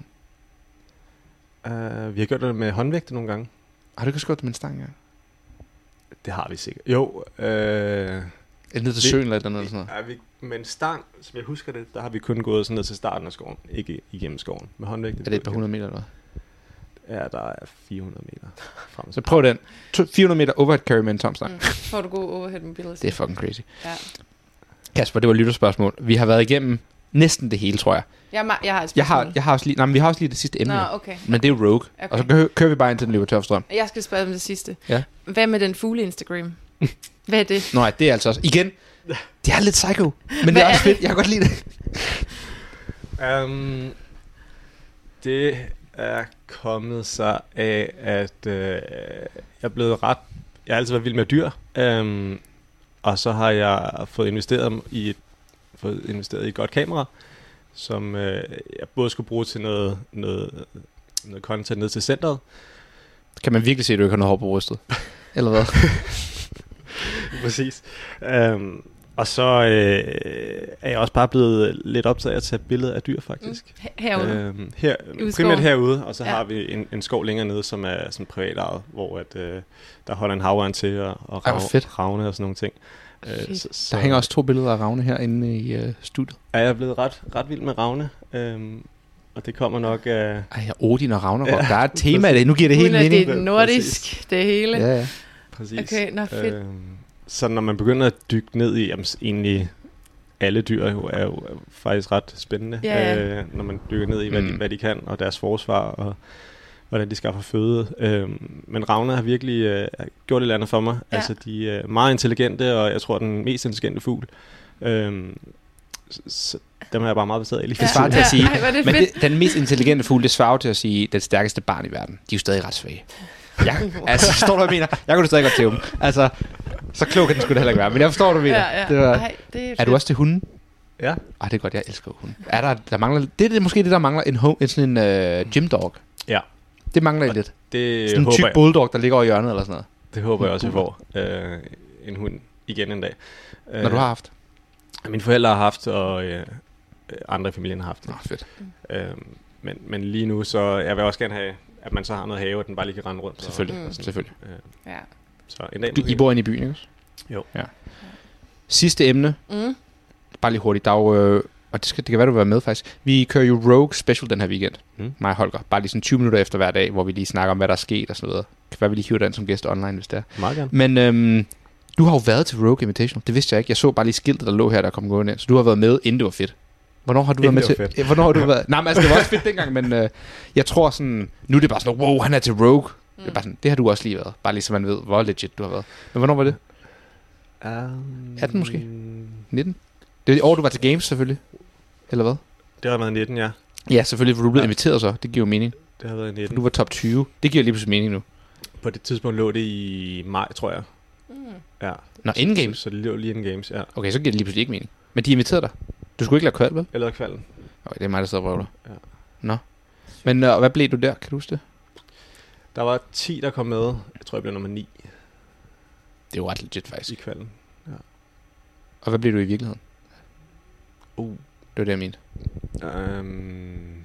Uh, vi har gjort det med håndvægte nogle gange. Har du ikke også gået det med en stang, ja? Det har vi sikkert. Jo, øh, Eller ned til Vi- søen eller noget sådan noget? er vi, med en stang, som jeg husker det, der har vi kun gået sådan ned til starten af skoven, ikke igennem skoven. Med håndvægte. Er det et par hundrede meter eller hvad? Ja, der er fire hundrede meter frem. Så prøv den. To- fire hundrede meter overhead carry med en tom stang. Mm. Får du god overhead mobility. Det er fucking crazy. Ja. Kasper, det var et lytterspørgsmål. Vi har været igennem næsten det hele, tror jeg. Jeg, ma- jeg har et Jeg spørgsmål. har, jeg har også lige, nej, men vi har også lige det sidste emne. Nå, jo. okay. Men det er jo Rogue. Okay. Og så kø- kører vi bare ind til den løber tør for strøm. Jeg skal spørge om det sidste. Ja. Hvad med den fugle Instagram? Hvad er det? Nå, det er altså også... Igen, det er lidt psycho. Men det Hvad er er også fedt. Jeg kan godt lide det. Um, det er kommet sig af, at øh, jeg er blevet ret... Jeg har altid været vild med dyr. Um, og så har jeg fået investeret i et, fået investeret i et godt kamera, som øh, jeg både skulle bruge til noget, noget, noget content ned til centret. Kan man virkelig se, at du ikke har noget hår på brystet? Eller hvad? Præcis. Um, og så øh, er jeg også bare blevet lidt optaget af at tage billeder af dyr, faktisk. Mm. Herude. Øhm, her, Ude i primært skoven. herude, og så Ja. ja. har vi en, en skov længere nede, som er sådan privat ejet, hvor at, øh, der holder en havørn til, og, og Ej, hvor rav, fedt. ravne og sådan nogle ting. Øh, Fedt. så, så Der hænger også to billeder af Ravne herinde i øh, studiet. er jeg blevet ret, ret vild med ravne, øhm, og det kommer nok af... Ej, Odin og Ragnarok. Ja, Der er et tema i det. Nu giver det helt Uden at mening. det er nordisk, det hele. Ja, ja. Præcis. Okay, nå fedt. Øhm, så når man begynder at dykke ned i, jamen egentlig alle dyr er jo, er jo faktisk ret spændende, Ja, ja. Øh, når man dykker ned i, hvad, Mm. de, hvad de kan, og deres forsvar, og hvordan de skaffer føde. Øh, men ravner har virkelig øh, gjort et eller andet for mig. Ja. Altså, de er meget intelligente, og jeg tror, den mest intelligente fugl. Øh, så, så dem er jeg bare meget bestået af lige Det for svarer tiden. til at sige, Ej, hvor er det men fedt. det, den mest intelligente fugl, det svarer til at sige, den stærkeste barn i verden. De er jo stadig ret svage. Ja, altså, forstår du, hvad jeg mener? Jeg kunne da stadig godt til dem. Altså, så klog kan den sgu da heller ikke være, men jeg forstår, hvad du mener. Ja, ja. Det var, Ej, det er, er fedt. du også til hunden? Ja. Ej, det er godt, jeg elsker hunde. Er der, der mangler, det er det, måske det, der mangler en, home, en sådan en uh, gym dog. Ja. Det mangler I lidt. Det Sådan en håber tyk jeg. bulldog, der ligger over i hjørnet eller sådan noget. Det håber jeg også, jeg får. Øh, en hund igen en dag. Øh, Når du har haft. Mine forældre har haft, og øh, andre i familien har haft. Nå, fedt. Øh, men, men lige nu, så jeg vil også gerne have, at man så har noget have, og den bare lige kan rende rundt. Selvfølgelig, Og, og sådan. selvfølgelig. Øh, Ja. så en dag Du, I bor inde i byen, ikke også? Jo. Ja. Sidste emne. Mm. Bare lige hurtigt. Der er jo, øh, og det, skal, det kan være, du vil være med faktisk. Vi kører jo Rogue Special den her weekend. Mm. Mig og Holger. Bare lige sådan tyve minutter efter hver dag, hvor vi lige snakker om, hvad der er sket og sådan noget. Kan være, vi lige hiver den som gæst online, hvis det er. Meget gerne. Men øhm, du har jo været til Rogue Invitational. Det vidste jeg ikke. Jeg så bare lige skiltet, der lå her, der kom gående ind. Så du har været med, inden det var fedt. Hvornår har du Inden været med det til? var fedt. Ja, hvornår har du været? Nej, men altså, det var også fedt dengang, men øh, jeg tror sådan, nu er det bare sådan, wow, han er til Rogue. Mm. Det er bare sådan, det har du også lige været. Bare lige så man ved, hvor legit du har været. Men hvornår var det? Um, atten måske? nitten? Det er det år, du var til Games, selvfølgelig. Eller hvad? Det har været nitten, ja. Ja, selvfølgelig, for du blev Ja. inviteret så. Det giver jo mening. Det har været For nitten. du var top tyve. Det giver lige pludselig mening nu. På det tidspunkt lå det i maj, tror jeg. Mm. Ja. Nå, inden Games. Så, så det lå lige inden Games, ja. Okay, så giver det lige pludselig ikke mening. Men de inviterede dig. Du skulle ikke lade kval, vel? Eller kvalden. Okay, det er mig, der sidder og vrøvler. Ja. Nå. Men øh, hvad blev du der? Kan du huske det? Der var ti, der kom med. Jeg tror, jeg blev nummer ni Det er jo ret legit, i faktisk. kvalden. Og hvad blev du i virkeligheden? Uh. Det var det, jeg mente. Um,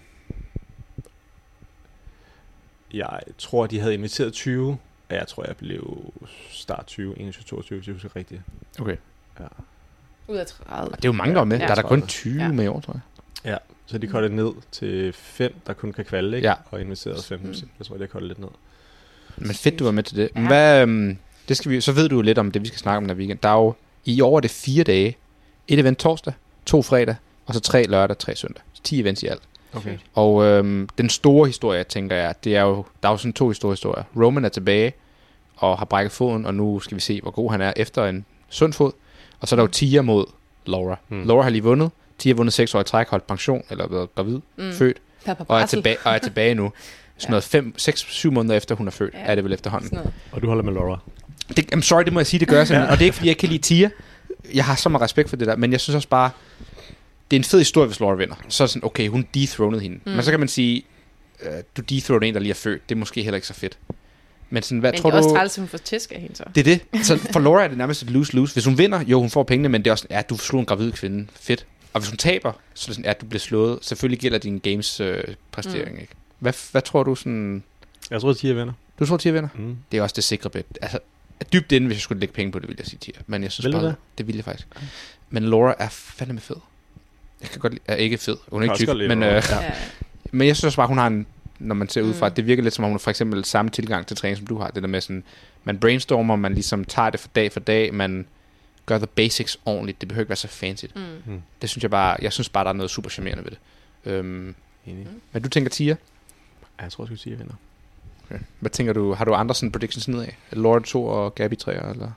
jeg tror, de havde inviteret tyve. Og jeg tror, jeg blev start tyve, enogtyve, toogtyve, hvis jeg husker rigtigt. Okay. Ja. Ud af tredive. Og det er jo mange, der er med. Ja. Der er der kun tredive. tyve Ja. med i år, tror jeg. Ja, så de kortede ned til fem, der kun kan kvalde, ikke? Ja. Og inviteret fem. Mm. Jeg tror, de har kortet lidt ned. Men fedt, du var med til det. Men Ja. hvad, øhm, det skal vi, så ved du jo lidt om det, vi skal snakke om den her weekend. Der er jo i år er det fire dage. Et event torsdag, to fredag, og så tre lørdag, tre søndag. Så ti events i alt. Okay. Og øhm, den store historie, tænker jeg, det er jo, der er jo sådan to store historier. Roman er tilbage og har brækket foden, og nu skal vi se, hvor god han er efter en sund fod. Og så er der jo Tia mod Laura. Hmm. Laura har lige vundet. Tia har vundet seks år i træk, holdt pension, eller været gravid, Mm. født, Der er på og er, barsel. tilbage, og er tilbage nu. Sådan noget fem, seks, syv måneder efter hun er født, Ja. er det vel efterhånden. Sådan noget. Og du holder med Laura. Det, I'm sorry, det må jeg sige, det gør jeg simpelthen. Og det er ikke, fordi jeg ikke kan lide Tia. Jeg har så meget respekt for det der, men jeg synes også bare, det er en fed historie, hvis Laura vinder. Så er det sådan, okay, hun dethronede hende. Mm. Men så kan man sige, øh, du dethronede en, der lige er født. Det er måske heller ikke så fedt. Men sådan, hvad Men tror det er du... også træls, at hun får tæsk af hende så. Det er det. Så for Laura er det nærmest et lose-lose. Hvis hun vinder, jo, hun får pengene, men det er også sådan, ja, du slog en gravid kvinde. Fedt. Og hvis hun taber, så er det sådan, ja, du bliver slået. Selvfølgelig gælder din games øh, præstering, mm. ikke? Hvad, hvad tror du sådan... Jeg tror, Tia vinder. Du tror, Tia vinder? Mm. Det er også det sikre bet. Altså, dybt inden, hvis jeg skulle lægge penge på det, vil jeg sige Tia. Men jeg synes Vil du bare, det? det vil jeg faktisk. Men Laura er fandme fed. Jeg kan godt lide, er ikke fed. Hun er Kan ikke også tyk, godt lide men, Laura. øh, Ja. Ja. men jeg synes også bare, hun har en, når man ser ud fra, Mm. det virker lidt som om hun har for eksempel samme tilgang til træning, som du har. Det der med sådan, man brainstormer, man ligesom tager det for dag for dag, man gør the basics ordentligt. Det behøver ikke være så fancy. Mm. Mm. Det synes jeg bare, jeg synes bare, der er noget super charmerende ved det. Øhm, Enig. men du tænker Tia? Ja, jeg tror, jeg Tia vinder. Okay. Hvad tænker du, har du andre sådan predictions nedad? Laura to og Gabi tre, eller?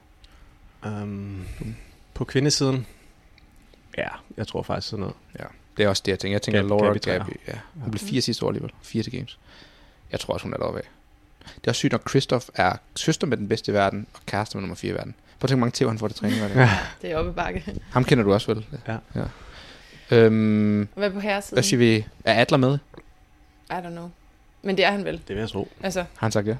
Um, på kvindesiden? Ja, jeg tror faktisk sådan noget. Ja, det er også det, jeg tænker. Jeg tænker Gabi- Laura Gabi og treer. Gabi. Ja. Hun blev fire sidste år alligevel. Fire til games. Jeg tror også, hun er deroppe af. Det er også sygt, når Christoph er søster med den bedste i verden, og kæreste med nummer fire i verden. Prøv at tænke, hvor mange tæv han får til træning hver dag. Det er oppe i bakke. Ham kender du også vel? Ja. ja. Øhm, Hvad på herresiden? hvad siger vi? Er Adler med? I don't know. Men det er han vel. Det vil jeg tro. Altså, Har han sagt ja?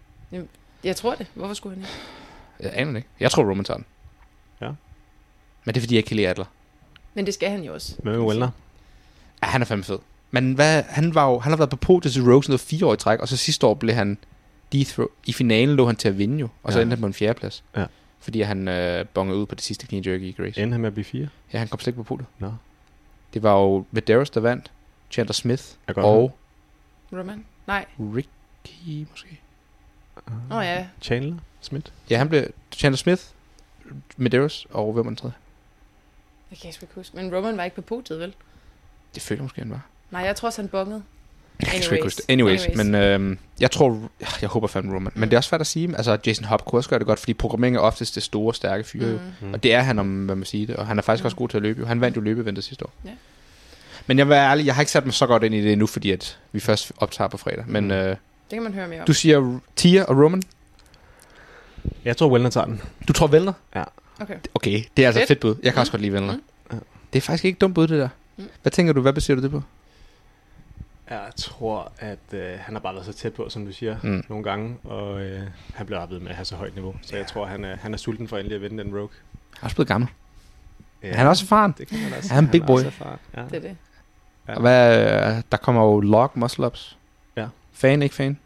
jeg tror det. Hvorfor skulle han ikke? Jeg aner det ikke. Jeg tror, Roman tager den. Ja. Men det er, fordi jeg ikke kan lide Adler. Men det skal han jo også. Hvad med Wellner? Ja, han er fandme fed. Men hvad, han, var jo, han har været på podiet til Rogue noget fire år i træk, og så sidste år blev han dethro. I finalen lå han til at vinde jo, og så Ja. endte han på en fjerdeplads. Ja. Fordi han øh, bongede ud på det sidste knee jerky i Grace. Endte han med at blive fire? Ja, han kom slet ikke på podiet. Nå. Det var jo Medeiros, der vandt, Chandler Smith Jeg kan godt og Roman? Nej. Ricky måske. Åh oh, ja. Chandler Smith? Ja, han blev Chandler Smith, Medeiros, og hvem var den tredje? Jeg kan sgu ikke huske. Men Roman var ikke på podiet, vel? Det føler jeg måske, han var. Nej, jeg tror også, han bongede. Jeg kan sgu ikke huske det. Anyways, Anyways. men øhm, jeg tror, jeg håber fandme Roman. Men det er også svært at sige. Altså, Jason Hop kunne også gøre det godt, fordi programmering er oftest det store, stærke fyre. Mm. Mm. Og det er han, om hvad man siger det. Og han er faktisk mm. også god til at løbe. Han vandt jo løbeeventet sidste år. Ja. Men jeg vil være ærlig, jeg har ikke sat mig så godt ind i det endnu, fordi at vi først optager på fredag. Men øh, det kan man høre mere om. Du siger Tia og Roman? Jeg tror, Wellner tager den. Du tror Wellner? Ja. Okay, okay det er altså fedt, fedt bud. Jeg kan mm. også godt lide Wellner. Mm. Det er faktisk ikke et dumt bud, det der. Mm. Hvad tænker du, hvad baserer du det på? Jeg tror, at øh, han har bare været så tæt på, som du siger, mm. nogle gange, og øh, han bliver ved med at have så højt niveau. Så jeg tror, han er, han er sulten for endelig at vinde den Rogue. Han er også blevet gammel. Ja, han er også erfaren. Det kan man også. Han er en big boy. Ja. Det er det. Ja. Og hvad, der kommer jo log muscle-ups. Ja. Fan, ikke fan?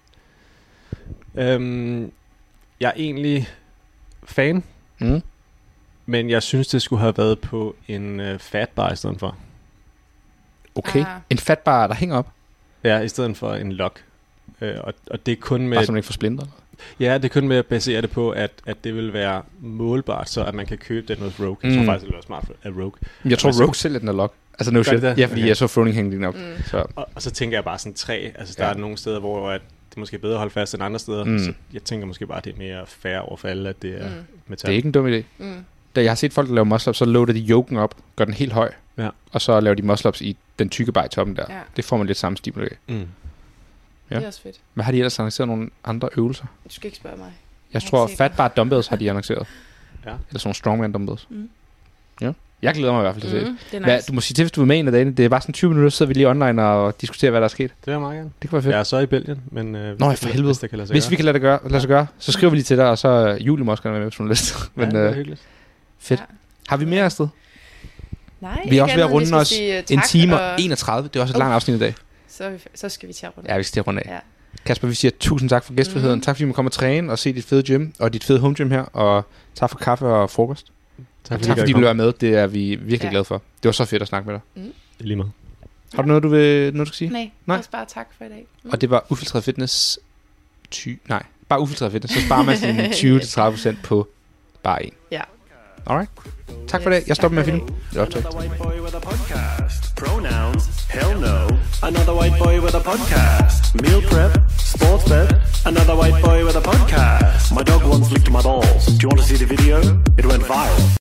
Øhm, jeg er egentlig fan, mm. men jeg synes, det skulle have været på en uh, fatbar i stedet for. Okay, ah. En fatbar, der hænger op? Ja, i stedet for en log. Øh, og, og det er kun med... Bare som ikke for splinter? Ja, det er kun med at basere det på, at, at det vil være målbart, så at man kan købe den hos Rogue. Mm. Jeg tror faktisk, det vil være smart af Rogue. Jeg tror, Rogue sælger den af log. Altså no shit. Ja, fordi okay. Jeg så Froning hænge den op. Mm. Så. Og, og så tænker jeg bare sådan tre. Altså der ja. er nogle steder, hvor at det er måske bedre at holde fast end andre steder. Mm. Så jeg tænker måske bare, at det er mere fair over for alle, at det er mm. metal. Det er ikke en dum idé. Mm. Da jeg har set folk, der laver muscle-ups, så loader de yoken op, gør den helt høj. Ja. Og så laver de muscle-ups i den tykke bar i toppen der. Ja. Det får man lidt samme stimul af. Mm. Ja. Det er også fedt. Men har de ellers annonceret nogle andre øvelser? Du skal ikke spørge mig. Jeg, jeg tror, fat bar dumbbells har de annonceret. Ja. Eller sådan nogle strongman dumbbells. Mm. Ja. Jeg glæder mig i hvert fald til at mm, se det. Nice. Du må sige til, hvis du vil med en af dagene. Det er bare sådan tyve minutter, så sidder vi lige online og diskuterer, hvad der er sket. Det er meget gerne. Det kunne være fedt. Jeg er så i Belgien, men... Øh, Nå, for helvede. Hvis, kan hvis vi kan lade det gøre, lade sig gøre, så skriver vi lige til dig, og så uh, Julie må også gerne være med på sådan en liste. Men, ja, det er hyggeligt. Fedt. Ja. Har vi mere afsted? Nej, vi er også ved at runde os en time og enogtredive. Det er også et oh. langt afsnit i dag. Så, så skal vi til at runde. Ja, vi skal til at runde af. Ja. Kasper, vi siger tusind tak for gæstfriheden. Mm. Tak fordi vi må komme og træne og se dit fede gym og dit fede home gym her. Og tak for kaffe og frokost. Tak, og tak fordi du vil være med. Det er vi virkelig ja. glade for. Det var så fedt at snakke med dig. Mm. Lige med. Har du noget, du vil noget, du skal sige? Nej, Nej. Også bare tak for i dag. Mm. Og det var Ufiltreret Fitness... Ty- Nej, bare Ufiltreret Fitness. Så sparer man sin tyve til tredive procent på bare en. Ja. Alright. Tak for det. Jeg stopper med at filme. Another white boy with a podcast. Pronouns, hell no. Another white boy with a podcast. Meal prep, sports bet. Another white boy with a podcast. My dog once licked my balls. Do you want to see the video? It went viral.